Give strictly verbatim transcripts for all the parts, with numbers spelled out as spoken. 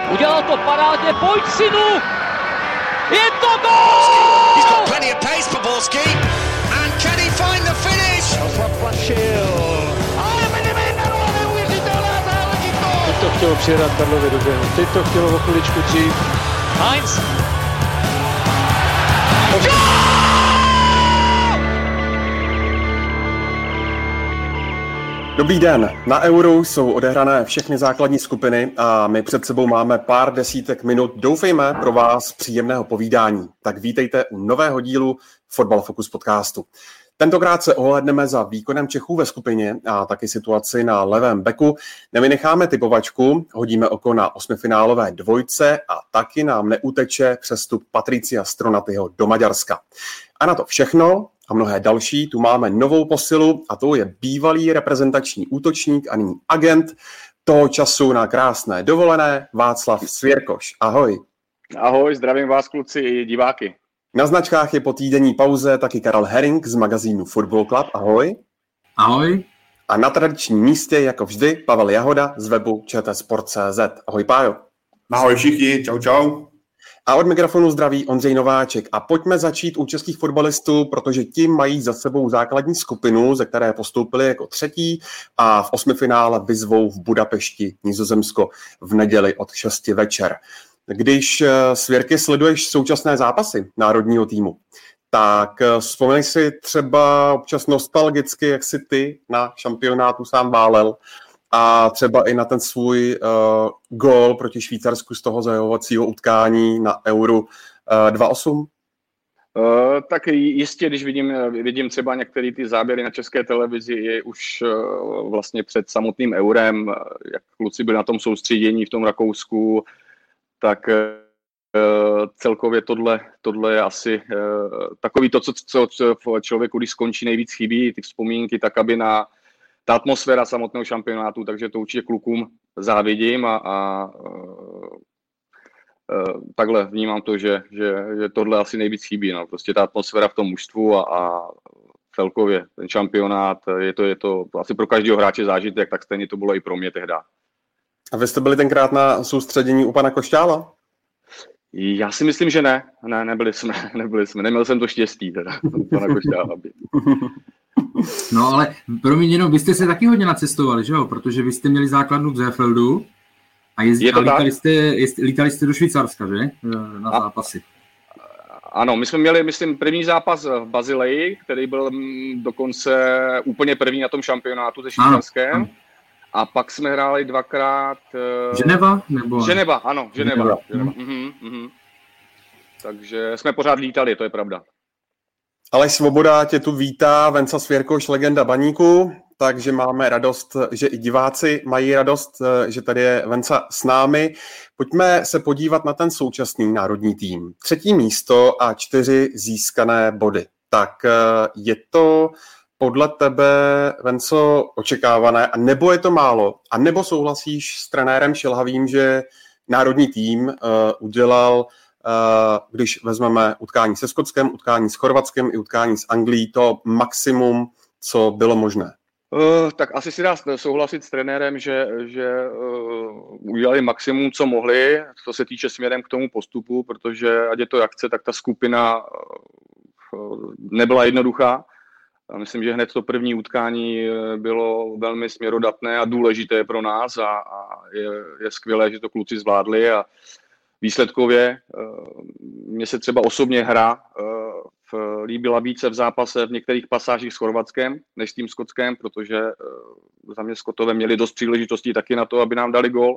Udělal to parádně, pojď synu! Je to gól! He's got plenty of pace for Borski. And can he find the finish? Ale Medemendaro, neuvěřitelná záležitost! Teď to chtělo přijedat Karlovi do běhu, teď to chtělo o chviličku dřív. Heinz! Dobrý den, na Euru jsou odehrané všechny základní skupiny a my před sebou máme pár desítek minut, doufejme, pro vás příjemného povídání. Tak vítejte u nového dílu Fotbal Focus podcastu. Tentokrát se ohlédneme za výkonem Čechů ve skupině a taky situaci na levém beku. Nevynecháme typovačku, hodíme oko na osmifinálové dvojce a taky nám neuteče přestup Patricia Stronatyho do Maďarska. A na to všechno a mnohé další tu máme novou posilu a to je bývalý reprezentační útočník a nyní agent toho času na krásné dovolené Václav Svěrkoš. Ahoj. Ahoj, zdravím vás kluci i diváky. Na značkách je po týdenní pauze taky Karel Herring z magazínu Football Club. Ahoj. Ahoj. A na tradičním místě, jako vždy, Pavel Jahoda z webu č t sport tečka cé zet. Ahoj, Pájo. Ahoj všichni, čau, čau. A od mikrofonu zdraví Ondřej Nováček. A pojďme začít u českých fotbalistů, protože ti mají za sebou základní skupinu, ze které postoupili jako třetí a v osmifinále vyzvou v Budapešti Nizozemsko v neděli od šesti večer. Když Svěrky sleduješ současné zápasy národního týmu, tak vzpomeň si třeba občas nostalgicky, jak si ty na šampionátu sám válel a třeba i na ten svůj uh, gól proti Švýcarsku z toho zahajovacího utkání na Euro uh, dva osm? Uh, tak jistě, když vidím, vidím třeba některé ty záběry na české televizi, je už uh, vlastně před samotným Eurem, jak kluci byli na tom soustředění v tom Rakousku, tak uh, celkově tohle, tohle je asi uh, takový to, co, co, co člověku, když skončí, nejvíc chybí, ty vzpomínky, tak aby na ta atmosféra samotného šampionátu, takže to určitě klukům závidím a, a uh, uh, takhle vnímám to, že, že, že tohle asi nejvíc chybí. No. Prostě ta atmosféra v tom mužstvu a, a celkově ten šampionát, je to, je to asi pro každého hráče zážitek, tak stejně to bylo i pro mě tehdy. A vy jste byli tenkrát na soustředění u pana Košťála? Já si myslím, že ne. Ne, nebyli jsme. Nebyli jsme. Neměl jsem to štěstí teda u pana Košťála. No ale promiň, jenom vy jste se taky hodně nacestovali, že jo? Protože vy jste měli základnu v Zeefeldu a, jezdí, a lítali, jste, jest, lítali jste do Švýcarska, že? Na a, zápasy. Ano, my jsme měli, myslím, první zápas v Bazileji, který byl dokonce úplně první na tom šampionátu se Švýcarskem. Ano, ano. A pak jsme hráli dvakrát... Ženeva? Nebo... Ženeva, ano, Ženeva. Ženeva. Ženeva. Mhm, mhm. Takže jsme pořád lítali, to je pravda. Aleš Svoboda tě tu vítá, Venca Svěrkoš, legenda Baníku, takže máme radost, že i diváci mají radost, že tady je Venca s námi. Pojďme se podívat na ten současný národní tým. Třetí místo a čtyři získané body. Tak je to podle tebe, Venco, očekávané, a nebo je to málo? A nebo souhlasíš s trenérem Šilhavým, že národní tým uh, udělal, uh, když vezmeme utkání se Skotskem, utkání s Chorvatskem i utkání s Anglií, to maximum, co bylo možné? Uh, tak asi si dá souhlasit s trenérem, že, že uh, udělali maximum, co mohli, co se týče směrem k tomu postupu, protože ať je to jak chce, tak ta skupina uh, nebyla jednoduchá. A myslím, že hned to první utkání bylo velmi směrodatné a důležité pro nás a, a je, je skvělé, že to kluci zvládli a výsledkově mně se třeba osobně hra v, líbila více v zápase v některých pasážích s Chorvatskem než s tím Skotskem, protože za mě Skotové měli dost příležitostí taky na to, aby nám dali gól.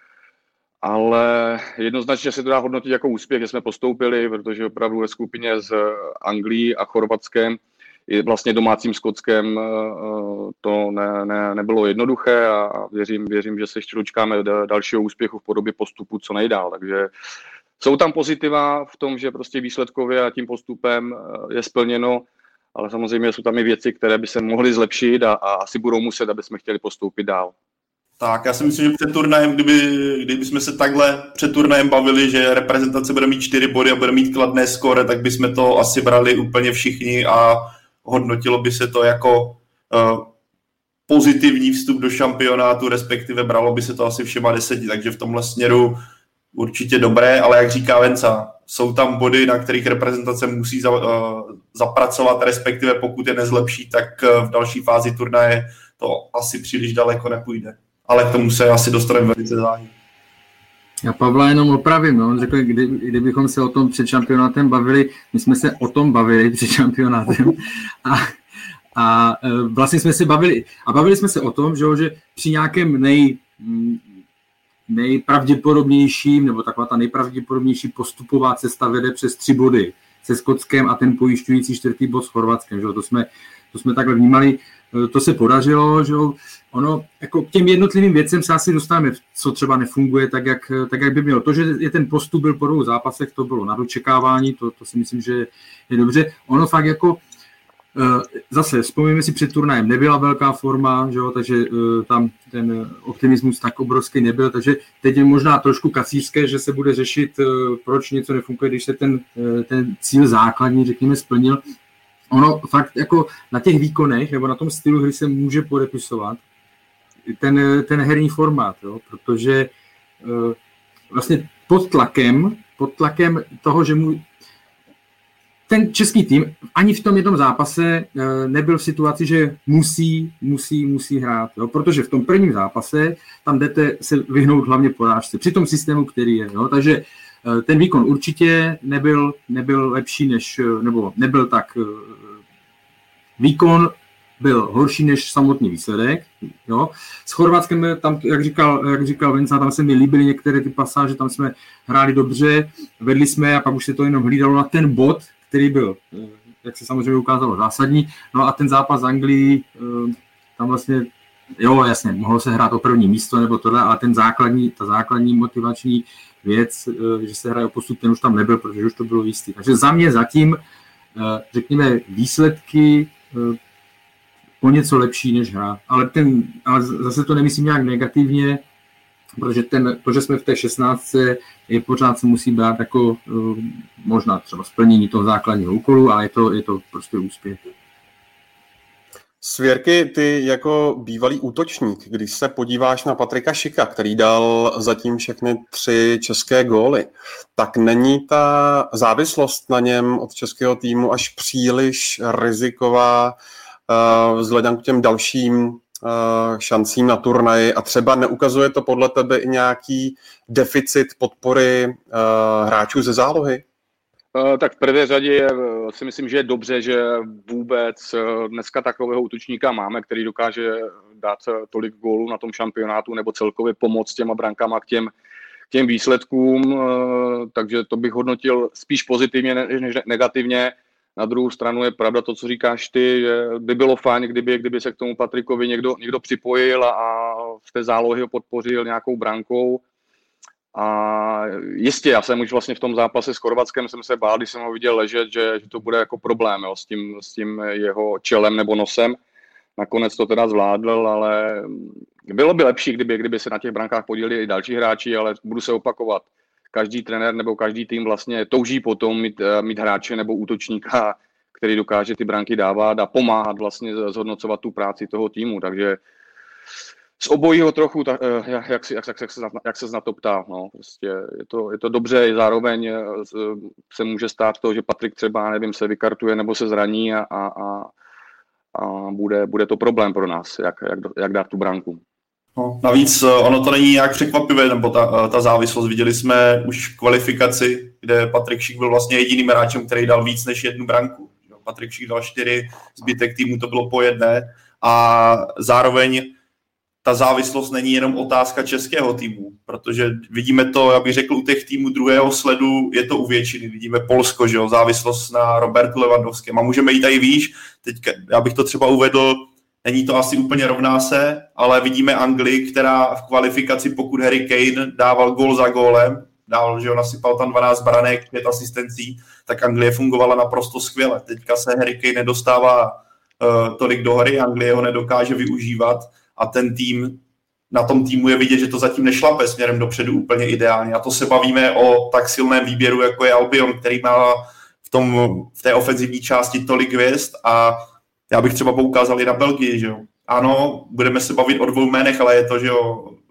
Ale jednoznačně se to dá hodnotit jako úspěch, že jsme postoupili, protože opravdu ve skupině s Anglií a Chorvatskem i vlastně domácím Skotskem to ne, ne, nebylo jednoduché a věřím, věřím, že se ještě dočkáme dalšího úspěchu v podobě postupu co nejdál. Takže jsou tam pozitiva v tom, že prostě výsledkově a tím postupem je splněno, ale samozřejmě jsou tam i věci, které by se mohly zlepšit a, a asi budou muset, aby jsme chtěli postoupit dál. Tak, já si myslím, že před turnajem, kdyby, kdyby jsme se takhle před turnajem bavili, že reprezentace bude mít čtyři body a bude mít kladné skóre, tak bychom to asi brali úplně všichni a hodnotilo by se to jako uh, pozitivní vstup do šampionátu, respektive bralo by se to asi všema deseti, takže v tomhle směru určitě dobré, ale jak říká Venca, jsou tam body, na kterých reprezentace musí za, uh, zapracovat, respektive pokud je nezlepší, tak uh, v další fázi turnaje to asi příliš daleko nepůjde. Ale k tomu se asi dostaneme velice záhy. Já Pavla jenom opravím, no. On řekl, kdy, kdybychom se o tom před šampionátem bavili, my jsme se o tom bavili před šampionátem a, a vlastně jsme se bavili, a bavili jsme se o tom, že, že při nějakém nej, nejpravděpodobnějším, nebo taková ta nejpravděpodobnější postupová cesta vede přes tři body se Skotskem a ten pojišťující čtvrtý bod s Chorvatskem, že? To jsme, to jsme takhle vnímali, to se podařilo, že ono, jako k těm jednotlivým věcem se asi dostáváme, co třeba nefunguje tak, jak, tak, jak by mělo. To, že je ten postup byl po dvou zápasech, to bylo na dočekávání, to, to si myslím, že je dobře. Ono fakt jako, zase vzpomínáme si před turnajem, nebyla velká forma, že jo, takže tam ten optimismus tak obrovský nebyl, takže teď je možná trošku kacířské, že se bude řešit, proč něco nefunguje, když se ten, ten cíl základní, řekněme, splnil. Ono fakt jako na těch výkonech nebo na tom stylu hry se může podepisovat ten, ten herní formát, jo? Protože uh, vlastně pod tlakem, pod tlakem toho, že mu ten český tým ani v tom jednom zápase uh, nebyl v situaci, že musí, musí, musí hrát, jo? Protože v tom prvním zápase tam jdete se vyhnout hlavně porážce při tom systému, který je, jo? Takže uh, ten výkon určitě nebyl, nebyl lepší než, nebo nebyl tak uh, výkon byl horší než samotný výsledek. Jo. S Chorvatskem, tam, jak říkal, jak říkal Venca, tam se mi líbily některé ty pasáže, tam jsme hráli dobře, vedli jsme a pak už se to jenom hlídalo na ten bod, který byl, jak se samozřejmě ukázalo, zásadní. No a ten zápas Anglii, tam vlastně, jo, jasně, mohlo se hrát o první místo nebo tohle, ale ten základní, ta základní motivační věc, že se hraje o postup, ten už tam nebyl, protože už to bylo jistý. Takže za mě zatím, řekněme, výsledky o něco lepší než hra. Ale, ten, ale zase to nemyslím nějak negativně, protože ten, to, že jsme v té šestnáctce, je pořád se musí brát jako uh, možná třeba splnění toho základního úkolu, ale je to, je to prostě úspěch. Svěrky, ty jako bývalý útočník, když se podíváš na Patrika Šika, který dal zatím všechny tři české góly, tak není ta závislost na něm od českého týmu až příliš riziková uh, vzhledem k těm dalším uh, šancím na turnaji a třeba neukazuje to podle tebe i nějaký deficit podpory uh, hráčů ze zálohy? Tak v prvé řadě si myslím, že je dobře, že vůbec dneska takového útočníka máme, který dokáže dát tolik gólů na tom šampionátu nebo celkově pomoct těma brankama k těm, k těm výsledkům, takže to bych hodnotil spíš pozitivně než negativně. Na druhou stranu je pravda to, co říkáš ty, že by bylo fajn, kdyby, kdyby se k tomu Patrikovi někdo, někdo připojil a, a v té zálohy ho podpořil nějakou brankou. A jistě, já jsem už vlastně v tom zápase s Chorvatskem jsem se bál, když jsem ho viděl ležet, že, že to bude jako problém, jo, s tím, s tím jeho čelem nebo nosem. Nakonec to teda zvládl, ale bylo by lepší, kdyby, kdyby se na těch brankách podíleli i další hráči, ale budu se opakovat. Každý trenér nebo každý tým vlastně touží potom mít, mít hráče nebo útočníka, který dokáže ty branky dávat a pomáhat vlastně zhodnocovat tu práci toho týmu, takže z obojího trochu, tak, jak, jak, jak, jak, se, jak se na to ptá. No, prostě je, to, je to dobře, zároveň se může stát to, že Patrik třeba, nevím, se vykartuje nebo se zraní a, a, a bude, bude to problém pro nás, jak, jak, jak dát tu branku. No, navíc ono to není nějak překvapivé, nebo ta, ta závislost. Viděli jsme už kvalifikaci, kde Patrik Šik byl vlastně jediným hráčem, který dal víc než jednu branku. Patrik Šik dal čtyři, zbytek týmu to bylo po jedné a zároveň ta závislost není jenom otázka českého týmu, protože vidíme to, já bych řekl, u těch týmů druhého sledu je to u většiny. Vidíme Polsko, že jo, závislost na Robertu Lewandowském a můžeme jít i výš. Teď já bych to třeba uvedl, není to asi úplně rovná se, ale vidíme Anglii, která v kvalifikaci, pokud Harry Kane dával gól za gólem, dával, že jo, nasypal tam dvanáct branek, pět asistencí, tak Anglie fungovala naprosto skvěle. Teďka se Harry Kane nedostává uh, tolik do hry, Anglie ho nedokáže využívat a ten tým, na tom týmu je vidět, že to zatím nešlape směrem dopředu úplně ideálně. A to se bavíme o tak silném výběru, jako je Albion, který má v, tom, v té ofenzivní části tolik hvězd a já bych třeba poukázal i na Belgii, že jo. Ano, budeme se bavit o dvou jménech, ale je to, že jo,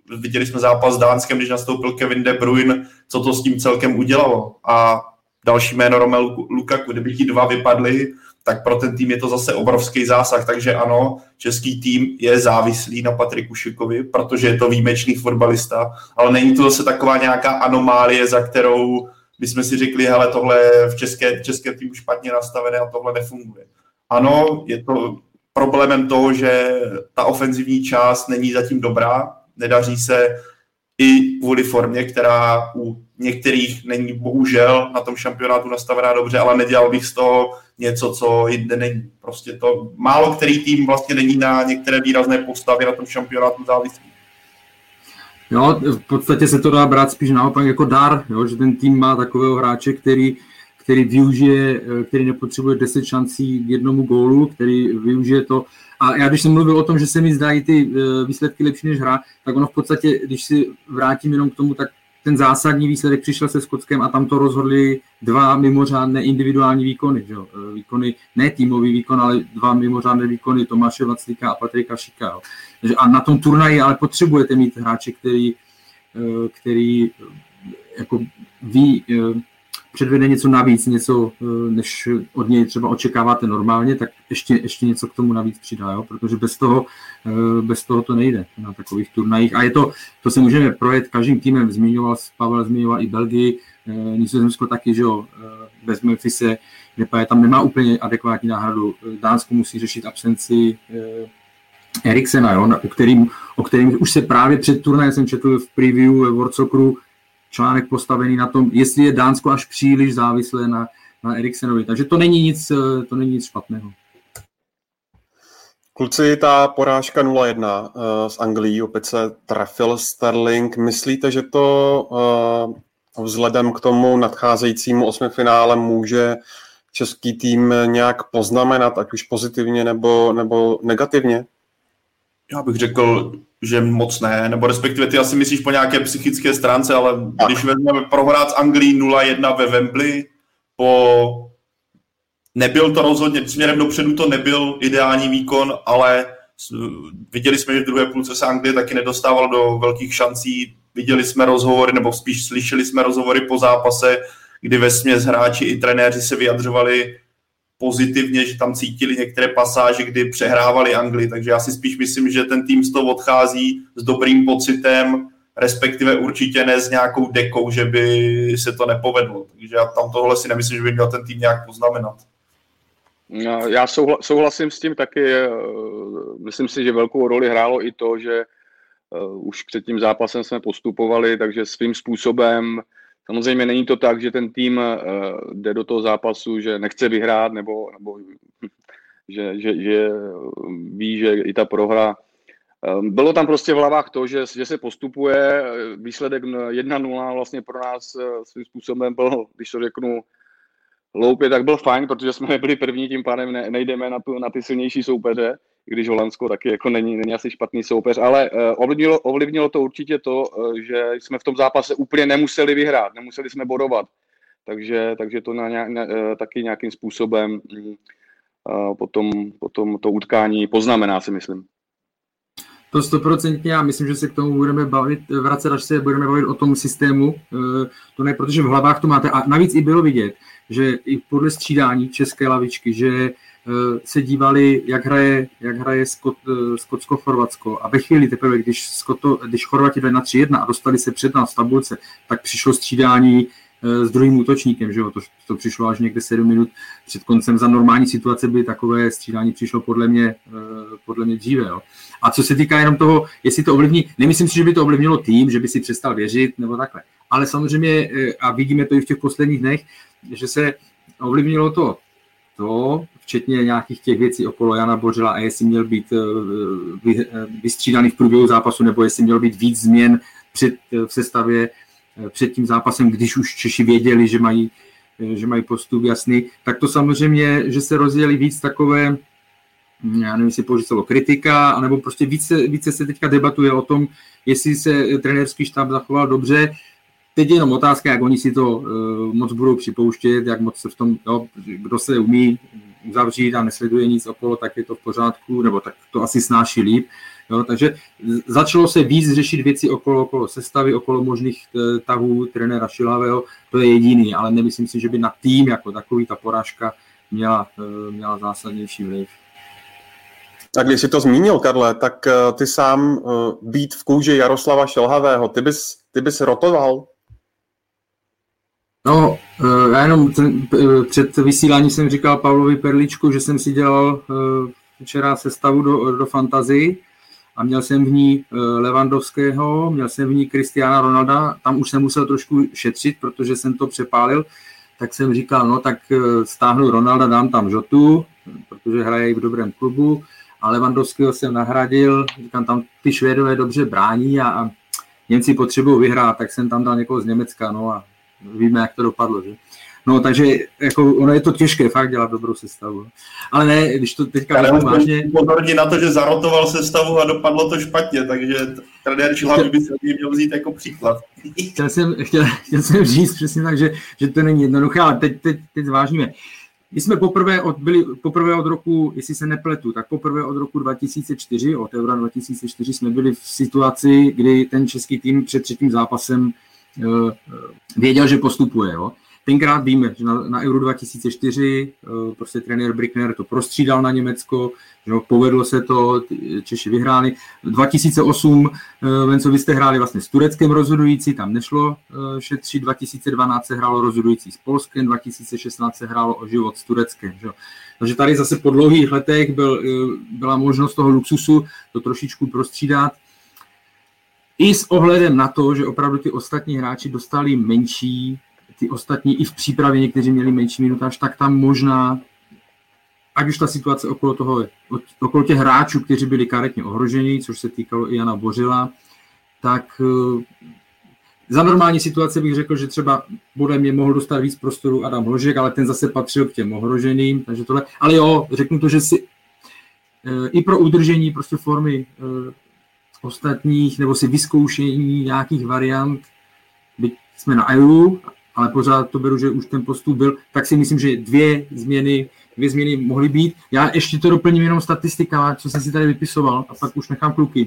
viděli jsme zápas s Dánskem, když nastoupil Kevin De Bruyne, co to s tím celkem udělalo. A další jméno Romelu Lukaku, kdyby ti dva vypadli, tak pro ten tým je to zase obrovský zásah. Takže ano, český tým je závislý na Patriku Šikovi, protože je to výjimečný fotbalista, ale není to zase taková nějaká anomálie, za kterou bychom si řekli, hele, tohle je v české, české týmu špatně nastavené a tohle nefunguje. Ano, je to problémem toho, že ta ofenzivní část není zatím dobrá, nedaří se i kvůli formě, která u některých není bohužel na tom šampionátu nastavená dobře, ale nedělal bych z toho něco, co jinde není. Prostě to málo který tým vlastně není na některé výrazné postavy na tom šampionátu závislý. Jo, v podstatě se to dá brát spíš naopak jako dar, jo, že ten tým má takového hráče, který, který využije, který nepotřebuje deset šancí k jednomu gólu, který využije to. A já když jsem mluvil o tom, že se mi zdají ty výsledky lepší než hra, tak ono v podstatě, když si vrátím jenom k tomu, tak ten zásadní výsledek přišel se Skotskem a tam to rozhodli dva mimořádné individuální výkony. Že? Výkony, ne týmový výkon, ale dva mimořádné výkony Tomáše Vaclíka a Patrika Šika. Jo? A na tom turnaji ale potřebujete mít hráče, který, který jako ví, předvede něco navíc, něco, než od něj třeba očekáváte normálně, tak ještě, ještě něco k tomu navíc přidá, jo? Protože bez toho, bez toho to nejde na takových turnajích. A je to, to se můžeme projet každým týmem, zmiňoval, Pavel zmiňoval i Belgii, Nizozemsko taky, že jo, bez Memphise, kde tam nemá úplně adekvátní náhradu. Dánsko musí řešit absenci Eriksena, jo? O, kterým, o kterým už se právě před turnajem jsem četl v preview World Socceru, článek postavený na tom, jestli je Dánsko až příliš závislé na, na Eriksenovi. Takže to není nic, to není nic špatného. Kluci, ta porážka nula jedna uh, z Anglií, opět se trefil Sterling. Myslíte, že to uh, vzhledem k tomu nadcházejícímu osmifinále může český tým nějak poznamenat, ať už pozitivně nebo, nebo negativně? Já bych řekl, že moc ne, nebo respektive ty asi myslíš po nějaké psychické stránce, ale tak. Když vezmeme prohrát z Anglii nula jedna ve Wembley, po... nebyl to rozhodně, směrem dopředu to nebyl ideální výkon, ale viděli jsme, že v druhé půlce se Anglie taky nedostával do velkých šancí, viděli jsme rozhovory, nebo spíš slyšeli jsme rozhovory po zápase, kdy vesměs hráči i trenéři se vyjadřovali pozitivně, že tam cítili některé pasáže, kdy přehrávali Anglii, takže já si spíš myslím, že ten tým z toho odchází s dobrým pocitem, respektive určitě ne s nějakou dekou, že by se to nepovedlo. Takže já tam tohle si nemyslím, že by měl ten tým nějak poznamenat. Já souhla, souhlasím s tím taky. Myslím si, že velkou roli hrálo i to, že už před tím zápasem jsme postupovali, takže svým způsobem samozřejmě není to tak, že ten tým uh, jde do toho zápasu, že nechce vyhrát, nebo, nebo že, že, že ví, že i ta prohra. Um, bylo tam prostě v hlavách to, že, že se postupuje, výsledek jedna nula vlastně pro nás uh, svým způsobem byl, když to řeknu hloupě, tak byl fajn, protože jsme nebyli první, tím pádem ne, nejdeme na, tu, na ty silnější soupeře, i když Holandsko taky jako není, není asi špatný soupeř, ale uh, ovlivnilo, ovlivnilo to určitě to, uh, že jsme v tom zápase úplně nemuseli vyhrát, nemuseli jsme bodovat, takže, takže to na, na, uh, taky nějakým způsobem uh, potom, potom to utkání poznamená, si myslím. To stoprocentně, já myslím, že se k tomu budeme bavit, vracet, až se budeme bavit o tom systému, uh, to ne, protože v hlavách to máte, a navíc i bylo vidět, že i podle střídání české lavičky, že se dívali, jak hraje, jak hraje Skot, Skotsko-Chorvatsko. A ve chvíli teprve, když, Skoto, když Chorvati byli na tři jedna a dostali se před nás v tabulce, tak přišlo střídání s druhým útočníkem. Že jo? To, to přišlo až někde sedm minut před koncem. Za normální situace by takové střídání přišlo podle mě, podle mě dříve. Jo? A co se týká jenom toho, jestli to ovlivní, nemyslím si, že by to ovlivnilo tým, že by si přestal věřit nebo takhle. Ale samozřejmě, a vidíme to i v těch posledních dnech, že se ovlivnilo to, to, včetně nějakých těch věcí okolo Jana Bořila a jestli měl být vystřídaný v průběhu zápasu, nebo jestli měl být víc změn před, v sestavě před tím zápasem, když už Češi věděli, že mají, že mají postup jasný, tak to samozřejmě, že se rozjeli víc takové, já nevím, jestli použít slovo kritika, anebo prostě více, více se teďka debatuje o tom, jestli se trenérský štáb zachoval dobře. Teď je jenom otázka, jak oni si to uh, moc budou připouštět, jak moc se v tom, jo, kdo se umí uzavřít a nesleduje nic okolo, tak je to v pořádku, nebo tak to asi snáší líp. Jo, takže začalo se víc řešit věci okolo, okolo sestavy, okolo možných tahů trenéra Šilhavého, to je jediný, ale nemyslím si, že by na tým jako takový ta porážka měla, měla zásadnější vliv. A když jsi to zmínil, Karle, tak ty sám být v kůži Jaroslava Šilhavého, ty bys, ty bys rotoval? No, já jenom ten, před vysíláním jsem říkal Pavlovi Perličku, že jsem si dělal včera sestavu do, do fantasy a měl jsem v ní Lewandowského, měl jsem v ní Cristiana Ronalda, tam už jsem musel trošku šetřit, protože jsem to přepálil, tak jsem říkal, no tak stáhnu Ronalda, dám tam Žotu, protože hraje i v dobrém klubu, a Lewandowského jsem nahradil, říkám, tam ty Švédové dobře brání a, a Němci potřebují vyhrát, tak jsem tam dal někoho z Německa, no a víme, jak to dopadlo, že? No, takže jako, ono je to těžké fakt dělat dobrou sestavu. Ale ne, když to teďka vezmu vážně... Pozorně na to, že zarotoval sestavu a dopadlo to špatně, takže trenér Šilhavý by se měl vzít jako příklad. Chtěl jsem, chtěl, chtěl jsem říct přesně tak, že, že to není jednoduché, ale teď, teď, teď zvážíme. My jsme poprvé od, byli poprvé od roku, jestli se nepletu, tak poprvé od roku dva tisíce čtyři, od Eura dva tisíce čtyři jsme byli v situaci, kdy ten český tým před třetím zápasem uh, věděl, že postupuje. Jo. Tenkrát víme, že na, na Euro dva tisíce čtyři uh, prostě trenér Brickner to prostřídal na Německo, že jo, povedlo se to, Češi vyhráli. dva tisíce osm, uh, Venco, vy jste hráli vlastně s Tureckem rozhodující, tam nešlo uh, šetřit, dva tisíce dvanáct se hrálo rozhodující s Polskem, dva tisíce šestnáct se hrálo o život s Tureckem. Že jo. Takže tady zase po dlouhých letech byl, uh, byla možnost toho luxusu to trošičku prostřídat. I s ohledem na to, že opravdu ty ostatní hráči dostali menší, ty ostatní i v přípravě někteří měli menší minutáž, tak tam možná, ať už ta situace okolo toho, okolo těch hráčů, kteří byli karetně ohroženi, což se týkalo i Jana Bořila, tak za normální situace bych řekl, že třeba podle mě mohl dostat víc prostoru Adam Hložek, ale ten zase patřil k těm ohroženým, takže tohle. Ale jo, řeknu to, že si i pro udržení prostě formy ostatních, nebo si vyzkoušení nějakých variant, byť jsme na Euru, ale pořád to beru, že už ten postup byl, tak si myslím, že dvě změny, dvě změny mohly být. Já ještě to doplním jenom statistikama, co jsem si tady vypisoval, a pak už nechám kluky.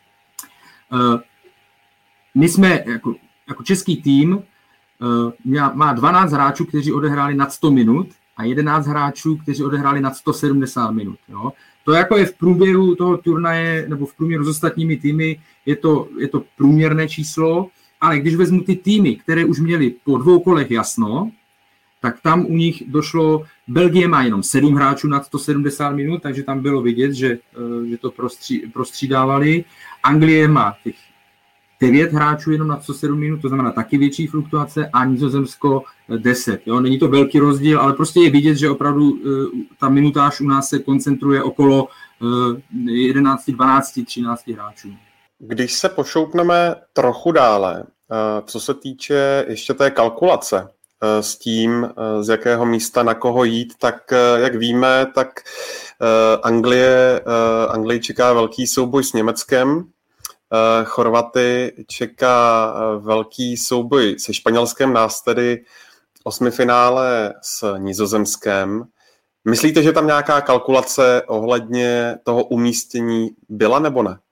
My jsme, jako, jako český tým, má dvanáct hráčů, kteří odehráli nad sto minut a jedenáct hráčů, kteří odehráli nad sto sedmdesát minut. Jo. To jako je v průběru toho turnaje, nebo v průměru s ostatními týmy, je to, je to průměrné číslo, ale když vezmu ty týmy, které už měly po dvou kolech jasno, tak tam u nich došlo, Belgie má jenom sedm hráčů nad sto sedmdesát minut, takže tam bylo vidět, že, že to prostří, prostřídávali. Anglie má těch devět hráčů jenom nad sto sedm minut, to znamená taky větší fluktuace, a Nizozemsko deset. Jo? Není to velký rozdíl, ale prostě je vidět, že opravdu ta minutáž u nás se koncentruje okolo jedenáct, dvanáct, třináct hráčů. Když se pošoupneme trochu dále, co se týče ještě té kalkulace s tím, z jakého místa na koho jít, tak jak víme, tak Anglie, Anglii čeká velký souboj s Německem, Chorvaty čeká velký souboj se Španělskem, nás tedy osmifinále s Nizozemskem. Myslíte, že tam nějaká kalkulace ohledně toho umístění byla nebo ne?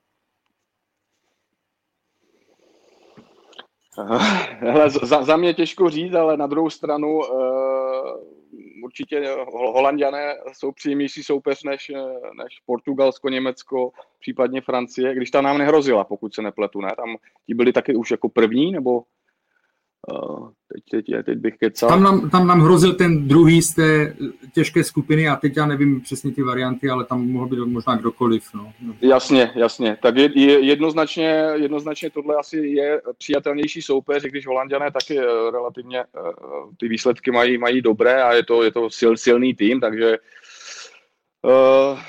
Hele, za, za mě těžko říct, ale na druhou stranu uh, určitě Holanďané jsou příjemnější soupeř než, než Portugalsko, Německo, případně Francie, když ta nám nehrozila, pokud se nepletu, ne? Tam ti byli taky už jako první, nebo uh, teď, teď, teď bych kecal. Tam nám, tam nám hrozil ten druhý z té těžké skupiny a teď já nevím přesně ty varianty, ale tam mohl být možná kdokoliv. No. Jasně, jasně. Tak je, je, jednoznačně, jednoznačně tohle asi je přijatelnější soupeř, když Holanďané taky relativně uh, ty výsledky mají, mají dobré a je to, je to sil, silný tým, takže uh,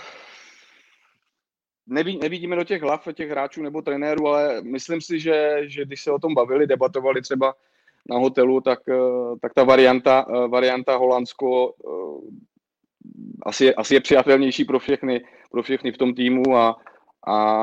neví, nevidíme do těch hlav těch hráčů nebo trenérů, ale myslím si, že, že když se o tom bavili, debatovali třeba na hotelu, tak, tak ta varianta, varianta Holandsko asi je, asi je přijatelnější pro všechny, pro všechny v tom týmu a, a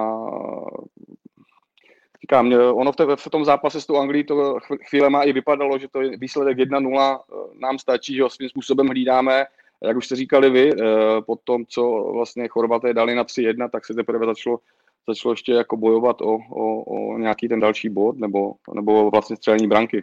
říkám, ono v, te, v tom zápase s tou Anglií to chvílema i vypadalo, že to je výsledek jedna nula nám stačí, že ho svým způsobem hlídáme. Jak už jste říkali vy, po tom, co vlastně Chorvaté dali na tři jedna, tak se teprve začalo, začalo ještě jako bojovat o, o, o nějaký ten další bod, nebo, nebo vlastně střelení branky.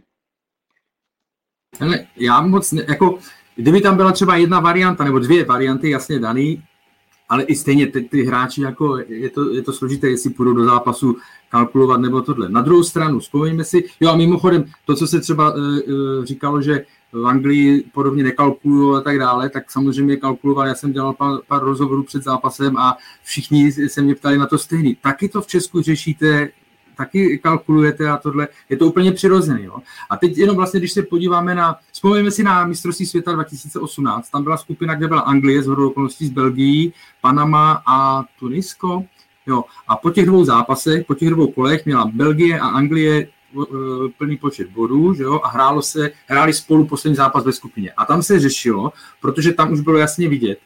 Hele, já moc, ne, jako, kdyby tam byla třeba jedna varianta, nebo dvě varianty jasně daný, ale i stejně ty, ty hráči, jako je to, je to složité, jestli půjdou do zápasu kalkulovat nebo tohle. Na druhou stranu, vzpomeňme si, jo a mimochodem, to, co se třeba uh, uh, říkalo, že v Anglii podobně nekalkulují a tak dále, tak samozřejmě kalkuloval, já jsem dělal pár, pár rozhovorů před zápasem a všichni se mě ptali na to stejný. Taky to v Česku řešíte, taky kalkulujete a tohle, je to úplně přirozené. Jo? A teď jenom vlastně, když se podíváme na, vzpomeňme si na mistrovství světa dva tisíce osmnáct, tam byla skupina, kde byla Anglie, shodou okolností s Belgií, Panama a Tunisko. Jo. A po těch dvou zápasech, po těch dvou kolech měla Belgie a Anglie plný počet bodů, že jo, a hrálo se, hráli spolu poslední zápas ve skupině. A tam se řešilo, protože tam už bylo jasně vidět,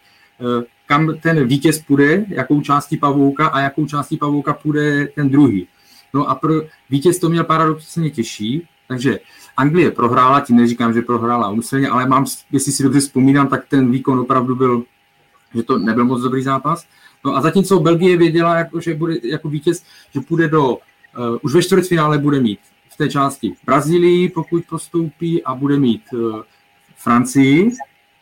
kam ten vítěz půjde, jakou částí pavouka a jakou částí pavouka půjde ten druhý. No a pro vítěz to měl paradoxně těžší, takže Anglie prohrála, tím neříkám, že prohrála umyslně, ale mám, jestli si dobře vzpomínám, tak ten výkon opravdu byl, že to nebyl moc dobrý zápas. No a zatímco Belgie věděla, jako, že bude jako vítěz, že půjde do, uh, už ve čtvrtfinále bude mít v té části Brazílii, pokud postoupí, a bude mít uh, Francii,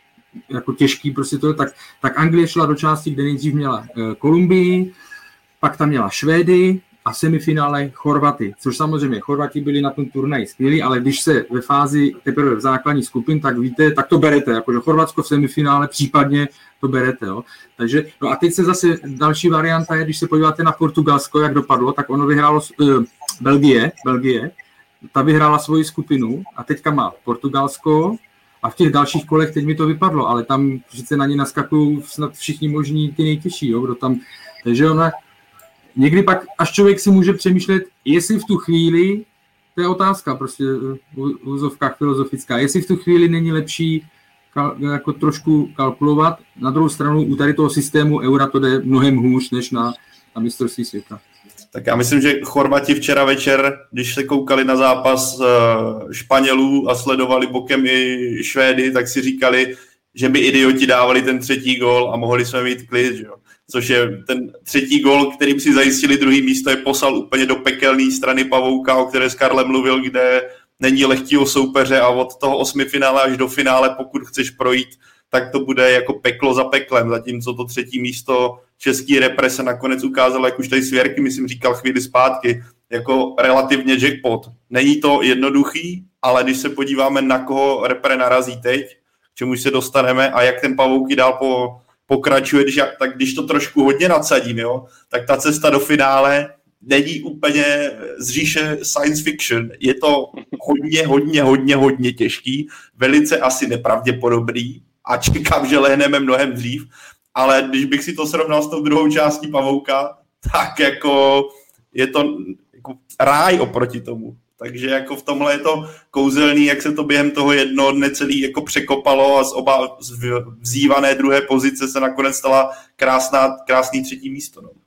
jako těžký prostě to, tak, tak Anglie šla do části, kde nejdřív měla uh, Kolumbii, pak tam měla Švédy a v semifinále Chorvaty, což samozřejmě Chorvati byli na tom turnaji skvělí, ale když se ve fázi teprve v základní skupin, tak víte, tak to berete, jakože Chorvatsko v semifinále případně to berete, jo. Takže, no a teď se zase další varianta je, když se podíváte na Portugalsko, jak dopadlo, tak ono vyhrálo uh, Belgie, Belgie, ta vyhrála svoji skupinu a teďka má Portugalsko a v těch dalších kolech teď mi to vypadlo, ale tam přece na ně naskakují snad všichni možní ty nejtěžší, jo, kdo tam, takže ona někdy pak, až člověk si může přemýšlet, jestli v tu chvíli, to je otázka prostě v úzovkách filozofická, jestli v tu chvíli není lepší kal, jako trošku kalkulovat, na druhou stranu u tady toho systému eura to jde mnohem hůř než na, na mistrovství světa. Tak já myslím, že Chorvati včera večer, když se koukali na zápas Španělů a sledovali bokem i Švédy, tak si říkali, že by idioti dávali ten třetí gól a mohli jsme mít klid, že jo. Což je ten třetí gól, kterým si zajistili druhý místo, je poslal úplně do pekelné strany pavouka, o které s Karlem mluvil, kde není lehkýho soupeře a od toho osmifinále až do finále, pokud chceš projít, tak to bude jako peklo za peklem, zatímco to třetí místo český repre se nakonec ukázalo, jak už tady Svěrky, myslím, říkal chvíli zpátky, jako relativně jackpot. Není to jednoduchý, ale když se podíváme, na koho repre narazí teď, k čemu se dostaneme a jak ten pavouky dál po pokračuje, když, tak když to trošku hodně nadsadím, jo, tak ta cesta do finále není úplně z říše science fiction. Je to hodně, hodně, hodně, hodně těžký, velice asi nepravděpodobný a čekám, že lehneme mnohem dřív, ale když bych si to srovnal s tou druhou částí pavouka, tak jako je to jako ráj oproti tomu. Takže jako v tomhle je to kouzelný, jak se to během toho jednoho dne celý jako překopalo a z oba z vzývané druhé pozice se nakonec stala krásná, krásný třetí místo. No,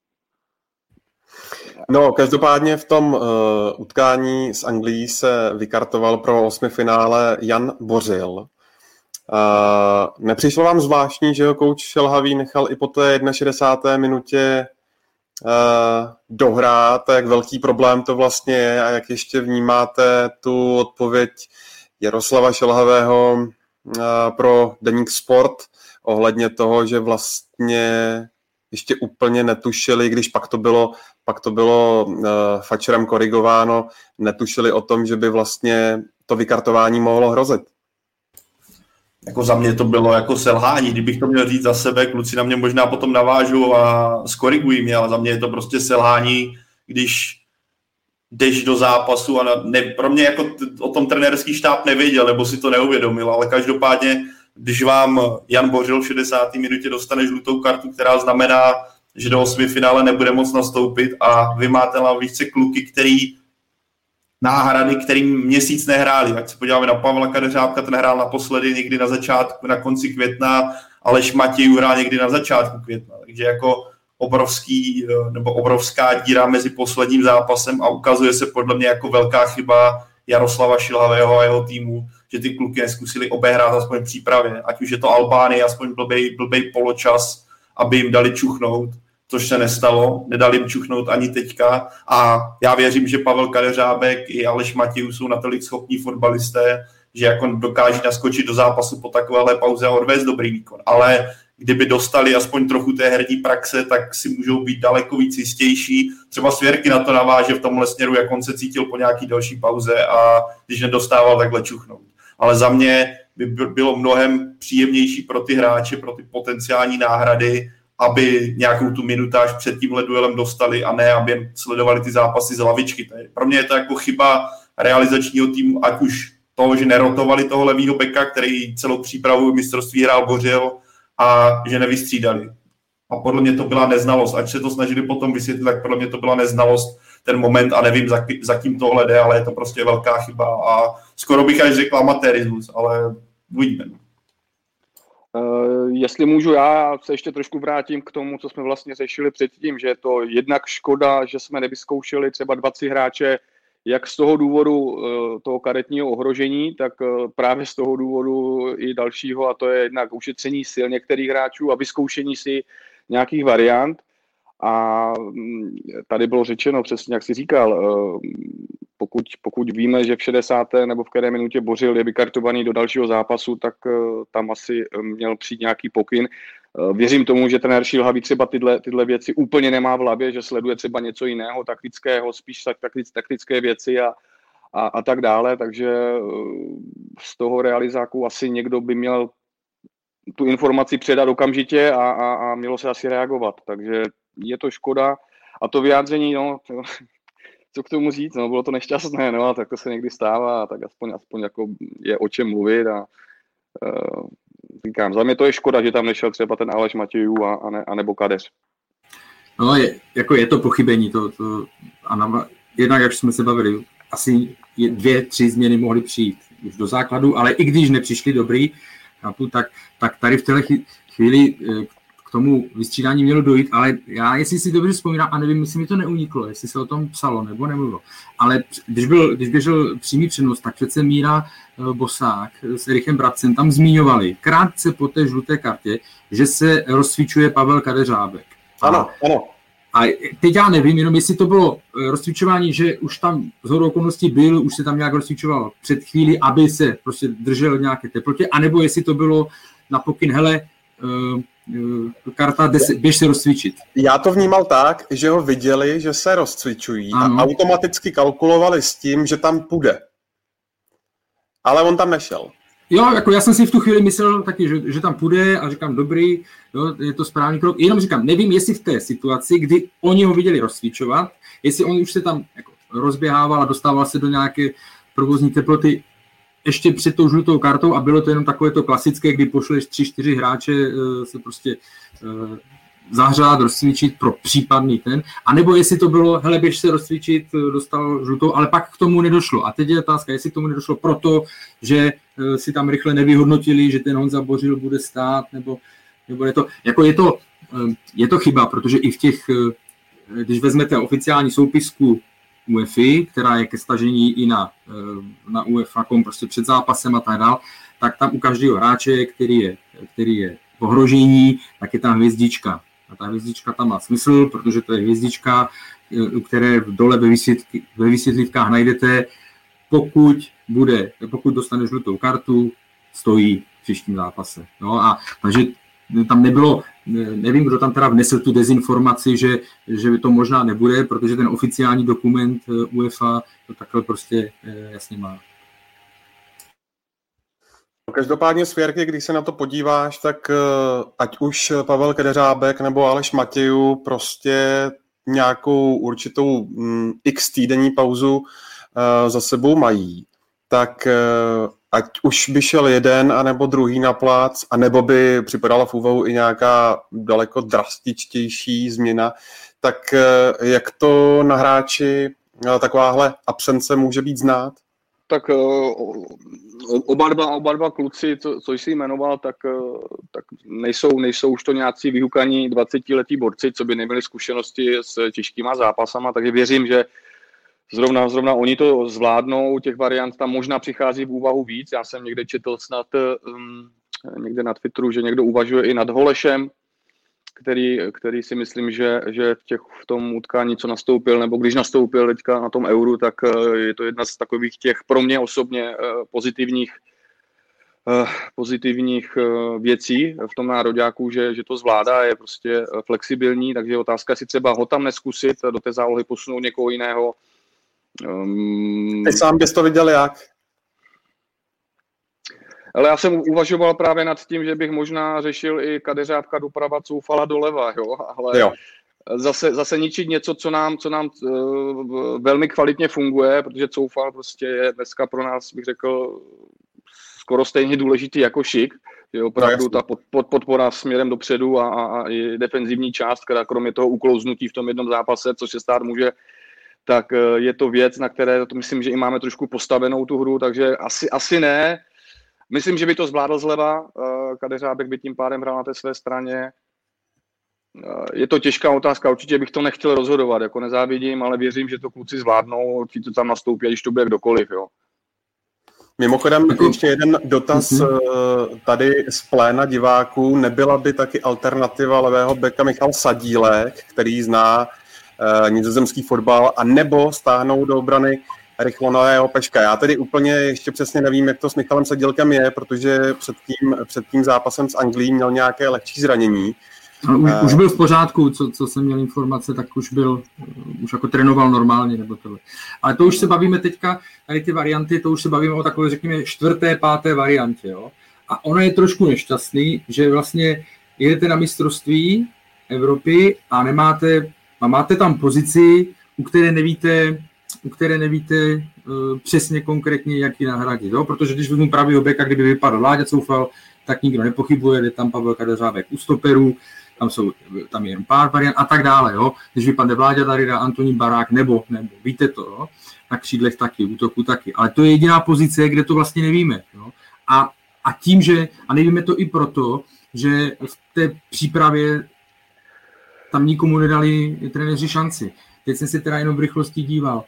no každopádně v tom uh, utkání s Anglií se vykartoval pro osmifinále Jan Bořil. Uh, nepřišlo vám zvláštní, že ho kouč Šelhavý nechal i po té šedesáté jedné minutě Uh, dohrát, jak velký problém to vlastně je a jak ještě vnímáte tu odpověď Jaroslava Šelhavého uh, pro deník Sport ohledně toho, že vlastně ještě úplně netušili, když pak to bylo, pak to bylo uh, fačerem korigováno, netušili o tom, že by vlastně to vykartování mohlo hrozit. Jako za mě to bylo jako selhání, kdybych to měl říct za sebe, kluci na mě možná potom navážou a skorigují mě, ale za mě je to prostě selhání, když jdeš do zápasu a ne, pro mě jako t- o tom trenérský štáb nevěděl, nebo si to neuvědomil, ale každopádně, když vám Jan Bořil v šedesáté minutě dostane žlutou kartu, která znamená, že do osmifinále nebude moc nastoupit a vy máte na lavičce kluky, který náhrady, kterým měsíc nehráli. Ať se podíváme na Pavla Kadeřábka, ten hrál naposledy někdy na začátku, na konci května, Aleš Matěj hrál někdy na začátku května. Takže jako obrovský, nebo obrovská díra mezi posledním zápasem a ukazuje se podle mě jako velká chyba Jaroslava Šilhavého a jeho týmu, že ty kluky neskusili obehrát aspoň v přípravě. Ať už je to Albánie, aspoň blbej, blbej poločas, aby jim dali čuchnout. což se nestalo, nedali jim čuchnout ani teďka a já věřím, že Pavel Kadeřábek i Aleš Matějů jsou natolik schopní fotbalisté, že jako dokáží naskočit do zápasu po takovéhle pauze a odvést dobrý výkon. Ale kdyby dostali aspoň trochu té herní praxe, tak si můžou být daleko víc jistější. Třeba Svěrky na to naváže v tomhle směru, jak on se cítil po nějaký další pauze a když nedostával takhle čuchnout. Ale za mě by bylo mnohem příjemnější pro ty hráče, pro ty potenciální náhrady, aby nějakou tu minutáž před tímhle duelem dostali a ne, aby jen sledovali ty zápasy z lavičky. Pro mě je to jako chyba realizačního týmu, ať už toho, že nerotovali toho levýho beka, který celou přípravu mistrovství hrál Bořil, a že nevystřídali. A podle mě to byla neznalost. Ať se to snažili potom vysvětlit, tak podle mě to byla neznalost ten moment a nevím, za, za kým tohle jde, ale je to prostě velká chyba a skoro bych až řekl amatérismus, ale uvidíme. Uh, jestli můžu, já se ještě trošku vrátím k tomu, co jsme vlastně řešili předtím, že je to jednak škoda, že jsme nevyzkoušeli třeba dvacet hráče, jak z toho důvodu uh, toho karetního ohrožení, tak uh, právě z toho důvodu i dalšího, a to je jednak ušetření sil některých hráčů a vyzkoušení si nějakých variant. A tady bylo řečeno přesně, jak jsi říkal, pokud, pokud víme, že v šedesáté nebo v které minutě Bořil je vykartovaný do dalšího zápasu, tak tam asi měl přijít nějaký pokyn. Věřím tomu, že trenér Šilhavý třeba tyhle, tyhle věci úplně nemá v hlavě, že sleduje třeba něco jiného, taktického, spíš taktic, taktické věci a, a, a tak dále, takže z toho realizáku asi někdo by měl tu informaci předat okamžitě a, a, a mělo se asi reagovat, takže je to škoda. A to vyjádření, no, to, co k tomu říct, no, bylo to nešťastné, no, a tak to se někdy stává, tak aspoň, aspoň jako je o čem mluvit a uh, říkám, za mě to je škoda, že tam nešel třeba ten Aleš Matějů a, a, ne, a nebo Kadeř. No, je, jako je to pochybení, to, to a na, jednak, jak jsme se bavili, asi dvě, tři změny mohly přijít už do základu, ale i když nepřišli dobrý, tak, tak tady v téhle chvíli k tomu vystřídání mělo dojít, ale já, jestli si dobře vzpomínám, a nevím, jestli mi to neuniklo, jestli se o tom psalo nebo nemluvilo, ale když, byl, když běžel přímý přenos, tak přece Míra Bosák s Erichem Bratcem tam zmiňovali krátce po té žluté kartě, že se rozcvičuje Pavel Kadeřábek. Ano, ano. A teď já nevím, jenom jestli to bylo rozcvičování, že už tam shodou okolností byl, už se tam nějak rozcvičoval před chvíli, aby se prostě držel nějaké teplotě, anebo jestli to bylo na pokyn, hele, uh, uh, karta, se, běž se rozcvičit. Já to vnímal tak, že ho viděli, že se rozcvičují ano. A automaticky kalkulovali s tím, že tam půjde. Ale on tam nešel. Jo, jako já jsem si v tu chvíli myslel taky, že, že tam půjde a říkám, dobrý, jo, je to správný krok. Jenom říkám, nevím, jestli v té situaci, kdy oni ho viděli rozcvičovat, jestli on už se tam jako rozběhával a dostával se do nějaké provozní teploty ještě před tou žlutou kartou a bylo to jenom takové to klasické, kdy pošleš tři, čtyři hráče uh, se prostě uh, zahřát, rozcvičit pro případný ten, anebo jestli to bylo, hele, běž se rozcvičit, dostal žlutou, ale pak k tomu nedošlo. A teď je otázka, jestli k tomu nedošlo proto, že uh, si tam rychle nevyhodnotili, že ten Honza Bořil bude stát, nebo, nebo je to, jako je to, uh, je to chyba, protože i v těch, uh, když vezmete oficiální soupisku UEFA, která je ke stažení i na, na UEFA kom prostě před zápasem a tak dál, tak tam u každého hráče, který je, který je v ohrožení, tak je tam hvězdička. A ta hvězdička tam má smysl, protože to je hvězdička, u které dole ve, vysvětl, ve vysvětlivkách najdete, pokud bude, pokud dostane žlutou kartu, stojí v příštím zápase. No a takže tam nebylo, nevím, kdo tam teda vnesl tu dezinformaci, že, že to možná nebude, protože ten oficiální dokument UEFA to takhle prostě jasně má. Každopádně Svěrky, když se na to podíváš, tak ať už Pavel Kadeřábek nebo Aleš Matějů prostě nějakou určitou x týdenní pauzu za sebou mají, tak ať už by šel jeden anebo druhý na plac, anebo by připadala v úvahu i nějaká daleko drastičtější změna, tak jak to na hráči takováhle absence může být znát? Tak oba dva, oba dva kluci, co, co jsi jmenoval, tak, tak nejsou, nejsou už to nějací vyhukaní dvacetiletí borci, co by neměli zkušenosti s těžkýma zápasama, takže věřím, že Zrovna, zrovna oni to zvládnou, těch variant tam možná přichází v úvahu víc. Já jsem někde četl snad um, někde na Twitteru, že někdo uvažuje i nad Holešem, který, který si myslím, že, že v, těch, v tom utkání, co nastoupil, nebo když nastoupil teďka na tom Euru, tak je to jedna z takových těch pro mě osobně pozitivních, pozitivních věcí v tom nároďáku, že, že to zvládá, je prostě flexibilní, takže otázka, jestli třeba ho tam neskusit, do té zálohy posunout někoho jiného. Um... Ty sám bys to viděl jak? Ale já jsem uvažoval právě nad tím, že bych možná řešil i Kadeřábka doprava, Coufala doleva, jo, ale jo. Zase, zase ničit něco, co nám, co nám uh, velmi kvalitně funguje, protože Coufal prostě je dneska pro nás, bych řekl, skoro stejně důležitý jako Šik, je opravdu no, ta pod, pod, podpora směrem dopředu a, a, a i defenzivní část, která kromě toho uklouznutí v tom jednom zápase, což se stát může, tak uh, je to věc, na které to myslím, že i máme trošku postavenou tu hru, takže asi, asi ne. Myslím, že by to zvládl zleva, Kadeřábek by tím pádem hrál na té své straně. Je to těžká otázka, určitě bych to nechtěl rozhodovat, jako nezávidím, ale věřím, že to kluci zvládnou, určitě to tam nastoupí, když to bude kdokoliv. Jo. Mimochodem, ještě jeden dotaz tady z pléna diváků. Nebyla by taky alternativa levého beka Michal Sadílek, který zná uh, nizozemský fotbal, a nebo stáhnout do obrany Rychlonového Peška. Já tedy úplně ještě přesně nevím, jak to s Michalem Sadílkem je, protože před tím, před tím zápasem s Anglií měl nějaké lehčí zranění. No, už, uh, už byl v pořádku, co, co jsem měl informace, tak už byl, už jako trénoval normálně, nebo tohle. Ale to už se bavíme teďka, tady ty varianty, to už se bavíme o takové, řekněme, čtvrté, páté variantě, jo. A ono je trošku nešťastný, že vlastně jedete na mistrovství Evropy a nemáte, a máte tam pozici, u které nevíte, u které nevíte uh, přesně konkrétně, jak ji nahradit. Jo? Protože když vezmu pravýho beka, kdyby vypadl Láďa Coufal, tak nikdo nepochybuje, jde tam Pavel Kadeřábek u stoperů, tam jsou tam je jen pár variant a tak dále. Jo? Když vypadne Vláďa Darida, Antonín Barák, nebo, nebo víte to, jo? Na křídlech taky, útoku taky. Ale to je jediná pozice, kde to vlastně nevíme. Jo? A, a tím, že, a nevíme to i proto, že v té přípravě tam nikomu nedali trenéři šanci. Teď jsem se teda jenom v rychlosti díval.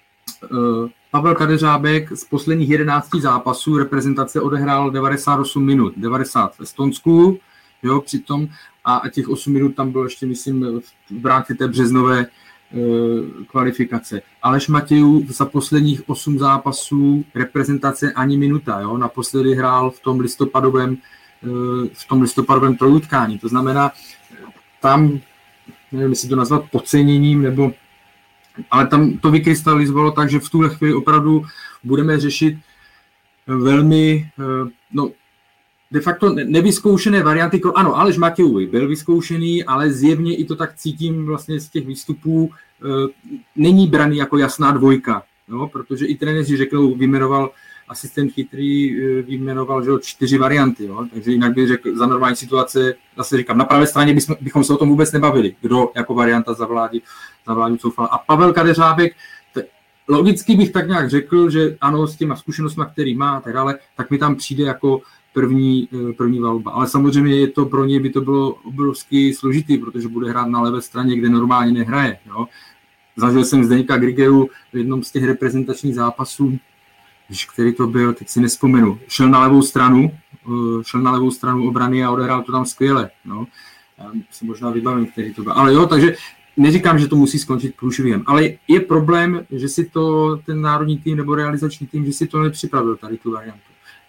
Pavel Kadeřábek z posledních jedenácti zápasů reprezentace odehrál devadesát osm minut, devadesát v Estonsku, jo, přitom a těch osm minut tam bylo ještě, myslím, v rámci té březnové e, kvalifikace. Aleš Matějů za posledních osm zápasů reprezentace ani minuta, jo, naposledy hrál v tom listopadovém e, v tom listopadovém trojutkání, to znamená, tam, nevím, jestli to nazvat podceněním, nebo ale tam to vykrystalizovalo tak, že v tuhle chvíli opravdu budeme řešit velmi, no, de facto nevyzkoušené varianty. Ano, Aleš Matějův byl vyzkoušený, ale zjevně i to tak cítím vlastně z těch výstupů, není braný jako jasná dvojka, no, protože i trenéři řekl, vyjmenoval asistent chytrý, vyjmenoval, že čtyři varianty, jo, takže jinak bych řekl, za normální situace, zase říkám, na pravé straně bychom, bychom se o tom vůbec nebavili, kdo jako varianta zavládí, zavládí Coufal. A Pavel Kadeřábek, t- logicky bych tak nějak řekl, že ano, s těma zkušenostmi, který má a tak dále, tak mi tam přijde jako první, první volba. Ale samozřejmě je to pro něj by to bylo obrovsky složitý, protože bude hrát na levé straně, kde normálně nehraje, jo. Zažil jsem Zdeňka Grigeru v jednom z těch reprezentačních zápasů, který to byl, teď si nespomenu, šel na levou stranu, šel na levou stranu obrany a odehrál to tam skvěle, no. Já si možná vybavím, který to byl. Ale jo, takže neříkám, že to musí skončit průšvihem, ale je problém, že si to ten národní tým nebo realizační tým, že si to nepřipravil tady tu variantu.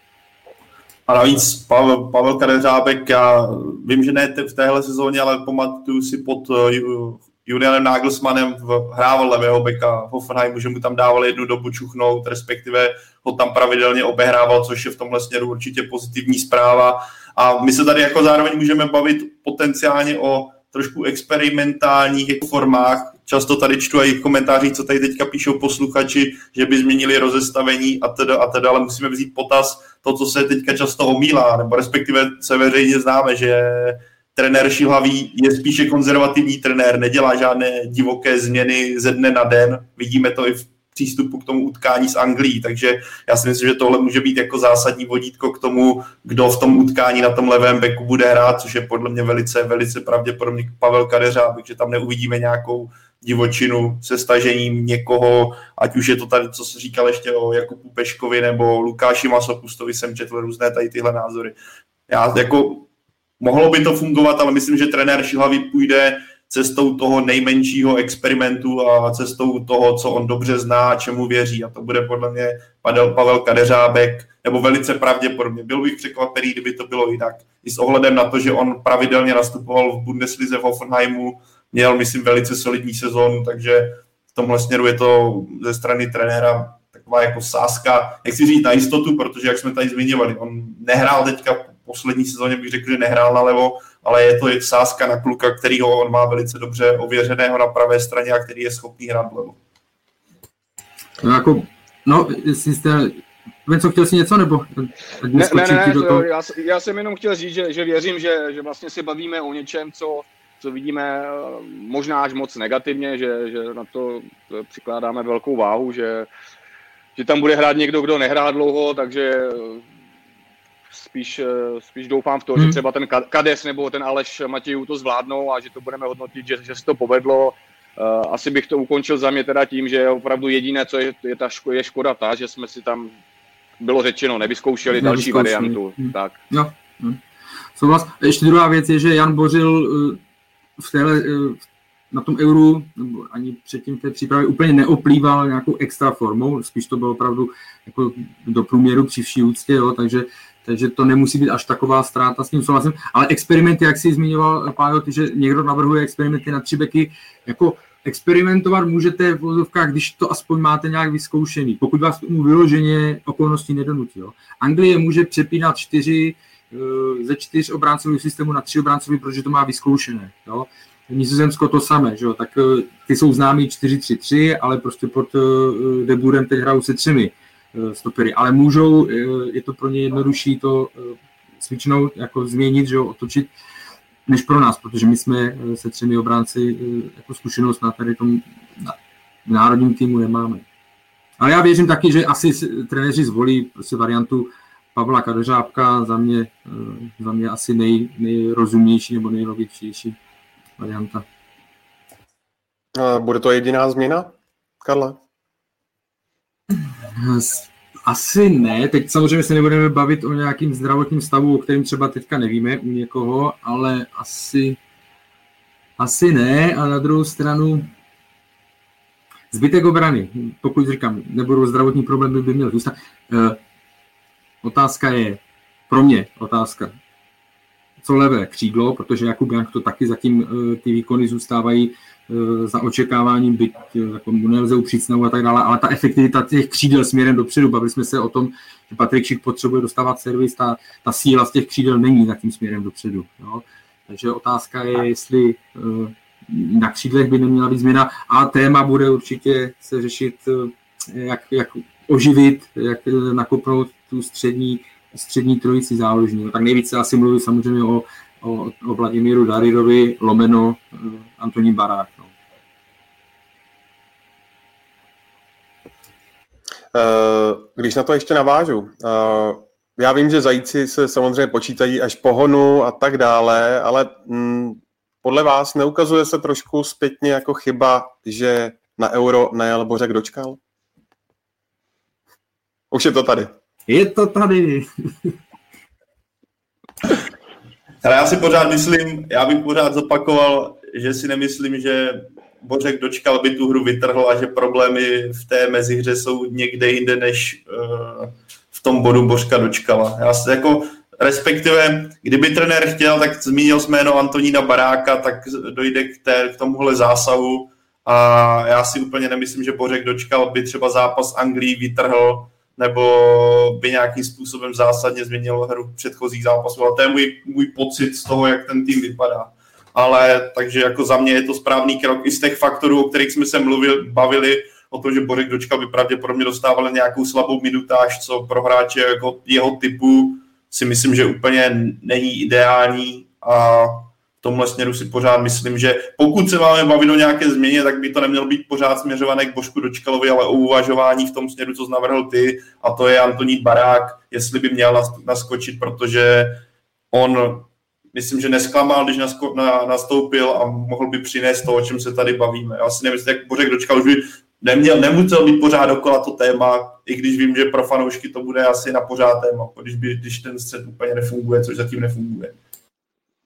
A navíc Pavel, Pavel Kadeřábek, já vím, že ne v téhle sezóně, ale pamatuju si pod Julianem Nagelsmannem hrával levého beka v Hoffenheimu, že mu tam dával jednu dobu čuchnout, respektive ho tam pravidelně obehrával, což je v tomhle směru určitě pozitivní zpráva. A my se tady jako zároveň můžeme bavit potenciálně o trošku experimentálních formách. Často tady čtu i v komentářích, co tady teďka píšou posluchači, že by změnili rozestavení a teda, a teda, ale musíme vzít potaz to, co se teďka často omílá, nebo respektive se veřejně známe, že trenér Šilhavý je spíše konzervativní trenér, nedělá žádné divoké změny ze dne na den. Vidíme to i v přístupu k tomu utkání s Anglií, takže já si myslím, že tohle může být jako zásadní vodítko k tomu, kdo v tom utkání na tom levém beku bude hrát, což je podle mě velice, velice pravděpodobně Pavel Kadeřábek, že tam neuvidíme nějakou divočinu se stažením někoho, ať už je to tady, co se říkal ještě o Jakubu Peškovi nebo Lukáši Masopustovi, jsem četl různé tady tyhle názory. Já jako mohlo by to fungovat, ale myslím, že trenér Šilhavý půjde cestou toho nejmenšího experimentu a cestou toho, co on dobře zná a čemu věří. A to bude podle mě Pavel Kadeřábek, nebo velice pravděpodobně. Byl bych překvapený, kdyby to bylo jinak. I s ohledem na to, že on pravidelně nastupoval v Bundeslize v Hoffenheimu, měl, myslím, velice solidní sezónu, takže v tomhle směru je to ze strany trenéra taková jako sázka, jak si říct, na jistotu, protože jak jsme tady zmiňovali, on nehrál teďka poslední sezóně, bych řekl, že nehrál nalevo, ale je to sázka na kluka, kterýho on má velice dobře ověřeného na pravé straně a který je schopný hrát vlevo. No, jako, no, jestli jste, co chtěl jsi něco, nebo? Ne, ne, ne, do toho? Já, já jsem jenom chtěl říct, že, že věřím, že, že vlastně si bavíme o něčem, co, co vidíme možná až moc negativně, že, že na to přikládáme velkou váhu, že, že tam bude hrát někdo, kdo nehrá dlouho, takže Spíš, spíš doufám v to, hmm. že třeba ten Kades nebo ten Aleš Matějů to zvládnou a že to budeme hodnotit, že, že se to povedlo. Asi bych to ukončil za mě teda tím, že opravdu jediné, co je, je, ta ško, je škoda ta, že jsme si tam, bylo řečeno, nevyzkoušeli další variantu. Hmm. Tak. Jo. Hmm. Souhlas. Ještě druhá věc je, že Jan Bořil v téhle, na tom Euru, nebo ani předtím té přípravě, úplně neoplýval nějakou extra formou, spíš to bylo opravdu jako do průměru při vší úctě, jo, takže Takže to nemusí být až taková ztráta, s tím souhlasím. Ale experimenty, jak jsi zmiňoval, Pájo, ty, že někdo navrhuje experimenty na tři beky, jako experimentovat můžete v vozovkách, když to aspoň máte nějak vyzkoušený. Pokud vás tomu vyloženě okolností nedonutí. Jo. Anglie může přepínat čtyři, ze čtyř obráncového systému na tři obráncový, protože to má vyzkoušené. Jo. Nizozemsko to samé, že jo. Tak ty jsou známí čtyři tři tři, ale prostě pod De Boerem teď hrajou se třemi stopery, ale můžou, je to pro ně jednodušší to switchnout, jako změnit, že jo, otočit, než pro nás, protože my jsme se třemi obránci jako zkušenost na tady tom na národním týmu nemáme. Ale já věřím taky, že asi trenéři zvolí prostě variantu Pavla Kadeřábka, za mě, za mě asi nej, nejrozumnější nebo nejlogičtější varianta. Bude to jediná změna, Karle? Asi ne, teď samozřejmě se nebudeme bavit o nějakým zdravotním stavu, o kterém třeba teďka nevíme u někoho, ale asi, asi ne, a na druhou stranu zbytek obrany, pokud říkám, nebudou zdravotní problémy, by měl zůstat. E, otázka je, pro mě otázka, co levé křídlo, protože Jakub Jank to taky zatím e, ty výkony zůstávají za očekáváním, byť jako nelze upřít snahu a tak dále, ale ta efektivita těch křídel směrem dopředu, bavili jsme se o tom, že Patrik Šik potřebuje dostávat servis, ta, ta síla z těch křídel není za tím směrem dopředu. Jo? Takže otázka je, jestli uh, na křídlech by neměla být změna a téma bude určitě se řešit, uh, jak, jak oživit, jak nakopnout tu střední, střední trojici záložní. Tak nejvíce asi mluví samozřejmě o O, o Vladimíru Daridovi, lomeno uh, Antonín Barák. No. Uh, když na to ještě navážu, uh, já vím, že zajíci se samozřejmě počítají až pohonu a tak dále, ale mm, podle vás neukazuje se trošku zpětně jako chyba, že na Euro nejel Bořek Dočkal? Už je to tady. Je to tady. Ale já si pořád myslím, já bych pořád zopakoval, že si nemyslím, že Bořek Dočkal by tu hru vytrhl a že problémy v té mezihře jsou někde jinde než uh, v tom bodu Bořka Dočkala. Já si jako, respektive, kdyby trenér chtěl, tak zmínil jsme jméno Antonína Baráka, tak dojde k, té, k tomuhle zásahu a já si úplně nemyslím, že Bořek Dočkal by třeba zápas Anglii vytrhl nebo by nějakým způsobem zásadně změnil hru předchozích zápasů. A to je můj, můj pocit z toho, jak ten tým vypadá. Ale takže jako za mě je to správný krok i z těch faktorů, o kterých jsme se mluvili, bavili, o tom, že Bořek Dočkal by pravděpodobně dostával nějakou slabou minutáž, co pro hráče jako jeho typu si myslím, že úplně není ideální a v tomhle směru si pořád myslím, že pokud se máme bavit o nějaké změně, tak by to nemělo být pořád směřované k Božku Dočkalovi, ale o uvažování v tom směru, co jsi navrhl ty, a to je Antonín Barák, jestli by měl naskočit, protože on, myslím, že nesklamal, když nasko, na, nastoupil a mohl by přinést to, o čem se tady bavíme. Já si nemyslím, jak Bořek Dočkal už by neměl, nemusel být pořád dokola to téma, i když vím, že pro fanoušky to bude asi na pořád téma, když, by, když ten střed úplně nefunguje, což zatím nefunguje.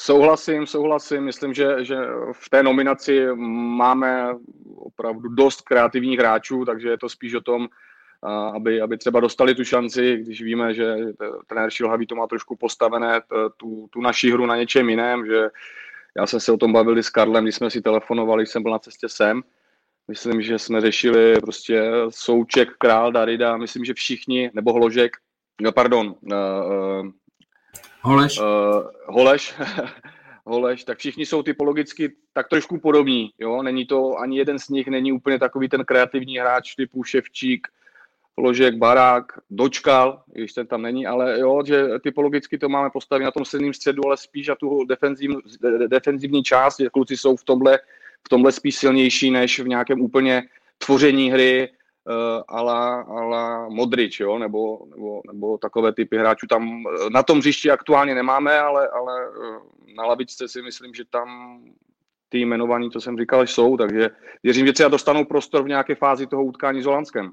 Souhlasím, souhlasím. Myslím, že, že v té nominaci máme opravdu dost kreativních hráčů, takže je to spíš o tom, aby, aby třeba dostali tu šanci, když víme, že trenér Šilhavý to má trošku postavené, tu, tu naši hru na něčem jiném, že já jsem se o tom bavil s Karlem, když jsme si telefonovali, když jsem byl na cestě sem. Myslím, že jsme řešili prostě Souček, Král, Darida, myslím, že všichni, nebo Hložek, no pardon, uh, Holeš. Uh, Holeš, Holeš, tak všichni jsou typologicky tak trošku podobní, jo, není to, ani jeden z nich není úplně takový ten kreativní hráč typu Ševčík, Ložek, Barák, Dočkal, když ten tam není, ale jo, že typologicky to máme postavit na tom silným středu, ale spíš na tu defenziv, defenzivní část, že kluci jsou v tomhle, v tomhle spíš silnější než v nějakém úplně tvoření hry uh, ala, ala Modrič, jo, nebo, nebo, nebo takové typy hráčů tam na tom hřišti aktuálně nemáme, ale, ale na lavičce si myslím, že tam ty jmenovaní, co jsem říkal, jsou, takže věřím, že třeba dostanou prostor v nějaké fázi toho utkání s Holandskem.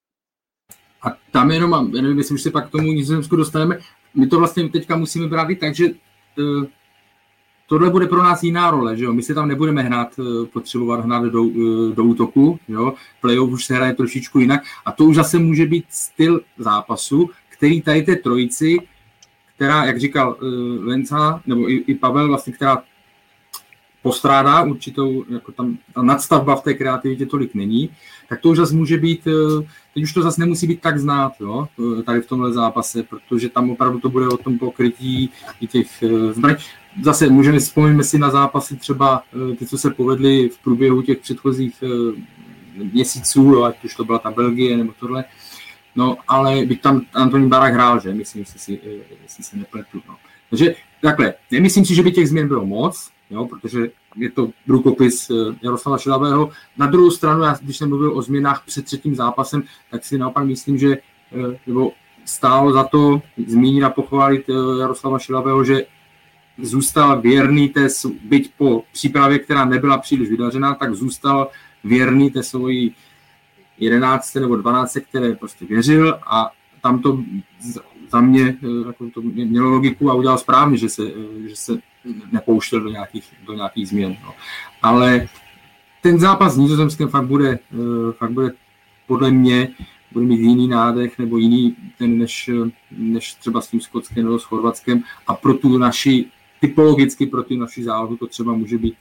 A tam jenom, nevím, jestli už se pak k tomu Nizozemsku dostaneme, my to vlastně teďka musíme brát i tak, že uh, tohle bude pro nás jiná role, že jo? My se tam nebudeme hnát, uh, potřebovat hnát do, uh, do útoku, jo? Playoff už se hraje trošičku jinak a to už zase může být styl zápasu, který tady té trojici, která, jak říkal uh, Venca, nebo i, i Pavel, vlastně, která postrádá určitou, jako tam ta nadstavba v té kreativitě tolik není, tak to už zase může být, teď už to zase nemusí být tak znát, jo, tady v tomhle zápase, protože tam opravdu to bude o tom pokrytí i těch zbraní. Zase můžeme, vzpomínat si na zápasy třeba ty, co se povedly v průběhu těch předchozích měsíců, jo, ať už to byla ta Belgie nebo tohle, no, ale byť tam Antonín Barák hrál, že, myslím, jestli si, jestli se nepletu, no. Takže takhle, nemyslím si, že by těch změn bylo moc, jo, protože je to rukopis Jaroslava Šilavého. Na druhou stranu, já, když jsem mluvil o změnách před třetím zápasem, tak si naopak myslím, že nebo stálo za to zmínit a pochválit Jaroslava Šilavého, že zůstal věrný té, byť po přípravě, která nebyla příliš vydařená, tak zůstal věrný té svojí jedenácté nebo dvanácté, které prostě věřil a tam to za mě jako to mělo logiku a udělal správně, že se, že se nepouštěl do nějakých, do nějakých změn. No. Ale ten zápas s Nizozemskem fakt bude, fakt bude podle mě bude mít jiný nádech nebo jiný ten než, než třeba s tím Skotskem nebo s Chorvatskem a pro tu naši, typologicky pro tu naši zálohu to třeba může být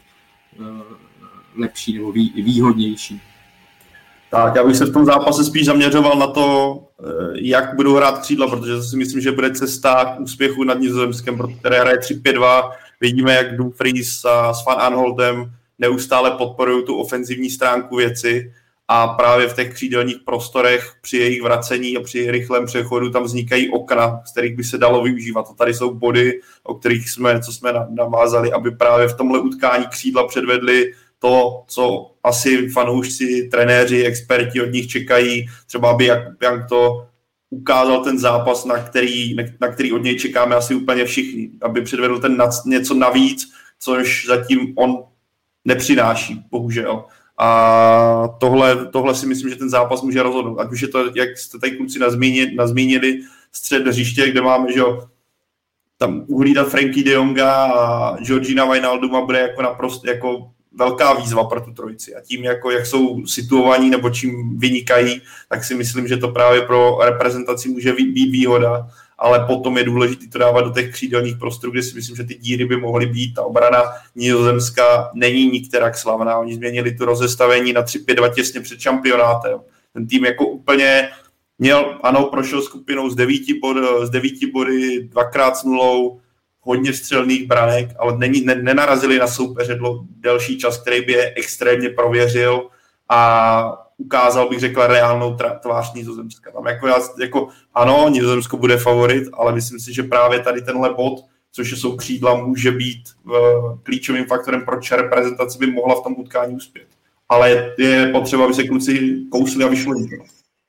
lepší nebo vý, výhodnější. Tak, já bych se v tom zápase spíš zaměřoval na to, jak budou hrát křídla, protože si myslím, že bude cesta k úspěchu nad Nizozemskem, které hraje tři pět dva. Vidíme, jak Dumfries a s Van Aanholtem neustále podporují tu ofenzivní stránku věci a právě v těch křídelních prostorech při jejich vracení a při rychlém přechodu tam vznikají okna, z kterých by se dalo využívat. A tady jsou body, o kterých jsme, co jsme navázali, aby právě v tomhle utkání křídla předvedli to, co asi fanoušci, trenéři, experti od nich čekají, třeba aby jak to ukázal ten zápas, na který, na který od něj čekáme asi úplně všichni, aby předvedl ten něco navíc, což zatím on nepřináší, bohužel. A tohle, tohle si myslím, že ten zápas může rozhodnout. Ať už je to, jak jste tady kluci nazmínili, nazmínili střed hřiště, kde máme, že jo, tam uhlídat Frankie de Jonga a Georgina Wijnalduma bude jako naprosto jako velká výzva pro tu trojici. A tím, jako, jak jsou situovaní nebo čím vynikají, tak si myslím, že to právě pro reprezentaci může být výhoda, ale potom je důležité to dávat do těch křídelních prostorů, kde si myslím, že ty díry by mohly být. Ta obrana Nizozemska není nikterak slavná. Oni změnili to rozestavení na tři pět dva těsně před šampionátem. Ten tým jako úplně měl, ano, prošel skupinou z devíti, bod, z devíti body, dvakrát s nulou, hodně střelných branek, ale není, ne, nenarazili na soupeře delší čas, který by je extrémně prověřil a ukázal, bych řekl, reálnou tvář Nizozemska. Tam jako, jako, ano, Nizozemsko bude favorit, ale myslím si, že právě tady tenhle bod, což jsou křídla, může být uh, klíčovým faktorem, proč reprezentace by mohla v tom utkání uspět. Ale je potřeba, aby se kluci kousli a vyšlo nikdo.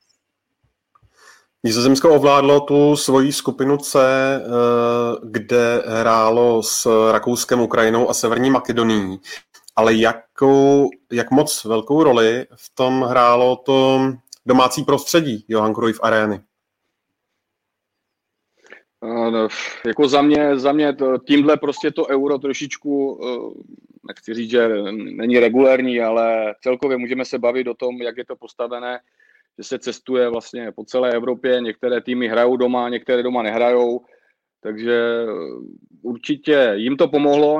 Nizozemsko ovládlo tu svoji skupinu C, kde hrálo s Rakouskem, Ukrajinou a Severní Makedonií. Ale jakou, jak moc velkou roli v tom hrálo to domácí prostředí Johan Cruyff Arény? No, jako za mě, za mě to, tímhle prostě to euro trošičku, nechci říct, že není regulérní, ale celkově můžeme se bavit o tom, jak je to postavené, že se cestuje vlastně po celé Evropě, některé týmy hrajou doma, některé doma nehrajou, takže určitě jim to pomohlo,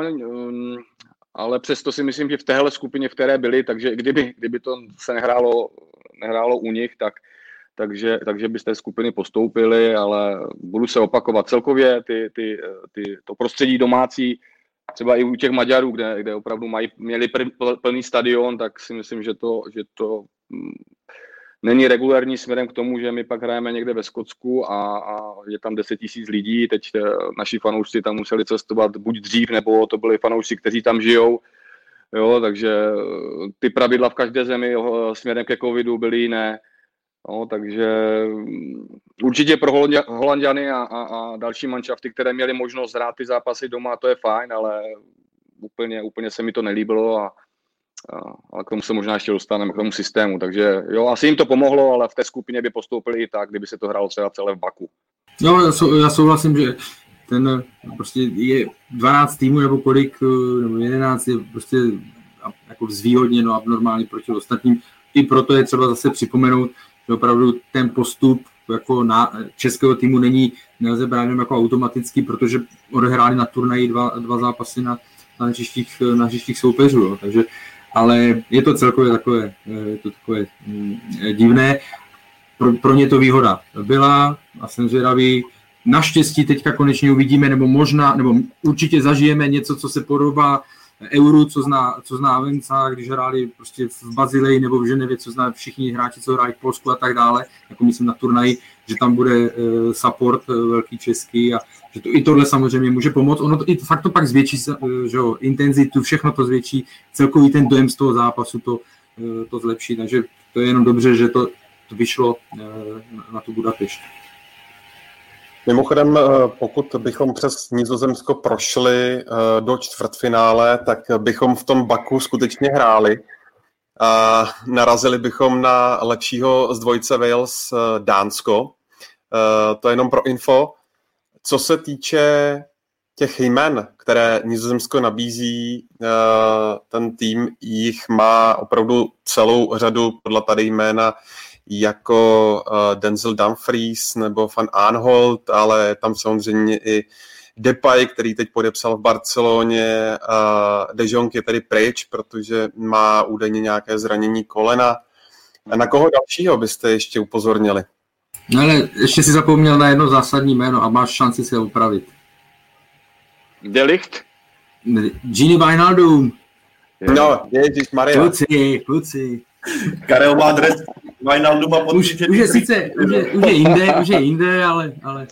ale přesto si myslím, že v téhle skupině, v které byli, takže kdyby, kdyby to se nehrálo, nehrálo u nich, tak Takže, takže by z té skupiny postoupili, ale budu se opakovat. Celkově ty, ty, ty, to prostředí domácí, třeba i u těch Maďarů, kde, kde opravdu mají, měli plný stadion, tak si myslím, že to, že to není regulární směrem k tomu, že my pak hrajeme někde ve Skotsku a, a je tam deset tisíc lidí. Teď naši fanoušci tam museli cestovat buď dřív, nebo to byli fanoušci, kteří tam žijou. Jo, takže ty pravidla v každé zemi směrem ke covidu byly jiné. No, takže určitě pro Holanďany a, a, a další manšafty, které měly možnost hrát ty zápasy doma, to je fajn, ale úplně, úplně se mi to nelíbilo a, a, a k tomu se možná ještě dostaneme, k tomu systému. Takže jo, asi jim to pomohlo, ale v té skupině by postoupili i tak, kdyby se to hrálo třeba celé v Baku. No, já, sou, já souhlasím, že ten prostě je dvanáct týmů nebo kolik, nebo jedenáct je prostě jako zvýhodněno abnormálně proti ostatním. I proto je třeba zase připomenout, že opravdu ten postup jako na českého týmu není, nelze brát jako automaticky, protože odehráli na turnaji dva, dva zápasy na, na hřištích, na hřištích soupeřů. Jo. Takže, ale je to celkově takové, je to takové mm, divné. Pro, pro ně to výhoda byla a jsem zvědavý. Naštěstí teďka konečně uvidíme, nebo možná, nebo určitě zažijeme něco, co se podobá Euru, co zná, co zná Venca, když hráli prostě v Bazileji nebo v Ženevě, co zná všichni hráči, co hráli v Polsku a tak dále, jako myslím na turnaji, že tam bude uh, support uh, velký český a že to, i tohle samozřejmě může pomoct. Ono to, i fakt to pak zvětší, uh, že jo, intenzitu, všechno to zvětší, celkový ten dojem z toho zápasu to, uh, to zlepší, takže to je jenom dobře, že to, to vyšlo uh, na tu Budapešť. Mimochodem, pokud bychom přes Nizozemsko prošli do čtvrtfinále, tak bychom v tom Baku skutečně hráli. A narazili bychom na lepšího z dvojce Wales Dánsko. To je jenom pro info. Co se týče těch jmen, které Nizozemsko nabízí, ten tým jich má opravdu celou řadu, podle tady jména, jako uh, Denzel Dumfries nebo Van Aanholt, ale tam samozřejmě i Depay, který teď podepsal v Barceloně. Uh, De Jong je tedy pryč, protože má údajně nějaké zranění kolena. A na koho dalšího byste ještě upozornili? No ale ještě si zapomněl na jedno zásadní jméno a máš šanci se opravit. De Ligt? Gini Wijnaldum. No, ježišmarja. Kluci, kluci. Karel má dres Wijnalduma pod už, už je sice, už je, už je jinde, už je jinde, ale... ale...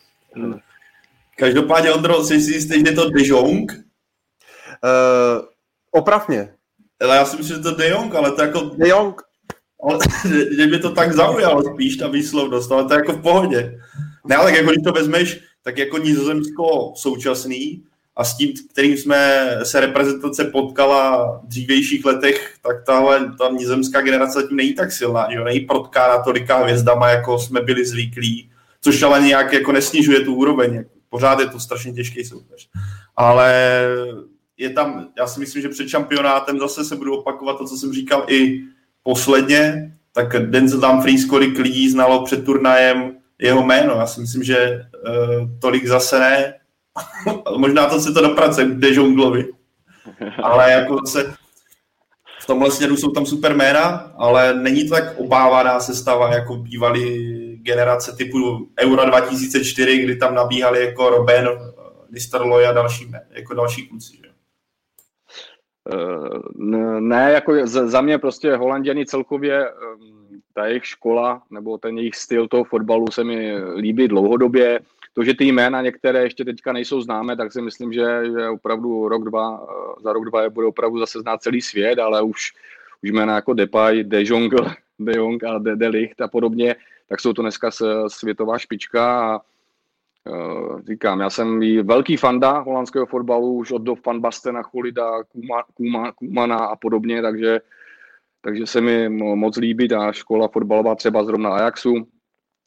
Každopádně, Ondro, jsi si jistý, že je to De Jong? Uh, opravně. Ale já si myslím, že to De Jong, ale to jako... De Jong. Ale, že by to tak zaujalo spíš, ta výslovnost, ale to je jako v pohodě. Ne, ale jako když to vezmeš, tak jako Nizozemsko současný a s tím, kterým jsme se reprezentace potkala v dřívějších letech, tak tahle ta nizozemská generace zatím není tak silná, že není protkána tolika hvězdama, jako jsme byli zvyklí, což ale nějak jako nesnižuje tu úroveň. Pořád je to strašně těžký soupeř. Ale je tam, já si myslím, že před šampionátem zase se budu opakovat to, co jsem říkal i posledně, tak Denzel Dumfries, kolik lidí znalo před turnajem jeho jméno. Já si myslím, že uh, tolik zase ne. Možná to se to dopracuje k De Jonglovi. Ale jako se v tomhle směru jsou tam super jména, ale není to tak obávaná sestava jako bývalý generace typu Euro dva tisíce čtyři, kdy tam nabíhali jako Robben, Nistelrooy a další, jako další kluci. Že? Ne, jako za mě prostě Holanděni celkově, ta jejich škola nebo ten jejich styl toho fotbalu se mi líbí dlouhodobě. To, že ty jména některé ještě teďka nejsou známé, tak si myslím, že, že opravdu rok, dva, za rok, dva je bude opravdu zase znát celý svět, ale už, už jména jako Depay, De Jong, De Jong a De, De Ligt a podobně, tak jsou to dneska světová špička a uh, říkám, já jsem velký fanda holandského fotbalu, už od dob Van Bastena, Chulida, Kuma, Kuma, Kumana a podobně, takže, takže se mi moc líbí ta škola fotbalová třeba zrovna Ajaxu.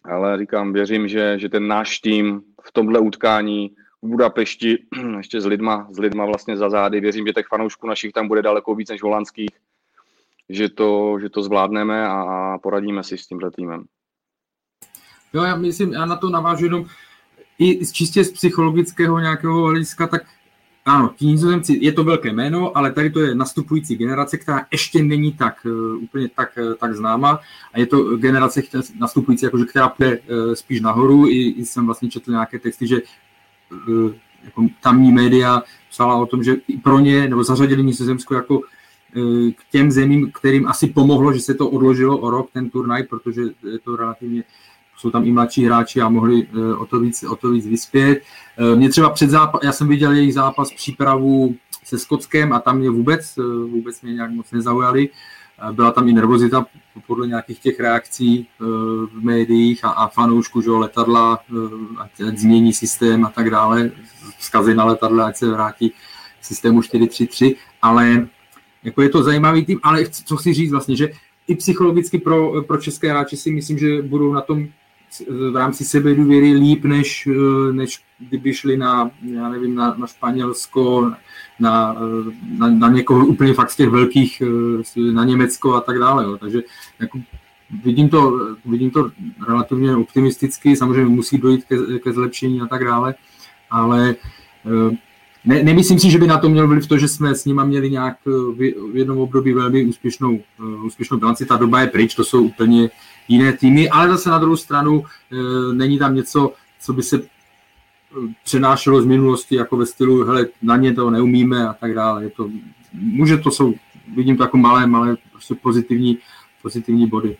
ale říkám, věřím, že, že ten náš tým v tomhle utkání v Budapešti ještě s lidma, s lidma vlastně za zády, věřím, že těch fanoušků našich tam bude daleko víc než holandských, že to, že to zvládneme a poradíme si s tímhle týmem. Jo, já myslím, já na to navážu jenom i čistě z psychologického nějakého hlediska, tak ano, ti Nizozemci, je to velké jméno, ale tady to je nastupující generace, která ještě není tak uh, úplně tak, uh, tak známa a je to generace nastupující, jakože, která půjde uh, spíš nahoru. I, I jsem vlastně četl nějaké texty, že uh, jako tamní média psala o tom, že i pro ně, nebo zařadili Nizozemsko jako uh, k těm zemím, kterým asi pomohlo, že se to odložilo o rok, ten turnaj, protože je to relativně jsou tam i mladší hráči a mohli uh, o, to víc, o to víc vyspět. Uh, mě třeba před zápas, já jsem viděl jejich zápas přípravu se Skotskem a tam mě vůbec, uh, vůbec mě nějak moc nezaujali. Uh, byla tam i nervozita podle nějakých těch reakcí uh, v médiích a, a fanoušku, že letadla, uh, ať, ať změní systém a tak dále, vzkazy na letadle, ať se vrátí k systému čtyři tři tři, ale jako je to zajímavý tým, ale co chci říct vlastně, že i psychologicky pro, pro české hráči si myslím, že budou na tom v rámci sebedůvěry líp, než, než kdyby šli na, já nevím, na, na Španělsko, na, na, na někoho úplně fakt z těch velkých, na Německo a tak dále. Jo. Takže jako vidím, to, vidím to relativně optimisticky, samozřejmě musí dojít ke, ke zlepšení a tak dále, ale ne, nemyslím si, že by na to měl vliv to, že jsme s nima měli nějak v jednom období velmi úspěšnou, úspěšnou bilanci. Ta doba je pryč, to jsou úplně jiné týmy, ale zase na druhou stranu e, není tam něco, co by se přenášelo z minulosti, jako ve stylu, hele, na ně to neumíme a tak dále. Je to, může to jsou, vidím to jako malé, malé prostě pozitivní, pozitivní body.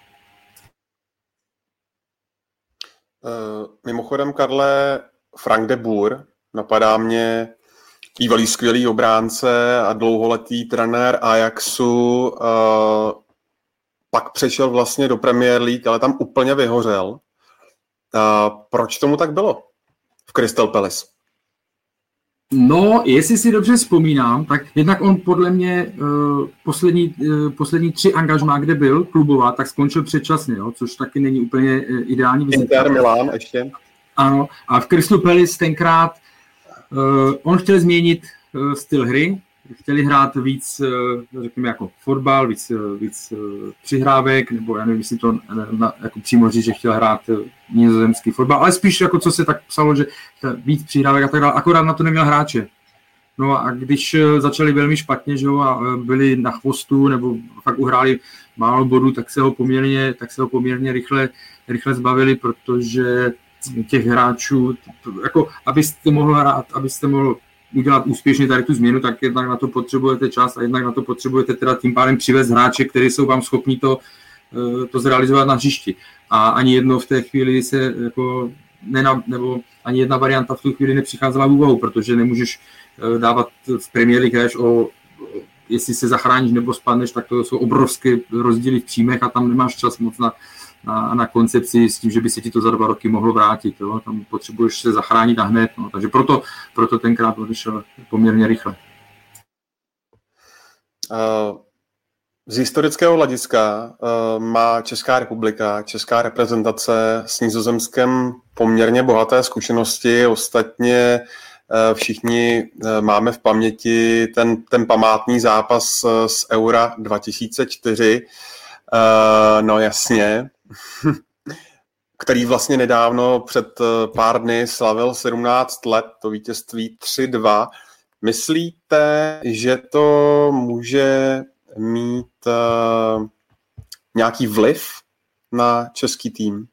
Uh, mimochodem, Karle, Frank de Boer, napadá mě bývalý skvělý obránce a dlouholetý trenér Ajaxu, uh, pak přešel vlastně do Premier League, ale tam úplně vyhořel. Uh, proč tomu tak bylo v Crystal Palace? No, jestli si dobře vzpomínám, tak jednak on podle mě uh, poslední, uh, poslední tři angažmá, kde byl klubová, tak skončil předčasně, jo, což taky není úplně uh, ideální vizitka. Inter Milan ještě. Ano, a v Crystal Palace tenkrát uh, on chtěl změnit uh, styl hry, chtěli hrát víc, uh, řekněme, jako fotbal, víc, uh, víc uh, přihrávek, nebo já nevím, jestli to na, jako přímo říct, že chtěl hrát uh, nizozemský fotbal, ale spíš jako co se tak psalo, že víc přihrávek a tak dále, akorát na to neměl hráče. No a když uh, začali velmi špatně, že jo, a uh, byli na chvostu, nebo fakt uhráli málo bodů, tak se ho poměrně, tak se ho poměrně rychle, rychle zbavili, protože těch hráčů, jako abyste mohl hrát, abyste mohl udělat úspěšně tady tu změnu, tak jednak na to potřebujete čas a jednak na to potřebujete teda tím pádem přivést hráče, kteří jsou vám schopni to, to zrealizovat na hřišti. A ani jedno v té chvíli se jako nena, nebo ani jedna varianta v tu chvíli nepřicházela v úvahu, protože nemůžeš dávat v Premier League hraješ o jestli se zachráníš nebo spadneš, tak to jsou obrovské rozdíly v příjmech a tam nemáš čas moc na Na, na koncepci s tím, že by se ti to za dva roky mohlo vrátit. Jo? Tam potřebuješ se zachránit a hned. No. Takže proto, proto tenkrát odešel poměrně rychle. Z historického hlediska má Česká republika, Česká reprezentace s Nizozemskem poměrně bohaté zkušenosti. Ostatně všichni máme v paměti ten, ten památný zápas z Eura dva tisíce čtyři. No jasně, který vlastně nedávno před pár dny slavil sedmnáct let, to vítězství tři dva. Myslíte, že to může mít uh, nějaký vliv na český tým?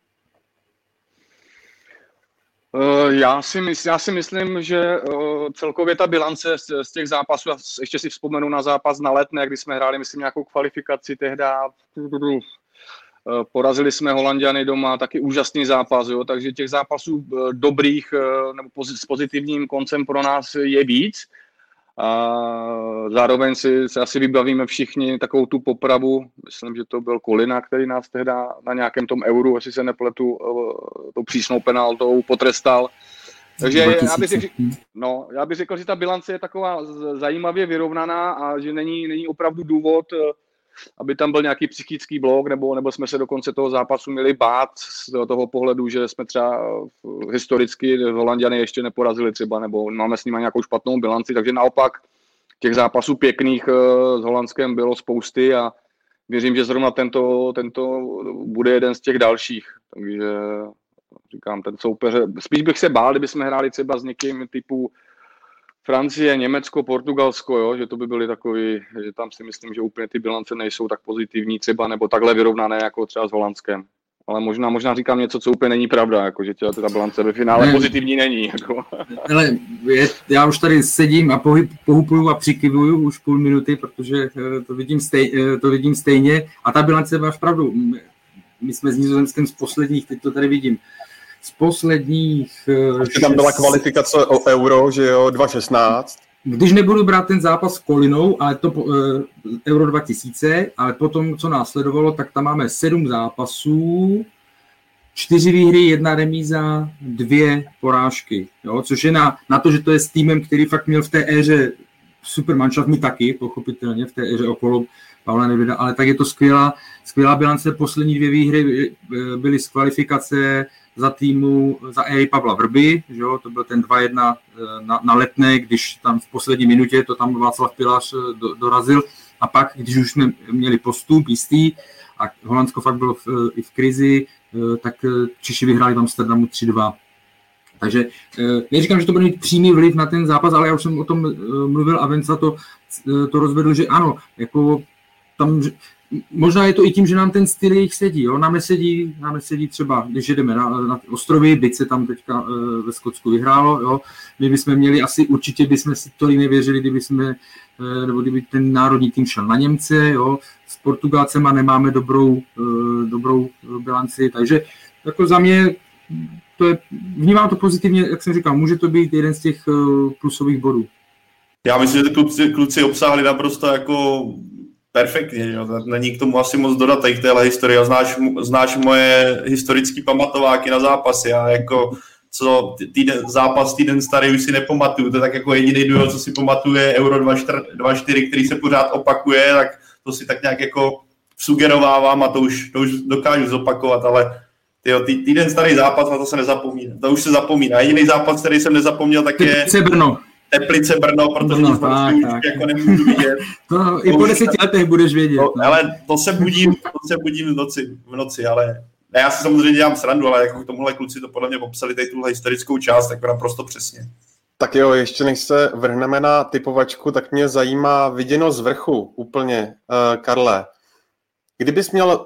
Já si, mysl, já si myslím, že celkově ta bilance z, z těch zápasů, ještě si vzpomenu na zápas na Letné, kdy jsme hráli, myslím, nějakou kvalifikaci tehda, porazili jsme Holanďany doma, taky úžasný zápas, jo, takže těch zápasů dobrých nebo s pozitivním koncem pro nás je víc. A zároveň si, si asi vybavíme všichni takovou tu popravu, myslím, že to byl Kolina, který nás tehda na nějakém tom euru, jestli se nepletu, tou přísnou penaltou potrestal. Takže já bych, řekl, no, já bych řekl, že ta bilance je taková zajímavě vyrovnaná a že není, není opravdu důvod aby tam byl nějaký psychický blok, nebo, nebo jsme se do konce toho zápasu měli bát z toho pohledu, že jsme třeba historicky Holanďany ještě neporazili třeba, nebo máme s nimi nějakou špatnou bilanci, takže naopak těch zápasů pěkných s Holandskem bylo spousty a věřím, že zrovna tento, tento bude jeden z těch dalších, takže říkám, ten soupeř, spíš bych se bál, kdyby jsme hráli třeba s někým typu Francie, Německo, Portugalsko, jo, že to by byly takový, že tam si myslím, že úplně ty bilance nejsou tak pozitivní třeba, nebo takhle vyrovnané jako třeba s Holandskem. Ale možná, možná říkám něco, co úplně není pravda, jako, že ta bilance ve finále ne, pozitivní není. Jako. Ale je, já už tady sedím a pohyb, pohupuju a přikyvuju už půl minuty, protože to vidím, stej, to vidím stejně a ta bilance máš pravdu. My jsme s Nizozemskem z posledních, teď to tady vidím, z posledních... Ještě tam byla kvalifikace o Euro, že jo, dva tisíce šestnáct. Když nebudu brát ten zápas s Kolinou, ale to uh, Euro dva tisíce, ale potom, co následovalo, tak tam máme sedm zápasů, čtyři výhry, jedna remíza, dvě porážky. Jo? Což je na, na to, že to je s týmem, který fakt měl v té éře supermanšaft, my taky, pochopitelně, v té éře okolo Pavla Nedvěda, ale tak je to skvělá, skvělá bilance. Poslední dvě výhry byly z kvalifikace za týmu, za éry Pavla Vrby, že jo? To byl ten dva jedna na, na Letné, když tam v poslední minutě to tam Václav Pilař do, dorazil a pak, když už jsme měli postup jistý a Holandsko fakt bylo v, i v krizi, tak Češi vyhráli v Amsterdamu tři dva. Takže neříkám, že to bude mít přímý vliv na ten zápas, ale já už jsem o tom mluvil a Venca to, to rozvedl, že ano, jako tam, možná je to i tím, že nám ten styl jejich sedí, jo? Nám nesedí, nám nesedí třeba, když jedeme na, na ty ostrovy, byť se tam teďka e, ve Skotsku vyhrálo, jo? My bychom měli asi, určitě bychom si to nevěřili, kdyby jsme, e, nebo kdyby ten národní tým šel na Němce, jo? S Portugalcema nemáme dobrou, e, dobrou bilanci, takže jako za mě to je, vnímám to pozitivně, jak jsem říkal, může to být jeden z těch e, plusových bodů. Já myslím, že ty kluci, kluci obsáhli naprosto jako perfektně, jo. Není k tomu asi moc dodat tady k téhle historii. Znáš, znáš moje historické pamatováky na zápasy. Já jako co týden, zápas týden starý už si nepamatuju. To je tak jako jediný duel, co si pamatuje Euro dva čtyři, který se pořád opakuje, tak to si tak nějak jako sugerovávám a to už, to už dokážu zopakovat, ale tyjo, tý, týden starý zápas, na to se nezapomíná. To už se zapomíná. Jediný zápas, který jsem nezapomněl, tak je... Brno. Teplice Brno, protože no, tak, už tak. Jako nemůžu vidět. To i po deseti letech budeš vědět. To, no. Ale to se budím, to se budím v noci, v noci, ale ne, já si samozřejmě dělám srandu, ale jako k tomuhle kluci to podle mě popsali tady tuhle historickou část, tak naprosto přesně. Tak jo, ještě než se vrhneme na typovačku, tak mě zajímá viděno z vrchu úplně, uh, Karle. Kdybys měl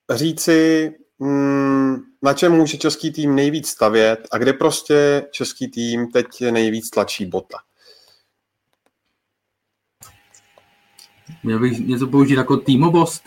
říci, mm, na čem může český tým nejvíc stavět a kde prostě český tým teď nejvíc tlačí bota? Měl bych něco použít jako týmovost.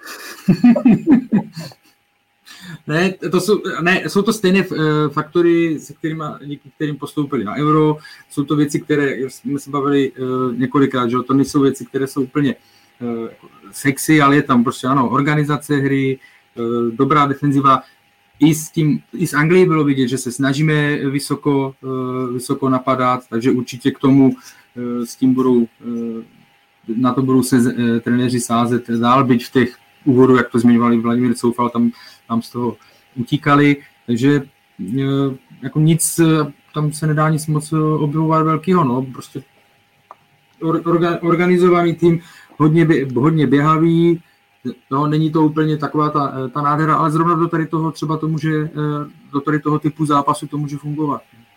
ne, to jsou, ne, jsou to stejné uh, faktory, se kterými díky kterým postoupili na Euro. Jsou to věci, které jsme se bavili uh, několikrát, že to nejsou věci, které jsou úplně uh, sexy, ale je tam prostě ano, organizace hry, uh, dobrá defenziva. I s tím, i z Anglie bylo vidět, že se snažíme vysoko, uh, vysoko napadat, takže určitě k tomu uh, s tím budou uh, na to budou se e, trenéři sázet dál, byť v těch úvodu, jak to zmiňovali Vladimír Coufal, tam, tam z toho utíkali, takže e, jako nic, tam se nedá nic moc objevovat velkého, no, prostě orga, organizovaný tým, hodně, bě, hodně běhavý, no, není to úplně taková ta, ta nádhera, ale zrovna do tady toho třeba to může, do tady toho typu zápasu to může fungovat.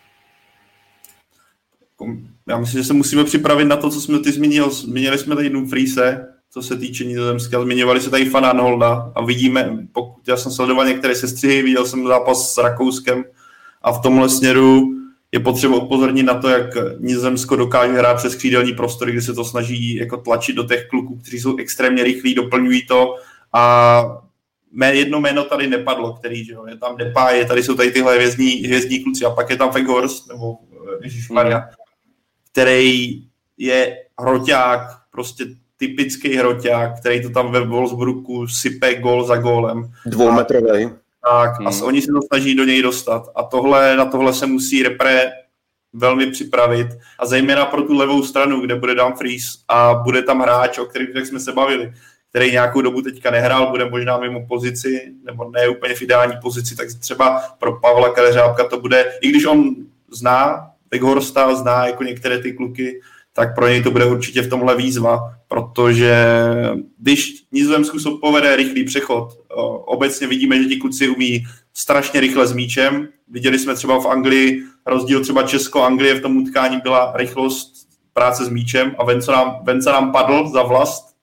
Já myslím, že se musíme připravit na to, co jsme ty zmínil. Zmínili jsme tady Dumfriese, co se týče Nizozemska, zmiňovali se tady Van Aanholda a vidíme, pokud já jsem sledoval některé sestřihy, viděl jsem zápas s Rakouskem a v tomhle směru je potřeba upozornit na to, jak Nizozemsko dokáže hrát přes křídelní prostory, kdy se to snaží jako tlačit do těch kluků, kteří jsou extrémně rychlí, doplňují to a mé jedno jméno tady nepadlo, který, že jo, je tam Depay, tady jsou tady tyhle hvězdní, hvězdní kluci a pak je tam Weghorst, nebo ježišmarja, který je hroťák, prostě typický hroťák, který to tam ve Wolfsburgu sype gól za gólem. Dvoumetrovej. Tak, hmm. a oni se to snaží do něj dostat. A tohle, na tohle se musí repre velmi připravit. A zejména pro tu levou stranu, kde bude Dumfries a bude tam hráč, o kterém jsme se bavili, který nějakou dobu teďka nehrál, bude možná mimo pozici, nebo ne úplně v ideální pozici, tak třeba pro Pavla Kaleřábka to bude, i když on zná Weghorsta, zná jako některé ty kluky, tak pro něj to bude určitě v tomhle výzva, protože když Nizozemsku povede rychlý přechod, obecně vidíme, že ti kluci umí strašně rychle s míčem. Viděli jsme třeba v Anglii, rozdíl třeba Česko-Anglie v tom utkání byla rychlost práce s míčem a Venca nám, Venca nám padl za vlast.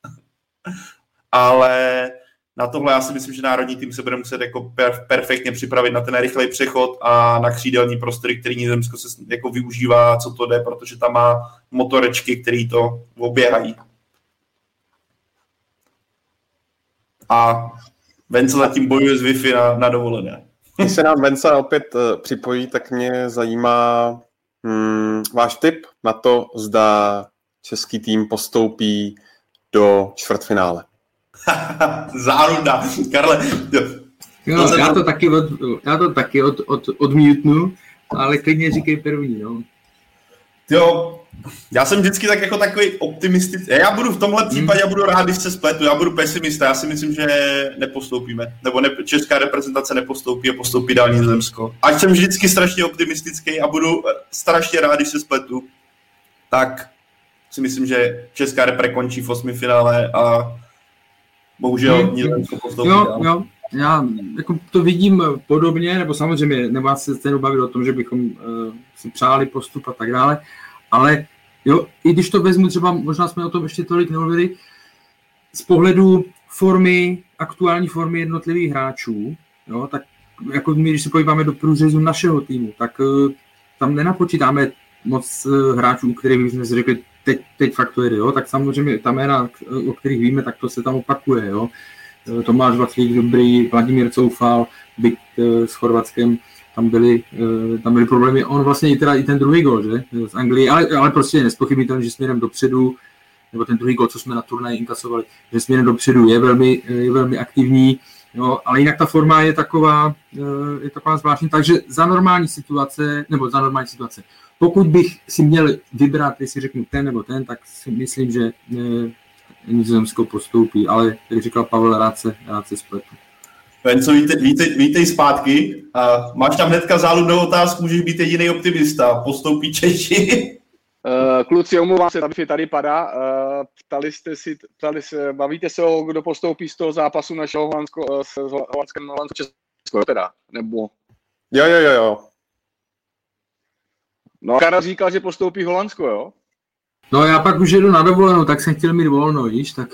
Ale na tohle já si myslím, že národní tým se bude muset jako perf- perfektně připravit na ten rychlej přechod a na křídelní prostory, který Nizozemsko se jako využívá, co to jde, protože tam má motorečky, které to oběhají. A Venca zatím bojuje s Wi-Fi na, na dovolené. Když se nám Venca opět uh, připojí, tak mě zajímá hmm, váš tip na to, zda český tým postoupí do čtvrtfinále. Záruda. Karle. Jo, já, to taky od, já to taky od, od, odmítnu, ale klidně říkej první. No. Jo, já jsem vždycky tak jako takový optimistický. Já budu v tomhle případě, já budu rád, když se spletu, já budu pesimista, já si myslím, že nepostoupíme, nebo ne, česká reprezentace nepostoupí a postoupí dál Nizozemsko. Ať jsem vždycky strašně optimistický a budu strašně rád, když se spletu, tak si myslím, že česká repre končí v osmifinále a bohužel hmm. Nizozemsko postoupí jo, dál. Jo. Já jako to vidím podobně, nebo samozřejmě nemá se stejnou bavit o tom, že bychom uh, si přáli postup a tak dále, ale jo, i když to vezmu třeba, možná jsme o tom ještě tolik nemluvili, z pohledu formy, aktuální formy jednotlivých hráčů, jo, tak jako my, když se podíváme do průřezu našeho týmu, tak uh, tam nenapočítáme moc uh, hráčů, u kterých jsme si řekli, teď, teď fakt to jde, jo, tak samozřejmě ta jména, o kterých víme, tak to se tam opakuje, jo. Tomáš Vaclík dobrý, Vladimír Coufal, byť s Chorvatskem, tam byly, tam byly problémy. On vlastně i, teda, i ten druhý gol, že? Z Anglii, ale, ale prostě nespochybnitelný, že směrem dopředu, nebo ten druhý gol, co jsme na turnaji inkasovali, že směrem dopředu je velmi, je velmi aktivní, jo? Ale jinak ta forma je taková, je taková zvláštní, takže za normální situace, nebo za normální situace, pokud bych si měl vybrat, jestli řeknu ten nebo ten, tak si myslím, že Nizozemsko postoupí, ale jak říkal Pavel, rád se, rád se spletu. Venco, vítej, vítej, vítej zpátky. A máš tam hnedka záludnou otázku, můžeš být jediný optimista. Postoupí Češi? Uh, kluci, omlouvám se, tady, tady padá. Uh, ptali jste si, ptali se, bavíte se o, kdo postoupí z toho zápasu našeho Holandsko, s Holandskem, Holandsko-Česko, teda, nebo? Jo, jo, jo, jo. No, Karel říkal, že postoupí Holandsko, jo? No já pak už jedu na dovolenou, tak jsem chtěl mít volno, víš, tak...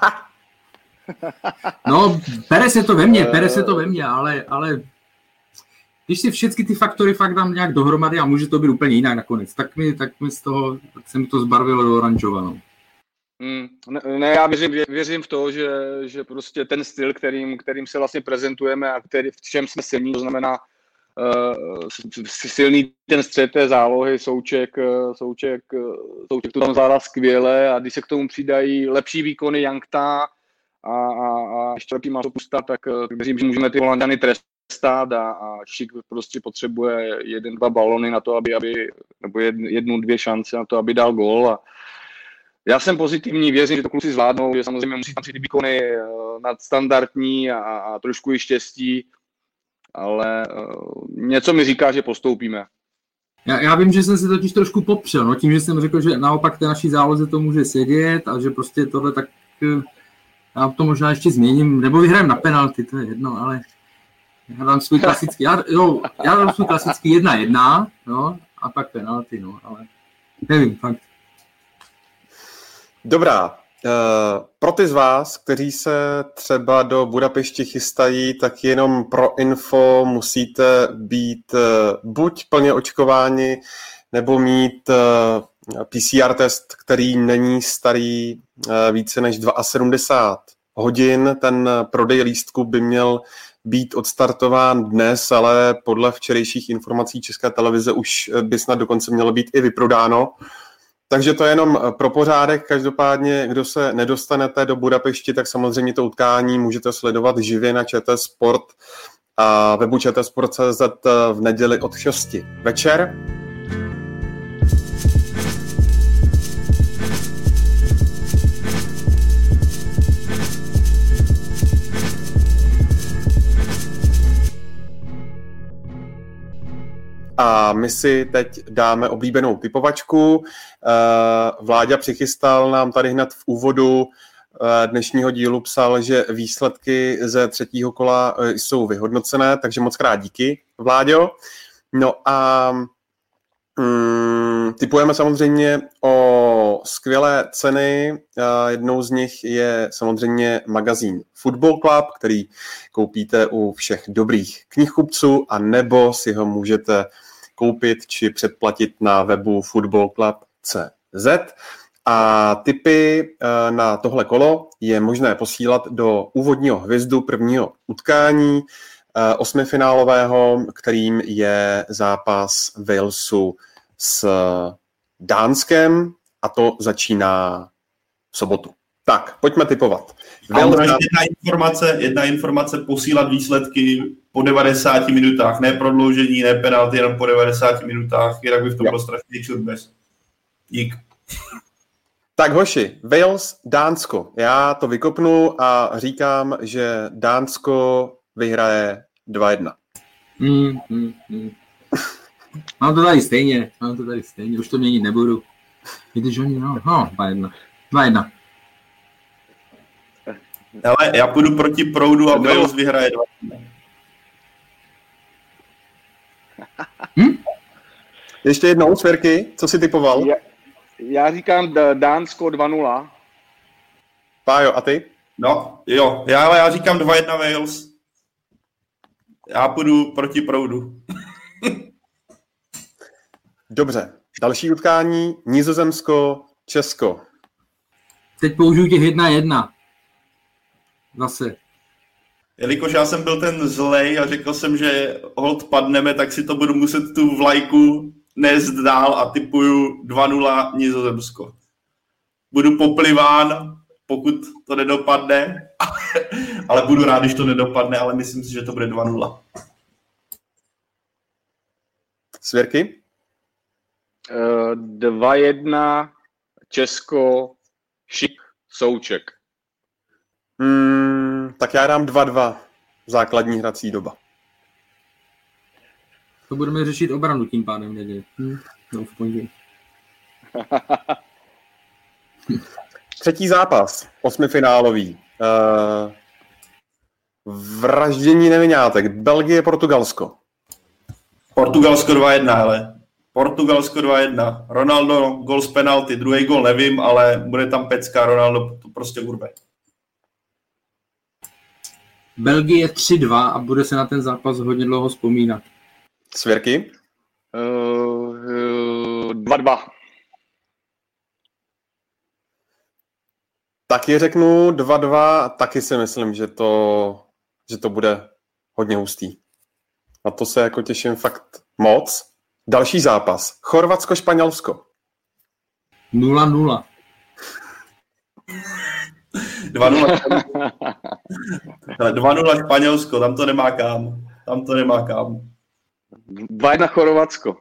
No, pere se to ve mně, pere se to ve mně, ale, ale když si všechny ty faktory fakt dám nějak dohromady a může to být úplně jinak nakonec, tak mi, tak mi z toho, tak se mi to zbarvilo do oranžova, no. Hmm, ne, ne, já věřím, věřím v to, že, že prostě ten styl, kterým, kterým se vlastně prezentujeme a který, v čem jsme silní, to znamená Uh, silný ten střed té zálohy, Souček, Souček, Souček to tam zvládá skvěle a když se k tomu přidají lepší výkony Jankta a, a, a ještě lepší Masopusta, tak věřím, že můžeme ty Holanďany trestat a, a Šik prostě potřebuje jeden, dva balony na to, aby, aby nebo jednu, dvě šance na to, aby dal gól. A já jsem pozitivní, věřím, že to kluci zvládnou, že samozřejmě musí tam přijít výkony nadstandardní a, a trošku i štěstí, ale uh, něco mi říká, že postoupíme. Já, já vím, že jsem se totiž trošku popřel, no, tím, že jsem řekl, že naopak té naší záloze to může sedět a že prostě tohle tak, já to možná ještě změním, nebo vyhrajem na penalty, to je jedno, ale já dám svůj klasický, já, jo, já dám svůj klasický jedna jedna, no, a pak penalty, no, ale nevím, fakt. Dobrá. Pro ty z vás, kteří se třeba do Budapešti chystají, tak jenom pro info musíte být buď plně očkováni, nebo mít P C R test, který není starý více než sedmdesát dva hodin. Ten prodej lístku by měl být odstartován dnes, ale podle včerejších informací České televize už by snad dokonce mělo být i vyprodáno. Takže to je jenom pro pořádek. Každopádně, kdo se nedostanete do Budapešti, tak samozřejmě to utkání můžete sledovat živě na ČT Sport a webu čtsport tečka cé zet v neděli od šesti večer. a my si teď dáme oblíbenou typovačku. Vláďa přichystal nám tady hned v úvodu dnešního dílu, psal, že výsledky ze třetího kola jsou vyhodnocené, takže moc krát díky, Vláďo. No a mm, tipujeme samozřejmě o skvělé ceny. Jednou z nich je samozřejmě magazín Football Club, který koupíte u všech dobrých knihkupců, a nebo si ho můžete koupit či předplatit na webu football club tečka cé zet. A tipy na tohle kolo je možné posílat do úvodního hvizdu prvního utkání osmifinálového, kterým je zápas Walesu s Dánskem, a to začíná v sobotu. Tak, pojďme tipovat. Wales... Jedna informace, jedna informace, posílat výsledky po devadesáti minutách, ne prodloužení, ne penalty, jenom po devadesáti minutách, jinak by v tom bylo strašný čurbes. Dík. Tak hoši, Wales, Dánsko. Já to vykopnu a říkám, že Dánsko vyhraje dva jedna. Mm, mm, mm. Mám to tady stejně, mám to tady stejně, už to měnit nebudu. Když oni, no, no, dva jedna. dva jedna. Ale já půjdu proti proudu a Wales vyhraje dva jedna. Hm? Ještě jednou, Svěrky, co jsi typoval? Já, já říkám Dánsko dva nula. Pájo, a ty? No, jo, já, já říkám dva jedna Wales. Já půjdu proti proudu. Dobře, další utkání, Nizozemsko, Česko. Teď použiju těch jedna jedna. Zase. Jelikož já jsem byl ten zlej a řekl jsem, že hold padneme, tak si to budu muset tu vlajku nést dál a tipuju dva nula Nizozemsko. Budu popliván, pokud to nedopadne, ale budu rád, když to nedopadne, ale myslím si, že to bude dva nula. Svěrky? Uh, dva jedna Česko, Šik, Souček. Hmm, tak já dám dva dva, základní hrací doba. To budeme řešit obranu tím pádem neděli. Hm, no v pondělí. Třetí zápas, osmifinálový. Uh, vraždění nevinátek, Belgie, Portugalsko. Portugalsko dva jedna, ale. Portugalsko dva jedna. Ronaldo, gol z penalty, druhý gol nevím, ale bude tam pecka, Ronaldo to prostě urve. Belgie tři dva a bude se na ten zápas hodně dlouho vzpomínat. Svěrky? dva dva. Taky řeknu dva dva, taky si myslím, že to, že to bude hodně hustý. Na to se jako těším fakt moc. Další zápas. Chorvatsko, Španělsko. nula nula. dva nula. dva nula Španělsko, tam to nemá kam. Tam to nemá kam. dva jedna Chorvatsko.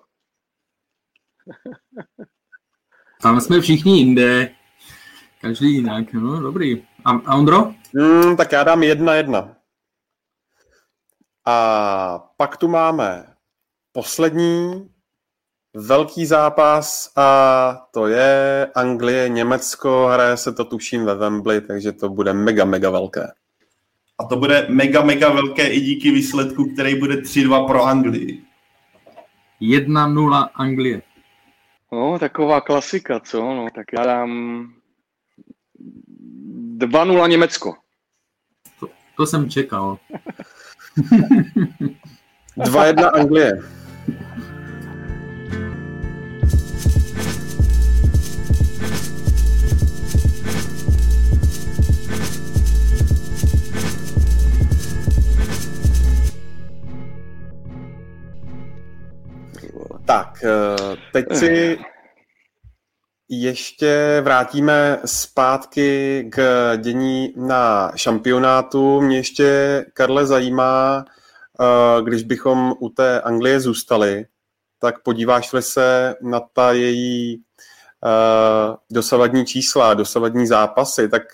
Tam jsme všichni jinde. Každý jinak, no dobrý. A, a Ondro? Hmm, tak já dám jedna jedna. A pak tu máme poslední velký zápas a to je Anglie, Německo, hraje se to tuším ve Wembley, takže to bude mega, mega velké. A to bude mega, mega velké i díky výsledku, který bude tři dva pro Anglii. jedna nula Anglie. No, taková klasika, co? No, tak já dám dva nula Německo. To, to jsem čekal. dva jedna Anglie. Tak, teď si ještě vrátíme zpátky k dění na šampionátu. Mě ještě, Karle, zajímá, když bychom u té Anglie zůstali, tak podíváš-li se na ta její dosavadní čísla, dosavadní zápasy, tak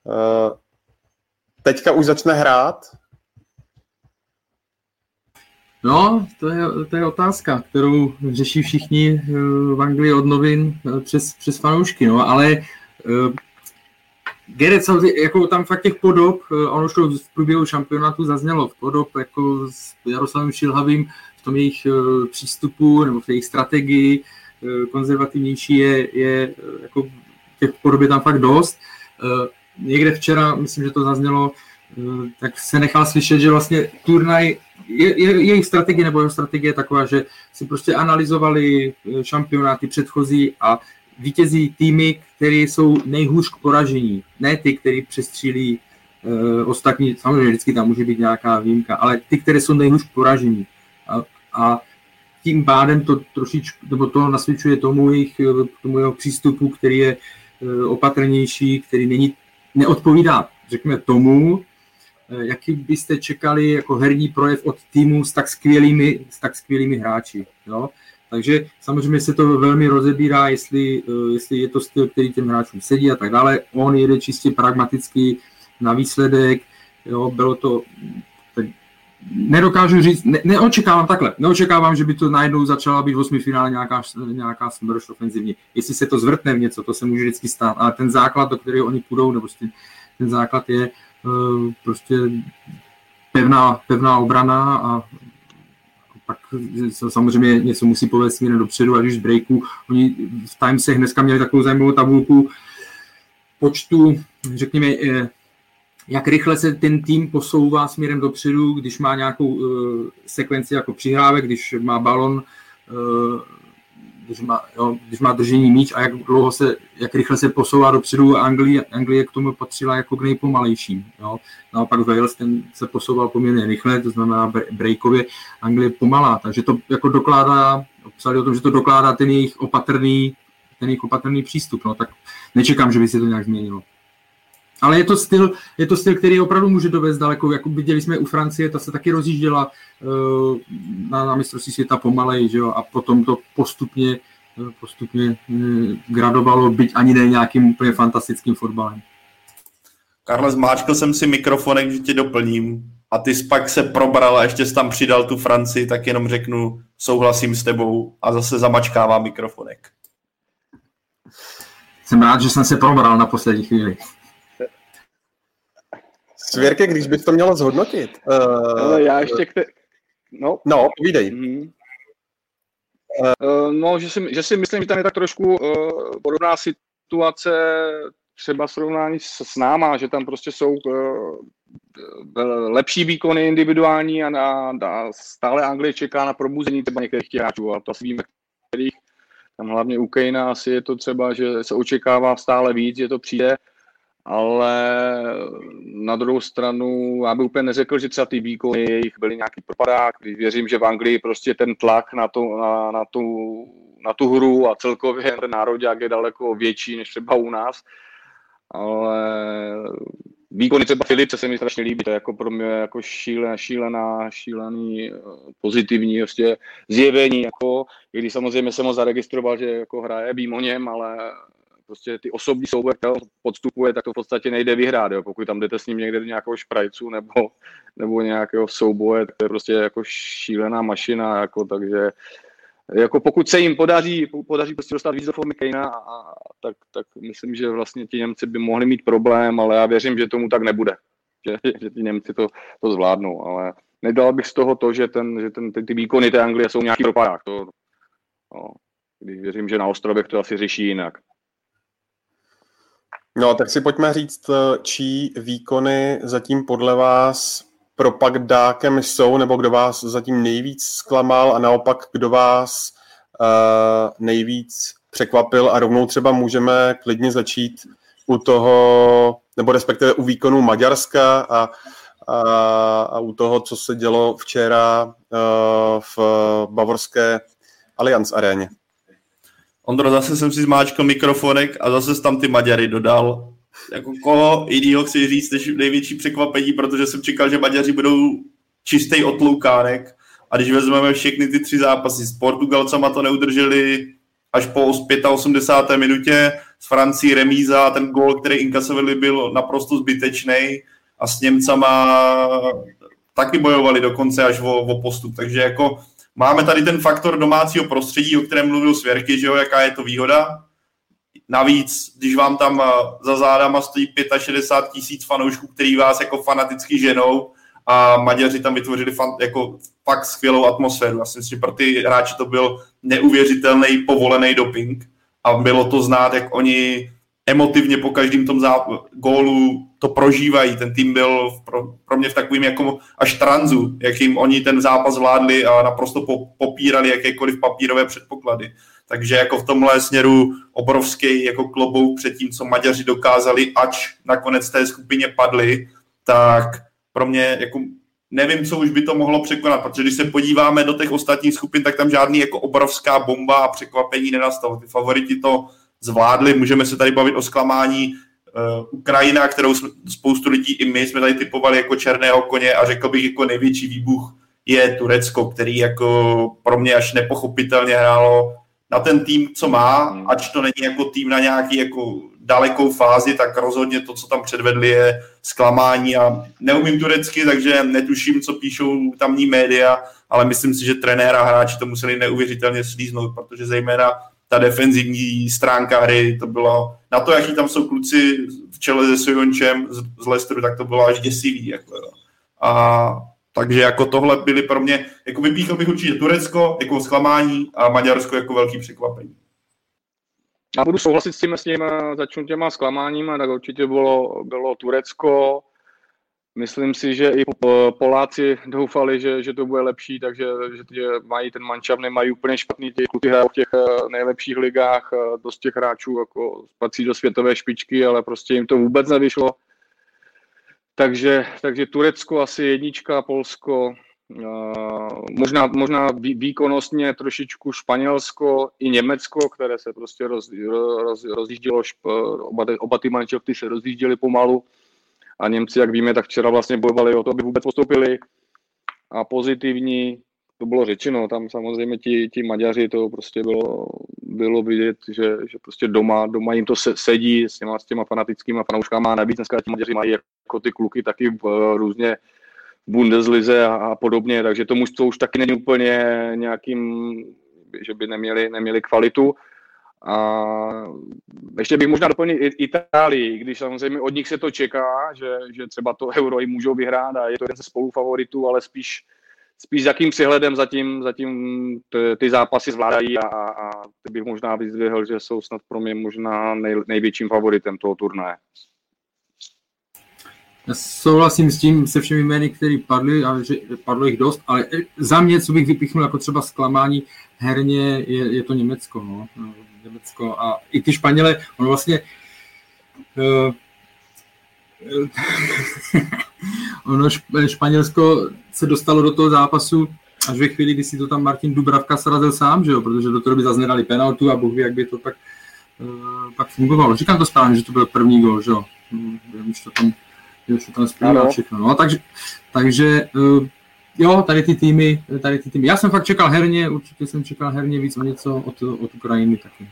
teďka už začne hrát? No, to je, to je otázka, kterou řeší všichni v Anglii od novin přes, přes fanoušky, no, ale uh, Gareth Southgate, jako tam fakt těch podob, ono už to v průběhu šampionátu zaznělo, v podob jako s Jaroslavem Šilhavým v tom jejich uh, přístupu nebo v jejich strategii uh, konzervativnější je, je uh, jako těch podob je tam fakt dost. Uh, někde včera, myslím, že to zaznělo, uh, tak se nechal slyšet, že vlastně turnaj Je, je, jejich strategie nebo jeho strategie je taková, že si prostě analyzovali šampionáty předchozí a vítězí týmy, které jsou nejhůř k poražení. Ne ty, který přestřílí e, ostatní, samozřejmě vždycky tam může být nějaká výjimka, ale ty, které jsou nejhůř k poražení. A, a tím pádem to trošičku, nebo to nasvědčuje tomu jejich, tomu jeho přístupu, který je e, opatrnější, který není, neodpovídá, řekněme, tomu, jaký byste čekali jako herní projev od týmu s tak skvělými, s tak skvělými hráči. Jo? Takže samozřejmě se to velmi rozebírá, jestli, jestli je to styl, který těm hráčům sedí a tak dále. On jede čistě pragmaticky na výsledek. Jo? Bylo to... Tak nedokážu říct, ne, neočekávám takhle, neočekávám, že by to najednou začala být v osmi finále nějaká, nějaká smrš ofenzivní. Jestli se to zvrtne v něco, to se může vždycky stát, ale ten základ, do kterého oni půjdou, nebo ten, ten základ je prostě pevná, pevná obrana a pak samozřejmě něco musí povést směrem dopředu, ať už z breaku. Oni v Timesech dneska měli takovou zajímavou tabulku počtu, řekněme, jak rychle se ten tým posouvá směrem dopředu, když má nějakou sekvenci jako přihrávek, když má balon, když má, jo, když má držení míč a jak dlouho se, jak rychle se posouvá dopředu. Anglie, Anglie k tomu patřila jako k nejpomalejším. Jo. Naopak Wales ten se posouval poměrně rychle, to znamená breakově, Anglie pomalá, takže to jako dokládá, psali o tom, že to dokládá ten jejich opatrný, ten jejich opatrný přístup, no, tak nečekám, že by se to nějak změnilo. Ale je to styl, je to styl, který opravdu může dovést daleko. Jako viděli jsme u Francie, ta se taky rozjížděla uh, na, na mistrovství světa pomalej, že jo? A potom to postupně, postupně uh, gradovalo, byť ani ne nějakým úplně fantastickým fotbalem. Karle, zmáčkl jsem si mikrofonek, že tě doplním. A ty jsi pak se probral a ještě jsi tam přidal tu Francii, tak jenom řeknu, souhlasím s tebou a zase zamačkávám mikrofonek. Jsem rád, že jsem se probral na poslední chvíli. Svěrke, když bys to měla zhodnotit. Uh, já ještě k te... No, no povídej. Mm. Uh, no, že si, že si myslím, že tam je tak trošku uh, podobná situace, třeba srovnání s, s náma, že tam prostě jsou uh, lepší výkony individuální a, na, a stále Anglie čeká na probuzení třeba některých těch hráčů a to asi víme, kterých. Tam hlavně u Kanea asi je to třeba, že se očekává stále víc, že to přijde. Ale na druhou stranu, já bych úplně neřekl, že třeba ty výkony jejich byly nějaký propadák. Věřím, že v Anglii prostě ten tlak na, to, na, na, tu, na tu hru a celkově ten nároďák je daleko větší než třeba u nás. Ale výkony třeba Filip, co se mi strašně líbí, to je jako pro mě jako šílená, šílená, šílený pozitivní vlastně zjevení. Jako, i když samozřejmě jsem ho zaregistroval, že jako hraje, vím o něm, ale prostě ty osobní souboje, které podstupuje, tak to v podstatě nejde vyhrát. Jo. Pokud tam jdete s ním někde do nějakého šprajcu nebo, nebo nějakého souboje, tak to je prostě jako šílená mašina. Jako, takže jako pokud se jim podaří, podaří prostě dostat víc do formy Kanea, a, tak, tak myslím, že vlastně ti Němci by mohli mít problém, ale já věřím, že tomu tak nebude. Že, že ti Němci to, to zvládnou. Ale nedal bych z toho to, že, ten, že ten, ty, ty výkony té Anglie jsou nějaký propadák. To, no, když věřím, že na ostrovech to asi řeší jinak. No, tak si pojďme říct, čí výkony zatím podle vás propadákem jsou, nebo kdo vás zatím nejvíc zklamal a naopak, kdo vás uh, nejvíc překvapil a rovnou třeba můžeme klidně začít u toho, nebo respektive u výkonu Maďarska a, a, a u toho, co se dělo včera uh, v bavorské Allianz aréně. Ondro, zase jsem si zmáčkal mikrofonek a zase tam ty Maďary dodal. Jako koho jinýho chci říct než největší překvapení, protože jsem čekal, že Maďaři budou čistý otloukánek a když vezmeme všechny ty tři zápasy, s Portugalcama to neudrželi až po osmdesáté páté minutě, s Francií remíza a ten gól, který inkasovali, byl naprosto zbytečný a s Němcama taky bojovali dokonce až o, o postup, takže jako máme tady ten faktor domácího prostředí, o kterém mluvil Svěrky, že jo, jaká je to výhoda. Navíc, když vám tam za zádama stojí šedesát pět tisíc fanoušků, který vás jako fanaticky ženou a Maďaři tam vytvořili fan, jako fakt skvělou atmosféru. Já si myslím, že pro ty hráči to byl neuvěřitelný povolený doping a bylo to znát, jak oni emotivně po každém tom zá- gólu to prožívají. Ten tým byl pro, pro mě v takovým jako až tranzu, jakým oni ten zápas vládli a naprosto po, popírali jakékoliv papírové předpoklady. Takže jako v tomhle směru obrovský jako klobouk před tím, co Maďaři dokázali, ač nakonec té skupině padli, tak pro mě jako nevím, co už by to mohlo překonat, protože když se podíváme do těch ostatních skupin, tak tam žádný jako obrovská bomba a překvapení nenastalo. Ty favoriti to zvládli, můžeme se tady bavit o zklamání uh, Ukrajina, kterou jsme, spoustu lidí i my jsme tady typovali jako černého koně a řekl bych jako největší výbuch je Turecko, který jako pro mě až nepochopitelně hrálo na ten tým, co má, ač to není jako tým na nějaký jako dalekou fázi, tak rozhodně to, co tam předvedli, je zklamání a neumím turecky, takže netuším, co píšou tamní média, ale myslím si, že trenér a hráči to museli neuvěřitelně slíznout, protože zejména ta defenzivní stránka hry, to bylo, na to, jaký tam jsou kluci v čele se Sojončem z Leicesteru, tak to bylo až děsivý. Jako, a takže jako tohle byly pro mě, jako vypíchl bych určitě Turecko jako zklamání a Maďarsko jako velký překvapení. Já budu souhlasit s tím, s tím začnu těma zklamáním, tak určitě bylo, bylo Turecko. Myslím si, že i Poláci doufali, že, že to bude lepší, takže že mají ten mančav, nemají úplně špatný, ty kluci hrají v těch nejlepších ligách, dost těch hráčů jako patří do světové špičky, ale prostě jim to vůbec nevyšlo. Takže, takže Turecko asi jednička, Polsko, možná, možná výkonnostně trošičku Španělsko i Německo, které se prostě roz, roz, rozjíždělo, oba, oba ty mančafty se rozjížděly pomalu. A Němci, jak víme, tak včera vlastně bojovali o to, aby vůbec postoupili. A pozitivní, to bylo řečeno, tam samozřejmě ti, ti Maďaři, to prostě bylo, bylo vidět, že, že prostě doma, doma jim to sedí s těma, s těma fanatickýma fanouškama. A navíc dneska ti Maďaři mají jako ty kluky taky v, různě v Bundeslize a, a podobně, takže to mužstvo už taky není úplně nějakým, že by neměli, neměli kvalitu. A ještě bych možná doplnil Itálii, když samozřejmě od nich se to čeká, že, že třeba to Euro i můžou vyhrát a je to jeden ze spolufavoritů, ale spíš, spíš s jakým přihledem zatím, zatím ty, ty zápasy zvládají a, a ty bych možná vyzdvihl, že jsou snad pro mě možná nej, největším favoritem toho turnaje. Já souhlasím s tím, se všemi jmény, které padly, a že padlo jich dost, ale za mě, co bych vypíchnul jako třeba zklamání herně, je, je to Německo. No. Německo a i ty Španělé, ono vlastně uh, ono Španělsko se dostalo do toho zápasu až ve chvíli, kdy si to tam Martin Dubravka srazil sám, že jo, protože do toho by zase nedali penaltu a Bůh ví, jak by to tak, uh, tak fungovalo. Říkám to správně, že to byl první gól, že jo. Už to tam, už to tam zpívá všechno. No, takže, takže uh, jo, tady ty týmy, tady ty týmy. Já jsem fakt čekal herně, určitě jsem čekal herně víc o něco od, od Ukrajiny taky.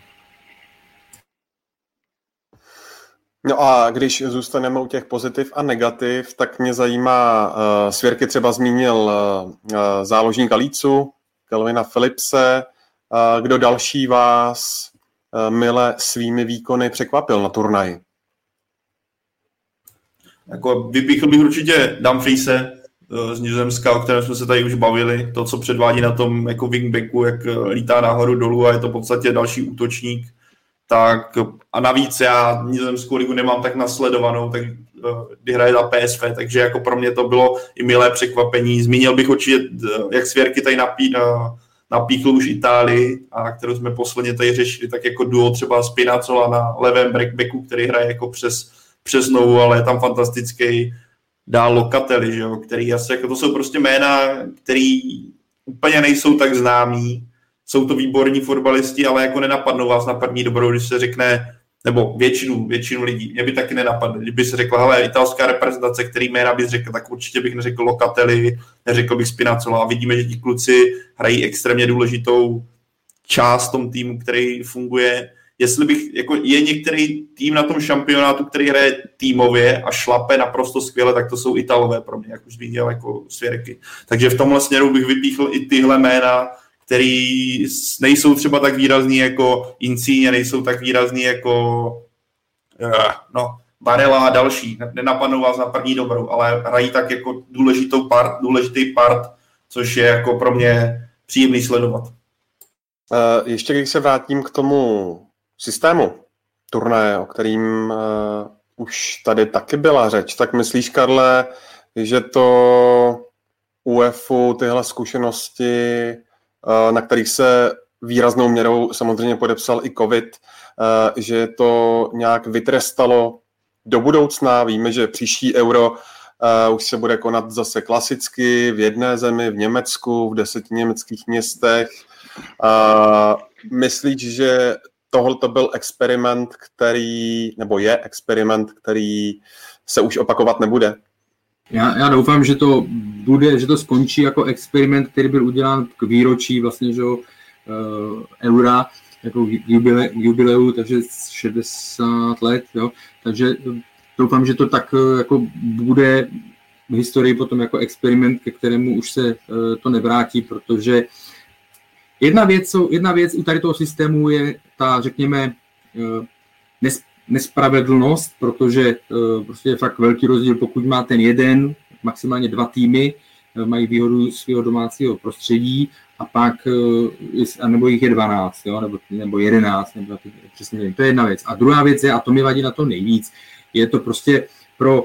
No a když zůstaneme u těch pozitiv a negativ, tak mě zajímá, uh, Svěrky třeba zmínil uh, záložníka Lícu, Calvina Philipse, uh, kdo další vás uh, mile svými výkony překvapil na turnaji? Jako vypíchl bych určitě Dumfriese z Nizozemska, o kterém jsme se tady už bavili, to, co předvádí na tom jako wingbacku, jak lítá nahoru dolů a je to v podstatě další útočník, tak a navíc já Nizozemskou ligu nemám tak nasledovanou, tak kdy hraje za P S V, takže jako pro mě to bylo i milé překvapení. Zmínil bych určitě, jak Svěrky tady napí, napíchl už Itálii, a kterou jsme posledně tady řešili, tak jako duo třeba Spinazzola na levém backu, který hraje jako přes, přes novu, ale je tam fantastický. Dál Locatelli, že jo, který asi, jako to jsou prostě jména, který úplně nejsou tak známí, jsou to výborní fotbalisti, ale jako nenapadnou vás na první dobrou, když se řekne, nebo většinu, většinu lidí, mě by taky nenapadlo, kdyby se řekla, hele, italská reprezentace, který jména bys řekl, tak určitě bych neřekl Locatelli, neřekl bych Spinazzola, a vidíme, že ti kluci hrají extrémně důležitou část tom týmu, který funguje jestli bych, jako je některý tým na tom šampionátu, který hraje týmově a šlape naprosto skvěle, tak to jsou Italové pro mě, jak už zmínil jako Svěrky. Takže v tomhle směru bych vypíchl i tyhle jména, který nejsou třeba tak výrazný jako Insigne, nejsou tak výrazný jako uh, no, Barella a další. Nenapadnou vás na první dobrou, ale hrají tak jako důležitou part, důležitý part, což je jako pro mě příjemný sledovat. Uh, ještě když se vrátím k tomu systému turnaje, o kterým uh, už tady taky byla řeč, tak myslíš, Karle, že to UEFA tyhle zkušenosti, uh, na kterých se výraznou měrou samozřejmě podepsal i covid, uh, že to nějak vytrestalo do budoucna? Víme, že příští euro uh, už se bude konat zase klasicky v jedné zemi, v Německu, v deseti německých městech. Uh, myslíš, že tohle to byl experiment, který, nebo je experiment, který se už opakovat nebude? Já, já doufám, že to bude, že to skončí jako experiment, který byl udělán k výročí vlastně, že uh, eura, jako jubile, jubileu, takže šedesát let, jo. Takže doufám, že to tak jako bude v historii potom jako experiment, ke kterému už se uh, to nevrátí, protože Jedna věc, jedna věc u tady toho systému je ta, řekněme, nes, nespravedlnost, protože prostě je fakt velký rozdíl, pokud má ten jeden, maximálně dva týmy, mají výhodu svého domácího prostředí a pak, nebo jich je dvanáct, jo, nebo, nebo jedenáct, nebo přesně nevím, to je jedna věc. A druhá věc je, a to mi vadí na to nejvíc, je to prostě pro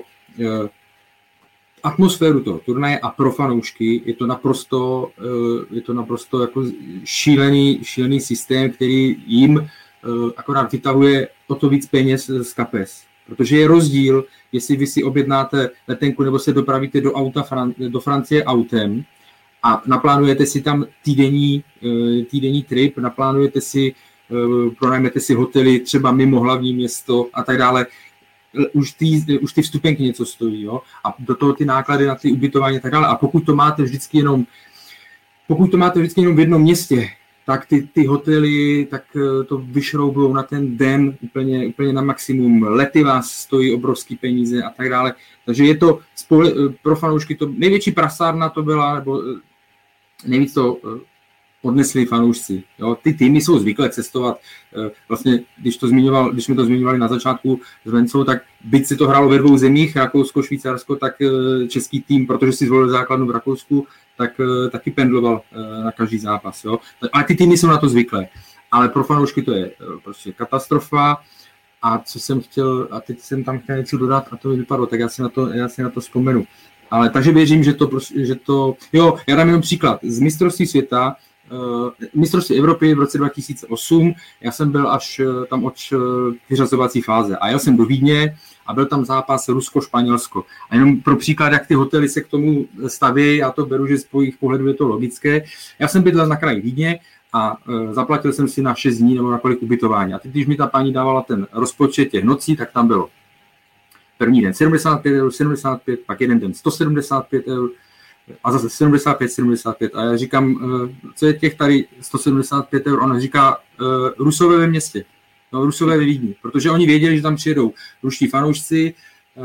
atmosféru toho turnaje a pro fanoušky je to naprosto, je to naprosto jako šílený, šílený systém, který jim akorát vytahuje o to víc peněz z kapes. Protože je rozdíl, jestli vy si objednáte letenku nebo se dopravíte do, auta, do Francie autem a naplánujete si tam týdenní, týdenní trip, naplánujete si, pronajmete si hotely třeba mimo hlavní město a tak dále. Už ty, už ty vstupenky něco stojí, jo? A do toho ty náklady na ty ubytování a tak dále. A pokud to máte vždycky jenom, pokud to máte vždycky jenom v jednom městě, tak ty, ty hotely, tak to vyšroubujou na ten den úplně, úplně na maximum. Lety vás stojí obrovský peníze a tak dále. Takže je to pro fanoušky to největší prasárna to byla, nebo nejvíc to odnesli fanoušci. Jo. Ty týmy jsou zvyklé cestovat. Vlastně, když, to zmiňoval, když jsme to zmiňovali na začátku s Vencou, tak byť si to hrálo ve dvou zemích, Rakousko, Švýcarsko, tak český tým, protože si zvolil základnu v Rakousku, tak taky pendloval na každý zápas. Jo. Ale ty týmy jsou na to zvyklé. Ale pro fanoušky to je prostě katastrofa. A co jsem chtěl, a teď jsem tam chtěl něco dodat a to mi vypadlo, tak já si na to, já si na to vzpomenu. Ale takže věřím, že to, že to, jo, já dám jenom příklad. Z mistrovství světa, uh, mistrovství Evropy v roce dva tisíce osm, já jsem byl až uh, tam od uh, vyřazovací fáze a jel jsem do Vídně a byl tam zápas Rusko-Španělsko. A jenom pro příklad, jak ty hotely se k tomu staví, já to beru, že z jejich pohledu je to logické. Já jsem bydlel na kraji Vídně a uh, zaplatil jsem si na šest dní nebo na kolik ubytování. A teď, když mi ta paní dávala ten rozpočet těch nocí, tak tam bylo první den sedmdesát pět eur, sedmdesát pět, pak jeden den sto sedmdesát pět eur a zase sedmdesát pět, sedmdesát pět. A já říkám, co je těch tady sto sedmdesát pět eur? Ona říká, Rusové ve městě, no, Rusové ve Vídni, protože oni věděli, že tam přijedou ruští fanoušci,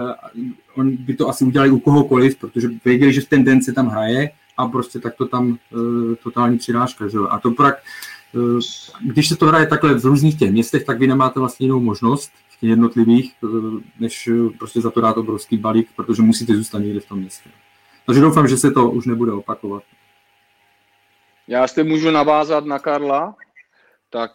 oni by to asi udělali u kohokoliv, protože věděli, že v ten den se tam hraje a prostě tak to tam totální přirážka. Že? A to pak, když se to hraje takhle v různých těch městech, tak vy nemáte vlastně jinou možnost jednotlivých, než prostě za to dát obrovský balík, protože musíte zůstat někde v tom městě. Takže doufám, že se to už nebude opakovat. Já si můžu navázat na Karla, tak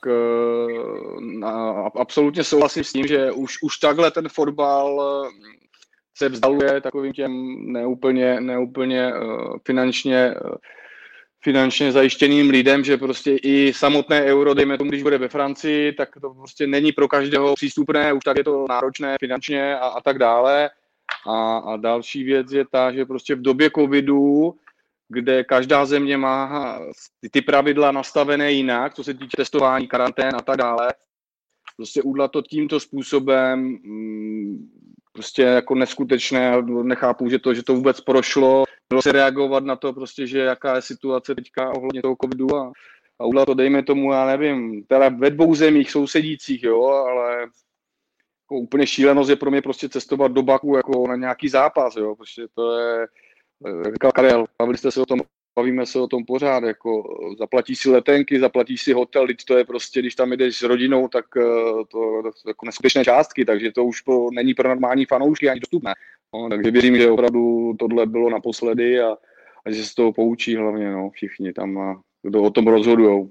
na, absolutně souhlasím s tím, že už, už takhle ten fotbal se vzdaluje takovým těm neúplně, neúplně finančně finančně zajištěným lidem, že prostě i samotné euro, dejme tomu, když bude ve Francii, tak to prostě není pro každého přístupné, už tak je to náročné finančně a, a tak dále. A, a další věc je ta, že prostě v době covidu, kde každá země má ty pravidla nastavené jinak, co se týče testování, karantén a tak dále, prostě udělat to tímto způsobem prostě jako neskutečné, nechápu, že to, že to vůbec prošlo, bylo se reagovat na to prostě, že jaká je situace teďka ohledně toho covidu a, a udělat to, dejme tomu, já nevím, teda ve dvou zemích sousedících, jo, ale jako úplně šílenost je pro mě prostě cestovat do Baku jako na nějaký zápas, jo, prostě to je, říkal Karel, bavili jste se o tom, bavíme se o tom pořád, jako zaplatíš si letenky, zaplatíš si hotel, to je prostě, když tam jdeš s rodinou, tak to, to jako neskutečné částky, takže to už pro, není pro normální fanoušky ani dostupné. No, takže věřím, že opravdu tohle bylo naposledy a, a že se z toho poučí hlavně, no, všichni tam, a kdo o tom rozhodujou.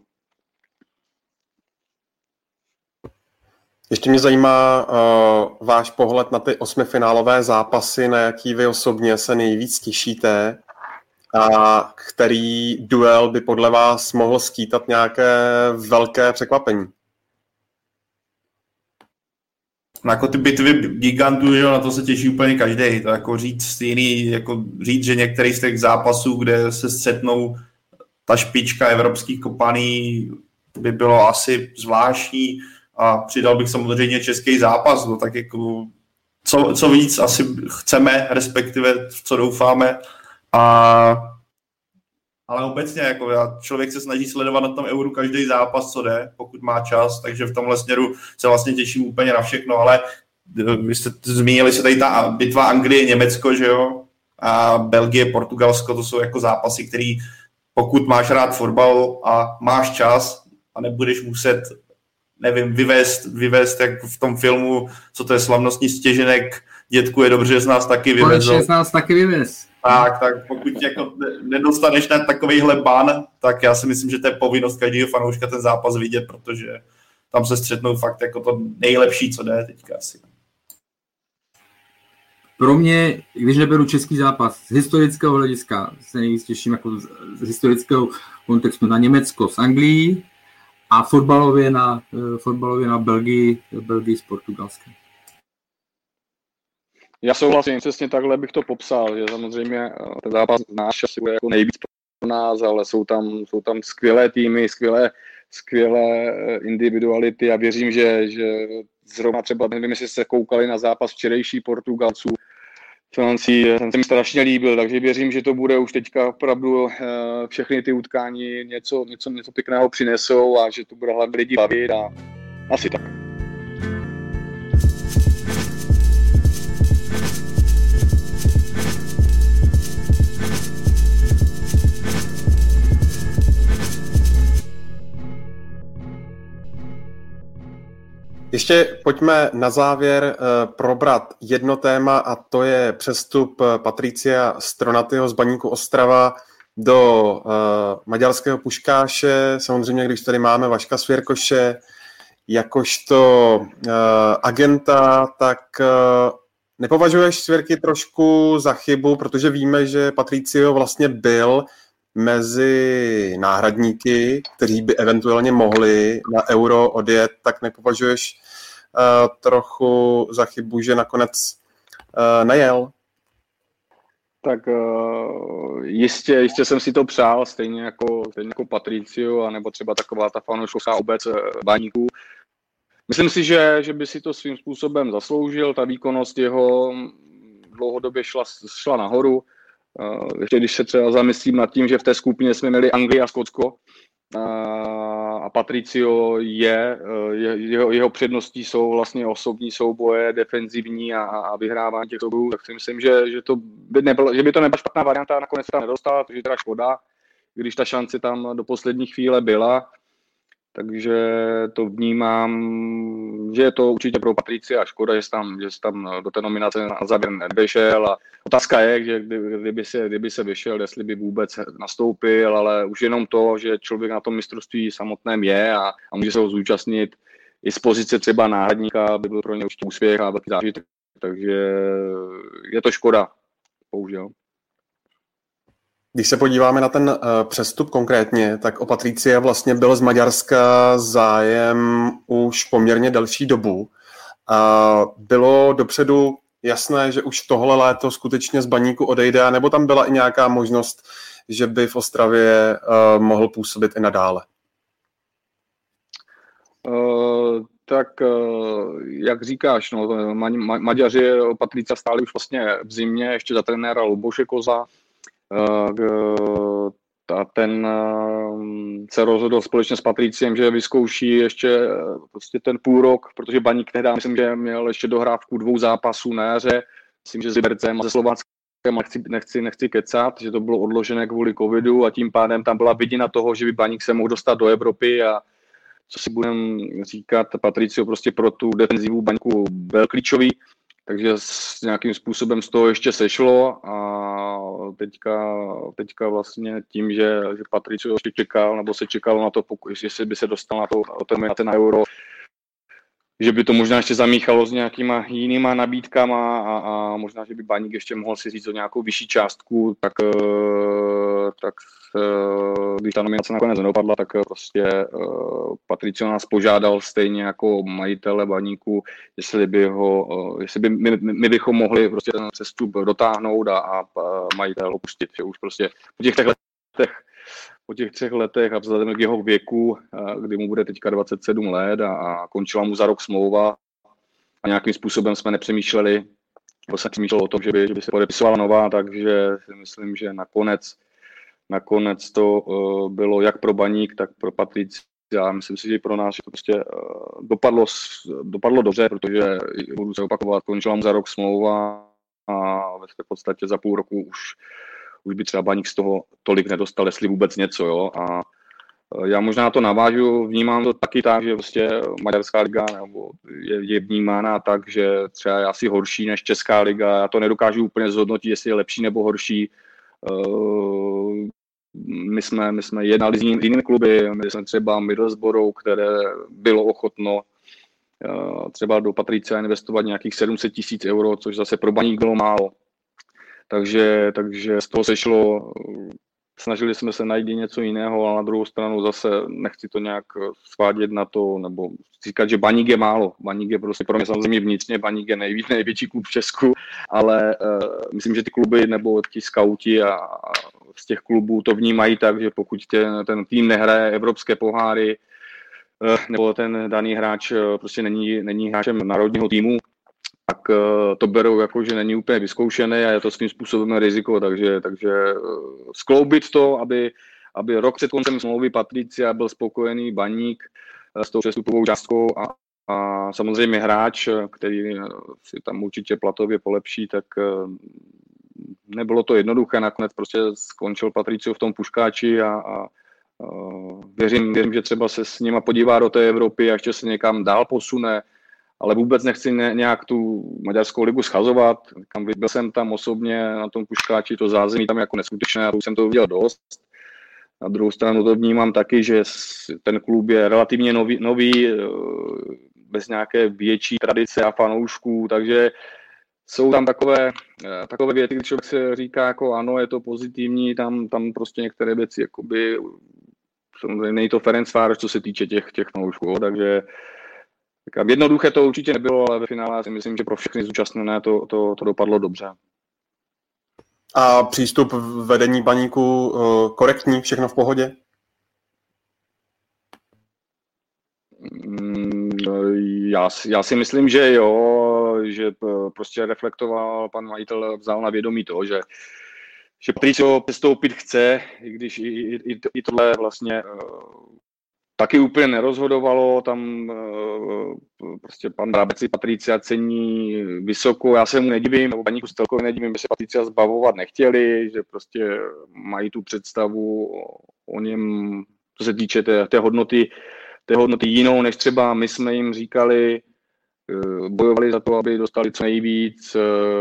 Ještě mě zajímá uh, váš pohled na ty osmifinálové zápasy, na jaký vy osobně se nejvíc těšíte a který duel by podle vás mohl skýtat nějaké velké překvapení? No jako ty bitvy gigantů, že na to se těší úplně každý. To jako říct jiný, jako říct, že některý z těch zápasů, kde se střetnou ta špička evropských kopaný, by bylo asi zvláštní. A přidal bych samozřejmě český zápas, no tak jako co, co víc asi chceme, respektive co doufáme. A, ale obecně jako člověk se snaží sledovat na tom Euru každý zápas, co jde, pokud má čas, takže v tomhle směru se vlastně těším úplně na všechno, ale vy jste zmínili se tady ta bitva Anglie, Německo, že jo, a Belgie, Portugalsko, to jsou jako zápasy, který pokud máš rád fotbal a máš čas a nebudeš muset nevím, vyvést, vyvést jak v tom filmu, co to je slavnostní stěženek, dětku je dobře, že z nás taky vyvezl. Konečně z nás taky vyvez. Tak, tak pokud jako nedostaneš na takovejhle ban, tak já si myslím, že to je povinnost každého fanouška ten zápas vidět, protože tam se střetnou fakt jako to nejlepší, co jde teďka asi. Pro mě, když neberu český zápas, z historického hlediska se nejvíc těším jako z, z historického kontextu na Německo s Anglií, a fotbalově na, fotbalově na Belgii, Belgii s Portugalskem. Já souhlasím, přesně takhle bych to popsal, že samozřejmě ten zápas náš asi bude jako nejvíc pro nás, ale jsou tam, jsou tam skvělé týmy, skvělé, skvělé individuality a věřím, že, že zrovna třeba, nevím, jestli se koukali na zápas včerejší Portugalců, Francii, ten se mi strašně líbil, takže věřím, že to bude už teďka opravdu všechny ty utkání něco, něco, něco pěkného přinesou a že to bude hlavně lidi bavit a asi tak. Ještě pojďme na závěr uh, probrat jedno téma a to je přestup Patricia Stronatyho z Baníku Ostrava do uh, maďarského Puškáše. Samozřejmě, když tady máme Vaška Svěrkoše jakožto uh, agenta, tak uh, nepovažuješ, Svěrky, trošku za chybu, protože víme, že Patricio vlastně byl mezi náhradníky, kteří by eventuálně mohli na Euro odjet, tak nepovažuješ uh, trochu za chybu, že nakonec uh, nejel? Tak uh, jistě, jistě jsem si to přál, stejně jako, stejně jako Patricio, anebo třeba taková ta fanouškovská obec Baníků. Myslím si, že, že by si to svým způsobem zasloužil, ta výkonnost jeho dlouhodobě šla, šla nahoru. Uh, ještě když se třeba zamyslím nad tím, že v té skupině jsme měli Anglii a Skotsko uh, a Patricio je, uh, je jeho, jeho předností jsou vlastně osobní souboje, defenzivní a, a vyhrávání těch soubojů, tak si myslím, že, že, to by nebylo, že by to nebyla špatná varianta, nakonec se tam nedostala, takže teda škoda, když ta šance tam do poslední chvíle byla. Takže to vnímám, že je to určitě pro Patricia škoda, že jsi tam, že jsi tam do té nominace na závěr nevyšel. A otázka je, že kdyby se, kdyby se vyšel, jestli by vůbec nastoupil, ale už jenom to, že člověk na tom mistrovství samotném je a, a může se ho zúčastnit i z pozice třeba náhradníka, by byl pro ně určitě úspěch a velký zážitek. Takže je to škoda, bohužel. Když se podíváme na ten uh, přestup konkrétně, tak o Patricia vlastně byl z Maďarska zájem už poměrně delší dobu. Uh, bylo dopředu jasné, že už tohle léto skutečně z Baníku odejde, nebo tam byla i nějaká možnost, že by v Ostravě uh, mohl působit i nadále? Uh, tak uh, jak říkáš, no, Ma- Ma- Maďaři Patricia stáli už vlastně v zimě, ještě za trenéra Luboše Koza. a ten se rozhodl společně s Patriciem, že vyzkouší ještě prostě ten půl rok, protože Baník tehdy, myslím, že měl ještě dohrávku dvou zápasů na jaře, myslím, že s Libercem a se Slováckem, nechci, nechci, nechci kecat, že to bylo odložené kvůli covidu a tím pádem tam byla vidina toho, že by Baník se mohl dostat do Evropy a co si budeme říkat, Patricio prostě pro tu defenzivu Baníku byl klíčový, takže s nějakým způsobem z toho ještě sešlo a teďka, teďka vlastně tím, že, že Patricio ještě čekal, nebo se čekalo na to, pokud, jestli by se dostal na to, na ten euro, že by to možná ještě zamíchalo s nějakýma jinýma nabídkama a, a možná, že by Baník ještě mohl si říct o nějakou vyšší částku, tak, tak když ta nominace nakonec nedopadla, tak prostě Patricio nás požádal stejně jako majitele Baníku, jestli by ho, jestli by my, my bychom mohli prostě ten přestup dotáhnout a, a majitel ho pustit, že už prostě po těch třech letech po těch třech letech a vzhledem k jeho věku, kdy mu bude teďka dvacet sedm let a, a končila mu za rok smlouva a nějakým způsobem jsme nepřemýšleli, nebo jsem přemýšlel o tom, že by, že by se podepisovala nová, takže si myslím, že nakonec, nakonec to uh, bylo jak pro Baník, tak pro Patricia. Já myslím si, že i pro nás že to prostě uh, dopadlo, dopadlo dobře, protože budu se opakovat, končila mu za rok smlouva a v podstatě za půl roku už už by třeba Baník z toho tolik nedostal, jestli vůbec něco, jo, a já možná to navážu, vnímám to taky tak, že prostě maďarská liga nebo je, je vnímána tak, že třeba je asi horší než česká liga, já to nedokážu úplně zhodnotit, jestli je lepší nebo horší. My jsme, my jsme jednali s jinými kluby, my jsme třeba Middlesbrough, které bylo ochotno třeba do Patricia investovat nějakých sedm set tisíc euro, což zase pro Baník bylo málo. Takže, takže z toho sešlo, snažili jsme se najít něco jiného, ale na druhou stranu zase nechci to nějak svádět na to, nebo říkat, že Baník je málo. Baník je prostě pro mě samozřejmě vnitřně, Baník je nejvíc, největší klub v Česku, ale uh, myslím, že ty kluby nebo ti skauti a, a z těch klubů to vnímají tak, že pokud tě, ten tým nehraje evropské poháry, uh, nebo ten daný hráč uh, prostě není, není hráčem národního týmu, tak to berou jako, že není úplně vyzkoušené a je to svým způsobem riziko, takže, takže skloubit to, aby, aby rok před koncem smlouvy Patricia byl spokojený Baník s tou přestupovou částkou a, a samozřejmě hráč, který si tam určitě platově polepší, tak nebylo to jednoduché, nakonec prostě skončil Patricio v tom Puškáči a, a, a věřím, věřím, že třeba se s nima podívá do té Evropy a ještě se někam dál posune, ale vůbec nechci nějak tu maďarskou ligu schazovat. Byl jsem tam osobně na tom Puškáči, to zázemí tam jako neskutečné, a už jsem to viděl dost. Na druhou stranu to vnímám taky, že ten klub je relativně nový, nový bez nějaké větší tradice a fanoušků, takže jsou tam takové, takové věty, když člověk se říká, jako ano, je to pozitivní, tam, tam prostě některé věci, jakoby, samozřejmě není to Ferencvároš, co se týče těch, těch fanoušků, takže tak jednoduché to určitě nebylo, ale ve finále si myslím, že pro všechny zúčastněné to, to, to dopadlo dobře. A přístup vedení Baníku korektní, všechno v pohodě? Já, já si myslím, že jo, že prostě reflektoval pan majitel, vzal na vědomí to, že, že Patricio přestoupit chce, i když i, i, i tohle vlastně taky úplně nerozhodovalo, tam prostě pan Brabec si Patricia cení vysoko, já se mu nedivím, nebo Baníku se celkově nedivím, že se Patricia zbavovat nechtěli, že prostě mají tu představu o něm, co se týče té, té hodnoty, té hodnoty jinou, než třeba my jsme jim říkali, bojovali za to, aby dostali co nejvíc.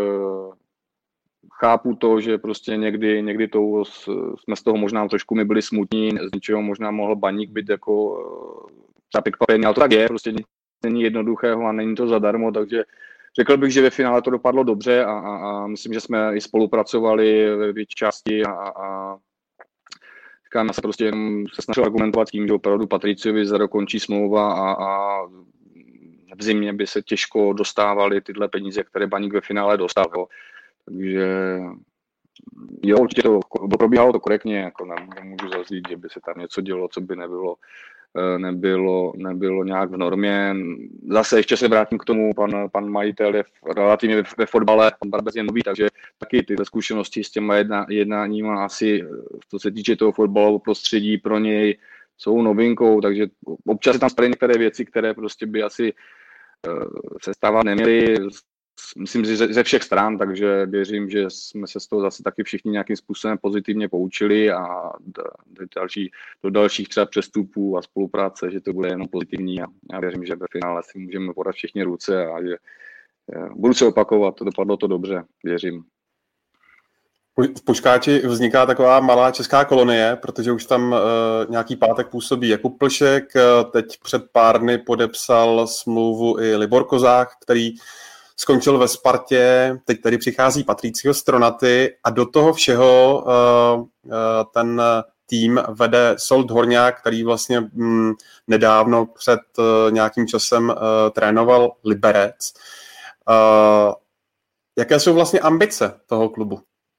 Chápu to, že prostě někdy, někdy to, jsme z toho možná trošku my byli smutní, z ničeho možná mohl Baník být jako třeba překvapený, ale to tak je, prostě není jednoduchého a není to zadarmo, takže řekl bych, že ve finále to dopadlo dobře a, a, a myslím, že jsme i spolupracovali ve větší části a, a říkám, já se prostě jenom se snažil argumentovat tím, že opravdu Patriciovi za rok končí smlouva a, a v zimě by se těžko dostávaly tyhle peníze, které Baník ve finále dostal. Takže jo, určitě to probíhalo to korektně, jako nemůžu zazít, že by se tam něco dělo, co by nebylo, nebylo, nebylo nějak v normě. Zase ještě se vrátím k tomu, pan, pan majitel je relativně ve, ve fotbale, pan Barbec je nový, takže taky tyhle zkušenosti s těma jedna, jednáníma asi, co se týče toho fotbalového prostředí, pro něj jsou novinkou, takže občas tam spadají některé věci, které prostě by asi se stávat neměly, myslím si, ze všech stran, takže věřím, že jsme se z toho zase taky všichni nějakým způsobem pozitivně poučili a do, do, další, do dalších třeba přestupů a spolupráce, že to bude jenom pozitivní a já věřím, že ve finále si můžeme podat všichni ruce a že budu se opakovat, dopadlo to dobře, věřím. V Puškáči vzniká taková malá česká kolonie, protože už tam uh, nějaký pátek působí Jakub Plšek, teď před pár dny podepsal smlouvu i Libor Kozák, který skončil ve Spartě, teď tady přichází Patricio Stronaty a do toho všeho uh, uh, ten tým vede Solt Horňák, který vlastně mm, nedávno před uh, nějakým časem uh, trénoval Liberec. Uh, jaké jsou vlastně ambice toho klubu?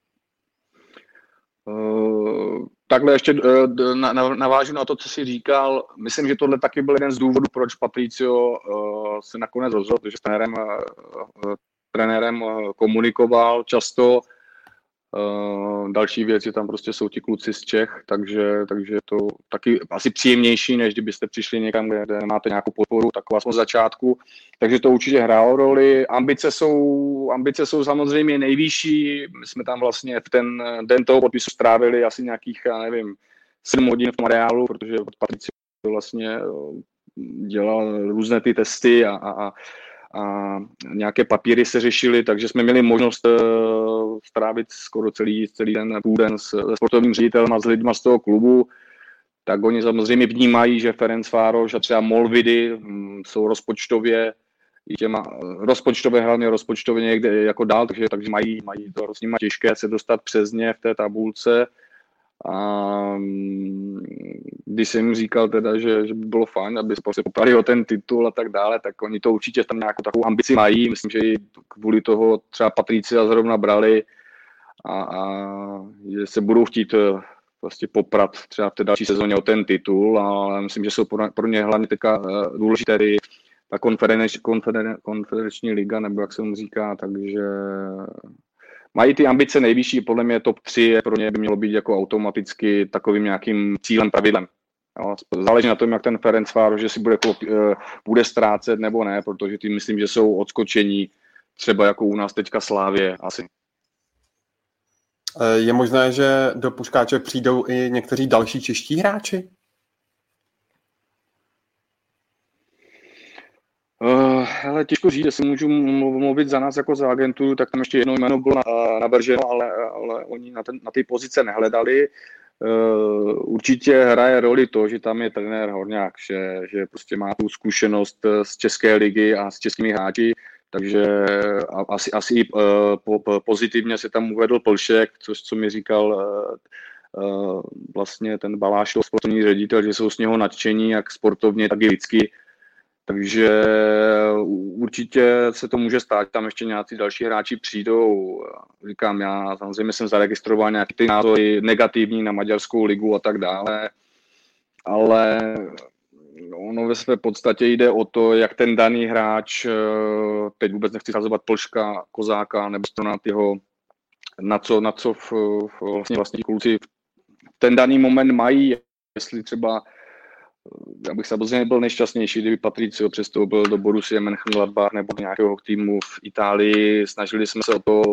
Uh, takhle ještě uh, navážu na to, co jsi říkal. Myslím, že tohle taky byl jeden z důvodů, proč Patricio uh, se nakonec rozhodl, že s trenérem, uh, trenérem uh, komunikoval často. Uh, další věc je tam prostě jsou ti kluci z Čech, takže, takže to taky asi příjemnější, než kdybyste přišli někam, kde, kde máte nějakou podporu, taková jsme z začátku. Takže to určitě hrálo roli. Ambice jsou, ambice jsou samozřejmě nejvyšší. My jsme tam vlastně v ten den toho podpisu strávili asi nějakých, já nevím, sedm hodin v tom areálu, protože Patricio vlastně dělal různé ty testy a, a, a nějaké papíry se řešily, takže jsme měli možnost uh, strávit skoro celý, celý den, půl den s, se sportovním ředitelem a s lidma z toho klubu. Tak oni samozřejmě vnímají, že Ferencvároš a třeba Molvidy um, jsou rozpočtově i těma, rozpočtově, hlavně rozpočtově někde jako dál, takže, takže mají, mají to s nimi těžké se dostat přes ně v té tabulce. A když jsem jim říkal teda, že, že by bylo fajn, aby se poprali o ten titul a tak dále, tak oni to určitě tam nějakou takovou ambici mají. Myslím, že i kvůli toho třeba Patricia zrovna brali a, a že se budou chtít vlastně poprat třeba v té další sezóně o ten titul, ale myslím, že jsou pro ně hlavně teďka důležité ta konferenční, konferenční liga, nebo jak se mu říká, takže mají ty ambice nejvyšší, podle mě top tři pro ně by mělo být jako automaticky takovým nějakým cílem, pravidlem. Jo, záleží na tom, jak ten Ferencvároš, že si bude, bude ztrácet nebo ne, protože ty myslím, že jsou odskočení třeba jako u nás teďka Slávě asi. Je možné, že do Puškáče přijdou i někteří další čeští hráči? Uh, ale těžko říct, jestli můžu mluvit za nás jako za agenturu, tak tam ještě jedno jméno bylo navrženo, ale, ale oni na, ten, na ty pozice nehledali. Uh, určitě hraje roli to, že tam je trenér Horňák, že, že prostě má tu zkušenost z České ligy a s českými hráči, takže asi, asi i uh, po, po, pozitivně se tam uvedl Plšek, což co mi říkal uh, uh, vlastně ten Balášov, sportovní ředitel, že jsou z něho nadšení, jak sportovně, tak i lidsky. Takže určitě se to může stát, tam ještě nějací další hráči přijdou. Říkám, já samozřejmě jsem zaregistroval nějaké ty názory negativní na maďarskou ligu a tak dále, ale ono ve své podstatě jde o to, jak ten daný hráč, teď vůbec nechci zazovat Plška, Kozáka nebo Stronatyho, na co, na co v, v, vlastně vlastní kluci ten daný moment mají, jestli třeba já bych samozřejmě byl nejšťastnější, kdyby Patricio přestoupil do Borussia Mönchengladbach nebo nějakého týmu v Itálii. Snažili jsme se o to,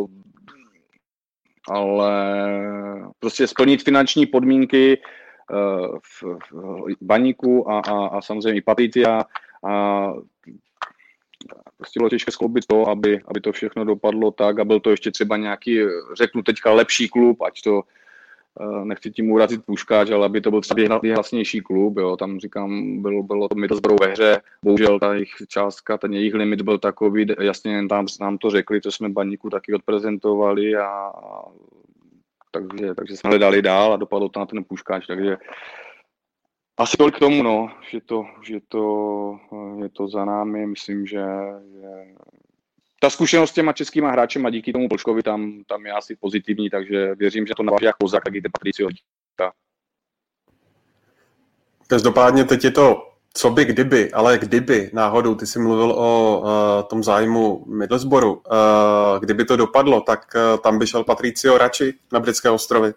ale prostě splnit finanční podmínky v, v Baníku a, a, a samozřejmě i Patricia. A prostě bylo těžké skloubit to, aby, aby to všechno dopadlo tak a byl to ještě třeba nějaký, řeknu teďka, lepší klub, ať to nechci tím urazit Puškáč, ale aby to byl třeba nejhlasnější klub, jo. Tam říkám, bylo, bylo to Middlesbrough ve hře, bohužel ta jejich částka, ten jejich limit byl takový, jasně tam nám to řekli, to jsme Baníku taky odprezentovali a takže, takže jsme hledali dál a dopadlo to na ten Puškáč, takže asi tolik k tomu, no, že to, že to, je to za námi, myslím, že, že ta zkušenost s těma českýma hráčema díky tomu Plškovi tam, tam je asi pozitivní, takže věřím, že to naváže jak Kozák, tak i ten Patricio. Každopádně teď je to co by kdyby, ale kdyby náhodou, ty jsi mluvil o uh, tom zájmu Middlesbroughu, uh, kdyby to dopadlo, tak uh, tam by šel Patricio radši na Britské ostrovy?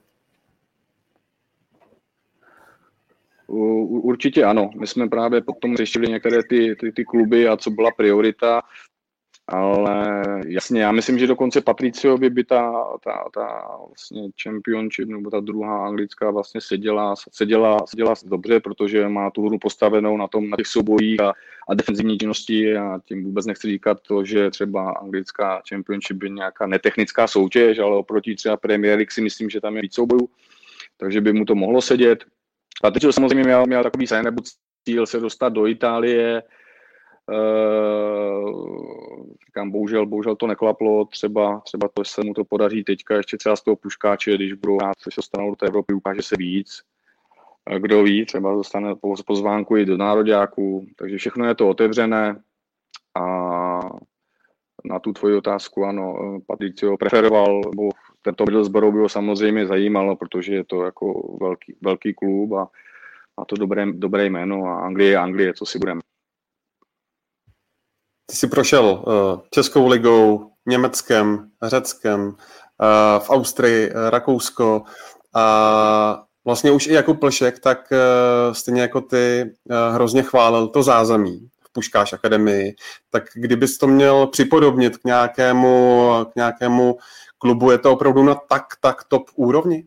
Určitě ano. My jsme právě potom řešili některé ty, ty, ty kluby a co byla priorita, ale jasně, já myslím, že dokonce Patriciovi by ta, ta, ta vlastně championship nebo ta druhá anglická vlastně seděla, seděla, seděla dobře, protože má tu hru postavenou na tom, na těch soubojích a, a defenzivní činnosti a tím vůbec nechci říkat to, že třeba anglická championship je nějaká netechnická soutěž, ale oproti třeba Premier League si myslím, že tam je víc soubojů, takže by mu to mohlo sedět. Patricio samozřejmě měl, měl takový sen nebo cíl se dostat do Itálie. Uh, říkám, bohužel, bohužel to neklaplo, třeba, třeba to se mu to podaří teďka, ještě třeba z toho Puškáče, když budou hrát, co se dostanou do té Evropy, ukáže se víc. Uh, kdo ví, třeba dostane pozvánku i do nároďáků, takže všechno je to otevřené a na tu tvoji otázku, ano, Patricio preferoval, bo tento Middlesbrough by ho samozřejmě zajímalo, protože je to jako velký, velký klub a má to dobré, dobré jméno a Anglie je Anglie, co si budeme. Ty jsi prošel uh, Českou ligou, Německem, Řeckem, uh, v Austrii, uh, Rakousko a vlastně už i jako Plšek, tak uh, stejně jako ty uh, hrozně chválil to zázemí v Puškáš akademii. Tak kdybys to měl připodobnit k nějakému, k nějakému klubu, je to opravdu na tak, tak top úrovni?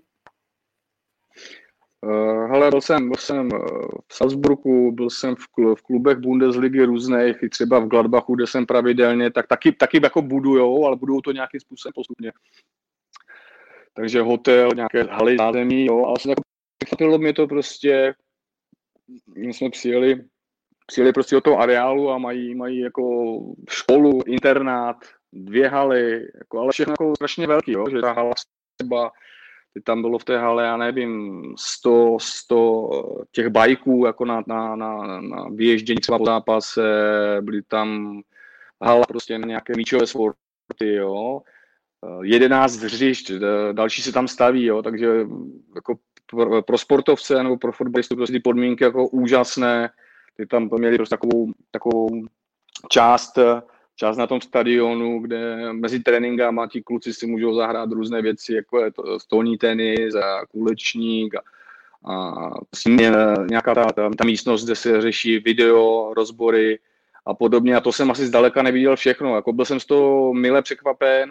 Uh, hele, byl jsem, byl jsem v Salzburgu, byl jsem v, kl- v klubech Bundesligy různých, i třeba v Gladbachu, kde jsem pravidelně, tak taky, taky jako budujou, ale budou to nějakým způsobem postupně. Takže hotel, nějaké haly zázemí, jo, ale se tak překvapilo mě to prostě, my jsme přijeli, přijeli prostě od toho areálu a mají, mají jako školu, internát, dvě haly, jako, ale všechno jako strašně velký, jo, že ta hala třeba tam bylo v té hale, já nevím, sto, sto těch bajků jako na, na, na, na vyježdění třeba po zápase, byly tam hala prostě na nějaké míčové sporty, jo. jedenáct hřišť, další se tam staví, jo, takže jako pro, pro sportovce nebo pro fotbalistu prostě ty podmínky jako úžasné, ty tam měli prostě takovou, takovou část, část na tom stadionu, kde mezi tréninkama ti kluci si můžou zahrát různé věci, jako je to stolní tenis a kulečník a, a nějaká ta, ta, ta místnost, kde se řeší video, rozbory a podobně. A to jsem asi zdaleka neviděl všechno. Jako byl jsem z toho mile překvapen.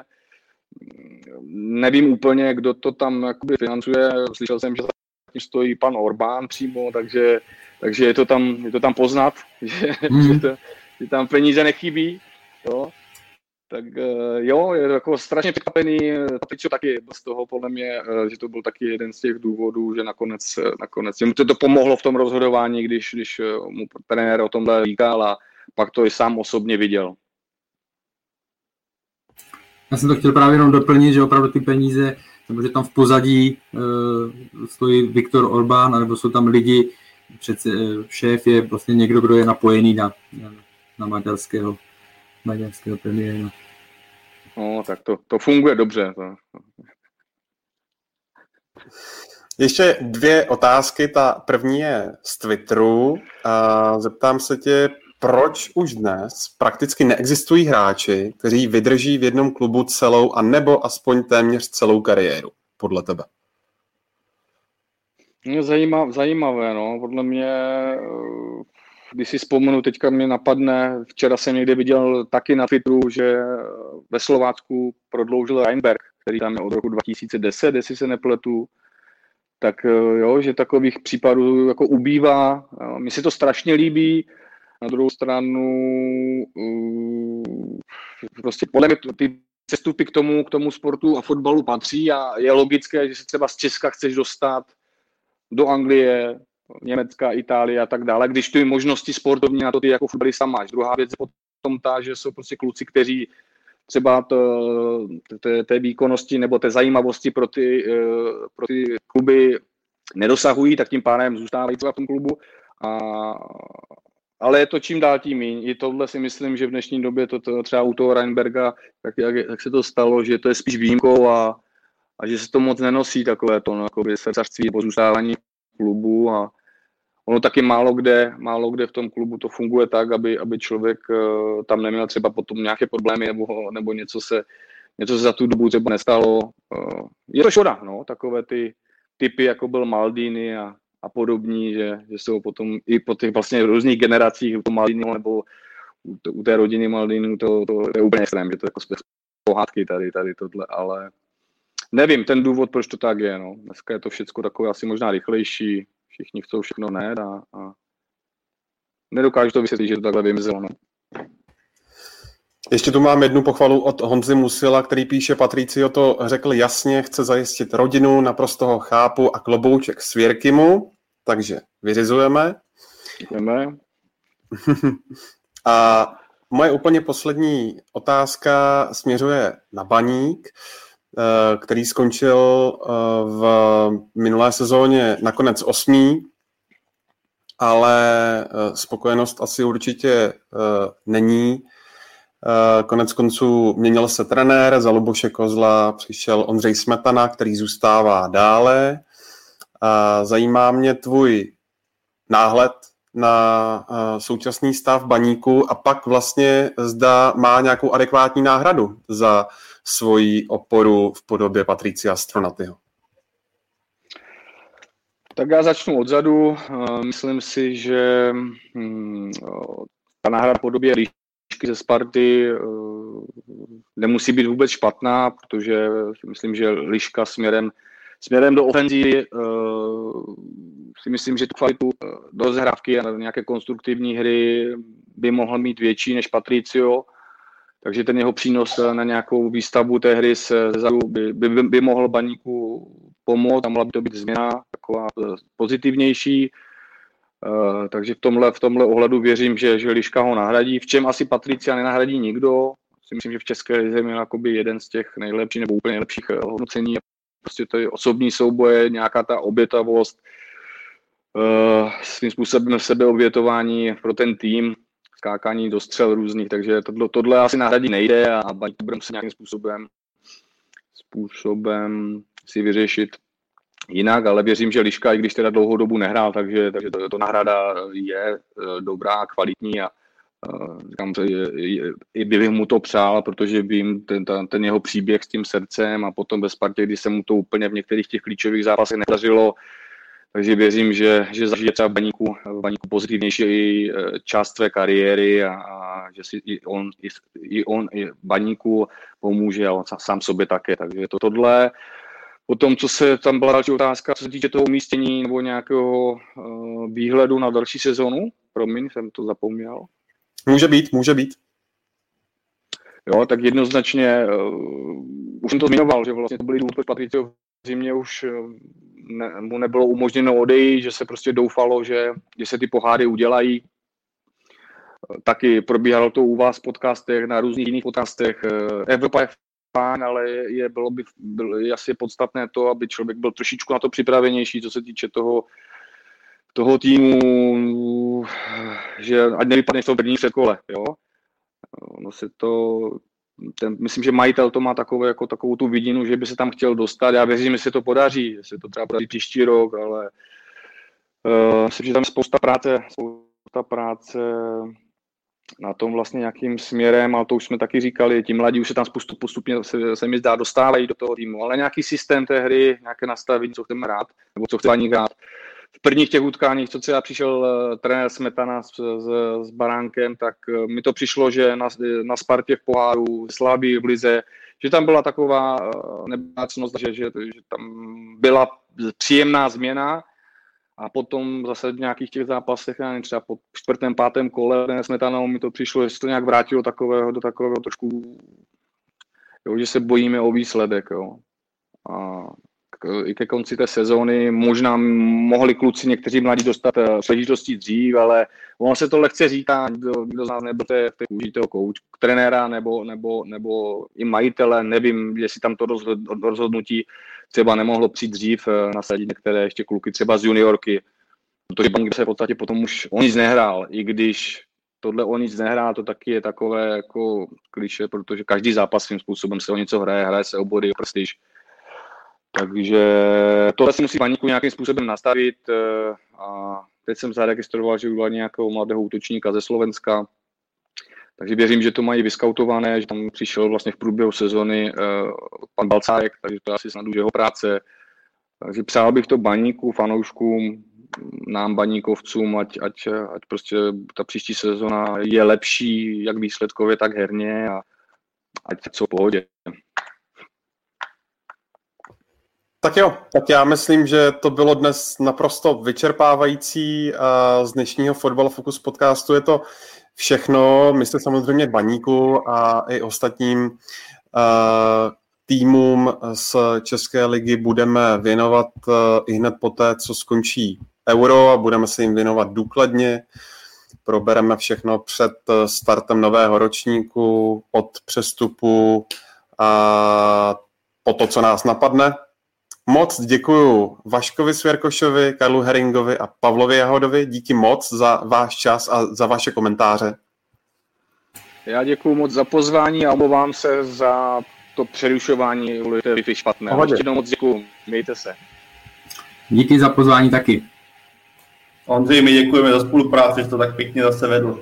Nevím úplně, kdo to tam jakoby financuje. Slyšel jsem, že zatím stojí pan Orbán přímo, takže, takže je, to tam, je to tam poznat, že, mm. že, to, že tam peníze nechybí. Jo. Tak jo, je to jako strašně překvapený, Patricio taky z toho podle mě, že to byl taky jeden z těch důvodů, že nakonec, nakonec mu to, to pomohlo v tom rozhodování, když, když mu trenér o tomhle říkal a pak to i sám osobně viděl. Já jsem to chtěl právě jenom doplnit, že opravdu ty peníze, nebo že tam v pozadí uh, stojí Viktor Orbán, anebo jsou tam lidi, přece šéf je vlastně někdo, kdo je napojený na, na, na maďarského maďarského premiéra. No, tak to, to funguje dobře. To. Ještě dvě otázky. Ta první je z Twitteru. A zeptám se tě, proč už dnes prakticky neexistují hráči, kteří vydrží v jednom klubu celou a nebo aspoň téměř celou kariéru, podle tebe? Zajímavé, zajímavé, no. Podle mě, když si vzpomenu, teďka mě napadne, včera jsem někde viděl taky na Twitteru, že ve Slovácku prodloužil Reinberg, který tam je od roku dva tisíce deset, jestli se nepletu, tak jo, že takových případů jako ubývá. Mně se to strašně líbí. Na druhou stranu prostě podle mě ty cestupy k tomu, k tomu sportu a fotbalu patří a je logické, že se třeba z Česka chceš dostat do Anglie, Německa, Itálie a tak dále, když ty možnosti sportovní na to ty jako fotbalista máš. Druhá věc je potom ta, že jsou prostě kluci, kteří třeba to, té, té výkonnosti nebo té zajímavosti pro ty, pro ty kluby nedosahují, tak tím pádem zůstávají třeba v tom klubu. A, ale je to čím dál tím míň. I tohle si myslím, že v dnešní době to, to třeba u toho Reinberga, tak jak, jak se to stalo, že to je spíš výjimkou a, a že se to moc nenosí takové to no, srdcařství po zůstávání klubu a ono taky málo kde, málo kde v tom klubu to funguje tak, aby, aby člověk uh, tam neměl třeba potom nějaké problémy nebo, nebo něco, se, něco se za tu dobu třeba nestalo. Uh, je to škoda, no, takové ty typy, jako byl Maldini a, a podobní, že, že jsou potom i po těch vlastně různých generacích, to Maldini nebo u, u té rodiny Maldini, to, to, to je úplně extrém, že to je jako pohádky tady, tady tohle, ale nevím, ten důvod, proč to tak je, no. Dneska je to všechno takové asi možná rychlejší, všichni chcou všechno hned a, a nedokážu to vysvětlit, že to takhle vymizelo, no. Ještě tu mám jednu pochvalu od Honzy Musila, který píše: Patricio to řekl jasně, chce zajistit rodinu, naprosto ho chápu a klobouček Svěrkymu, takže vyřizujeme. Jdeme. A moje úplně poslední otázka směřuje na Baník, který skončil v minulé sezóně nakonec osmý, ale spokojenost asi určitě není. Konec konců měnil se trenér, za Luboše Kozla přišel Ondřej Smetana, který zůstává dále. Zajímá mě tvůj náhled na současný stav Baníku a pak vlastně zda má nějakou adekvátní náhradu za svoji oporu v podobě Patricia Stronatyho. Tak já začnu odzadu. Myslím si, že ta náhrada v podobě Lišky ze Sparty nemusí být vůbec špatná, protože si myslím, že Liška směrem, směrem do ofenzívy si myslím, že tu kvalitu do rozehrávky a nějaké konstruktivní hry by mohl mít větší než Patricio. Takže ten jeho přínos na nějakou výstavbu té hry zezadu by, by, by mohl Baníku pomoct a mohla by to být změna taková pozitivnější. Uh, takže v tomhle, v tomhle ohledu věřím, že, že Liška ho nahradí. V čem asi Patricia nenahradí nikdo. Si myslím, že v České lize měl jakoby jeden z těch nejlepších nebo úplně nejlepších hodnocení. Prostě to je osobní souboje, nějaká ta obětavost, uh, svým způsobem sebeobětování pro ten tým, skákání do střel různých, takže tohle, tohle asi nahradit nejde a Baník bude muset nějakým způsobem, způsobem si vyřešit jinak, ale věřím, že Liška, i když teda dlouhou dobu nehrál, takže, takže to, to náhrada je dobrá a kvalitní a uh, říkám, je, je, je, bych mu to přál, protože vím ten, ten, ten jeho příběh s tím srdcem a potom ve Spartě, kdy se mu to úplně v některých těch klíčových zápasech nedařilo. Takže věřím, že, že zažije třeba v Baníku, v Baníku pozitivnější část své kariéry a, a že si i on, i, i on i Baníku pomůže a on sám sobě také. Takže to tohle. Potom, co se tam byla další otázka, co se týče toho umístění nebo nějakého uh, výhledu na další sezonu. Promiň, jsem to zapomněl. Může být, může být. Jo, tak jednoznačně, uh, už jsem to zmiňoval, že vlastně to byly důvody, proč Patricio v zimě už ne, mu nebylo umožněno odejít, že se prostě doufalo, že, že se ty poháry udělají. Taky probíhalo to u vás v podcastech, na různých jiných podcastech. Evropa je fajn, ale je, bylo by bylo asi podstatné to, aby člověk byl trošičku na to připravenější, co se týče toho, toho týmu, že ať nevypadne v tom prvním předkole. Jo? No se to... Ten, myslím, že majitel to má takové, jako takovou tu vidinu, že by se tam chtěl dostat. Já věřím, že se to podaří, že se to třeba podaří příští rok, ale uh, myslím, že tam je spousta práce, spousta práce na tom vlastně nějakým směrem, ale to už jsme taky říkali, ti mladí už se tam spoustu postupně se, se mi zdá dostávají do toho týmu, ale nějaký systém té hry, nějaké nastavení, co chceme hrát, nebo co chce Baník hrát. V prvních těch utkáních, co třeba přišel uh, trenér Smetana s, s, s Baránkem, tak uh, mi to přišlo, že na, na Spartě v poháru, Slavii v lize, že tam byla taková uh, nebácnost, že, že, že tam byla příjemná změna a potom zase v nějakých těch zápasech, já nevím, třeba po čtvrtém, pátém kole trenér Smetanou mi to přišlo, že se to nějak vrátilo takového, do takového trošku, jo, že se bojíme o výsledek. Jo. A i ke konci té sezóny možná mohli kluci někteří mladí dostat příležitosti dřív, ale ono se to lehce říká, kdo, kdo z nás nebyl v té kůži toho kouč, trenéra nebo, nebo, nebo i majitele, nevím, jestli tam to rozhodnutí třeba nemohlo přijít dřív, nasadit některé ještě kluky třeba z juniorky, protože Baník se v podstatě potom už o nic nehrál, i když tohle o nic nehrál, to taky je takové jako klišé, protože každý zápas svým způsobem se o něco hraje, hraje se o body, o prestiž. Takže tohle si musí Baníku nějakým způsobem nastavit a teď jsem zaregistroval, že udělali nějakého mladého útočníka ze Slovenska, takže věřím, že to mají vyskautované, že tam přišel vlastně v průběhu sezony uh, pan Balcárek, takže to je asi snad už jeho práce. Takže přál bych to Baníku, fanouškům, nám baníkovcům, ať, ať, ať prostě ta příští sezona je lepší, jak výsledkově, tak herně a ať jsou v pohodě. Tak jo, tak já myslím, že to bylo dnes naprosto vyčerpávající a z dnešního Fotbal Focus podcastu je to všechno. My se samozřejmě Baníku a i ostatním uh, týmům z České ligy budeme věnovat uh, i hned poté, co skončí Euro a budeme se jim věnovat důkladně. Probereme všechno před startem nového ročníku, od přestupu a po to, co nás napadne. Moc děkuju Vaškovi Svěrkošovi, Karlu Heringovi a Pavlovi Jahodovi. Díky moc za váš čas a za vaše komentáře. Já děkuju moc za pozvání a omlouvám se za to přerušování, to je špatné. Ještě moc děkuju, mějte se. Díky za pozvání taky. Ondřej, my děkujeme za spolupráci, že to tak pěkně zase vedl.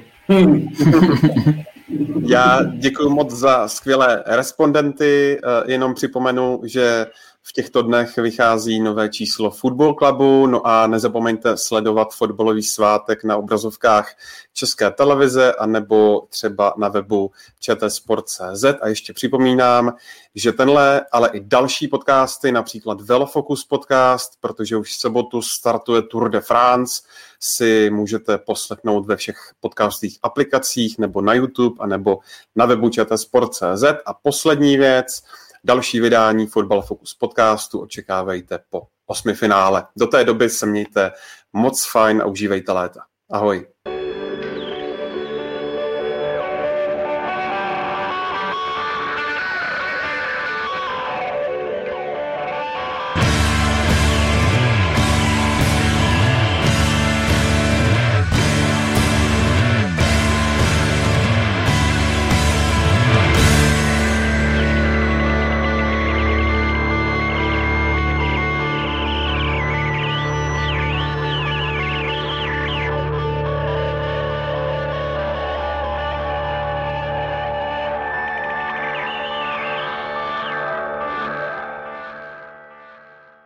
Já děkuji moc za skvělé respondenty, jenom připomenu, že v těchto dnech vychází nové číslo Football Clubu, no a nezapomeňte sledovat fotbalový svátek na obrazovkách České televize anebo třeba na webu č t sport tečka cé zet. A ještě připomínám, že tenhle, ale i další podcasty, například Velofocus podcast, protože už v sobotu startuje Tour de France, si můžete poslechnout ve všech podcastových aplikacích nebo na YouTube anebo na webu č t sport tečka cé zet. A poslední věc, další vydání Fotbal Focus podcastu očekávejte po osmifinále. Do té doby se mějte moc fajn a užívejte léta. Ahoj.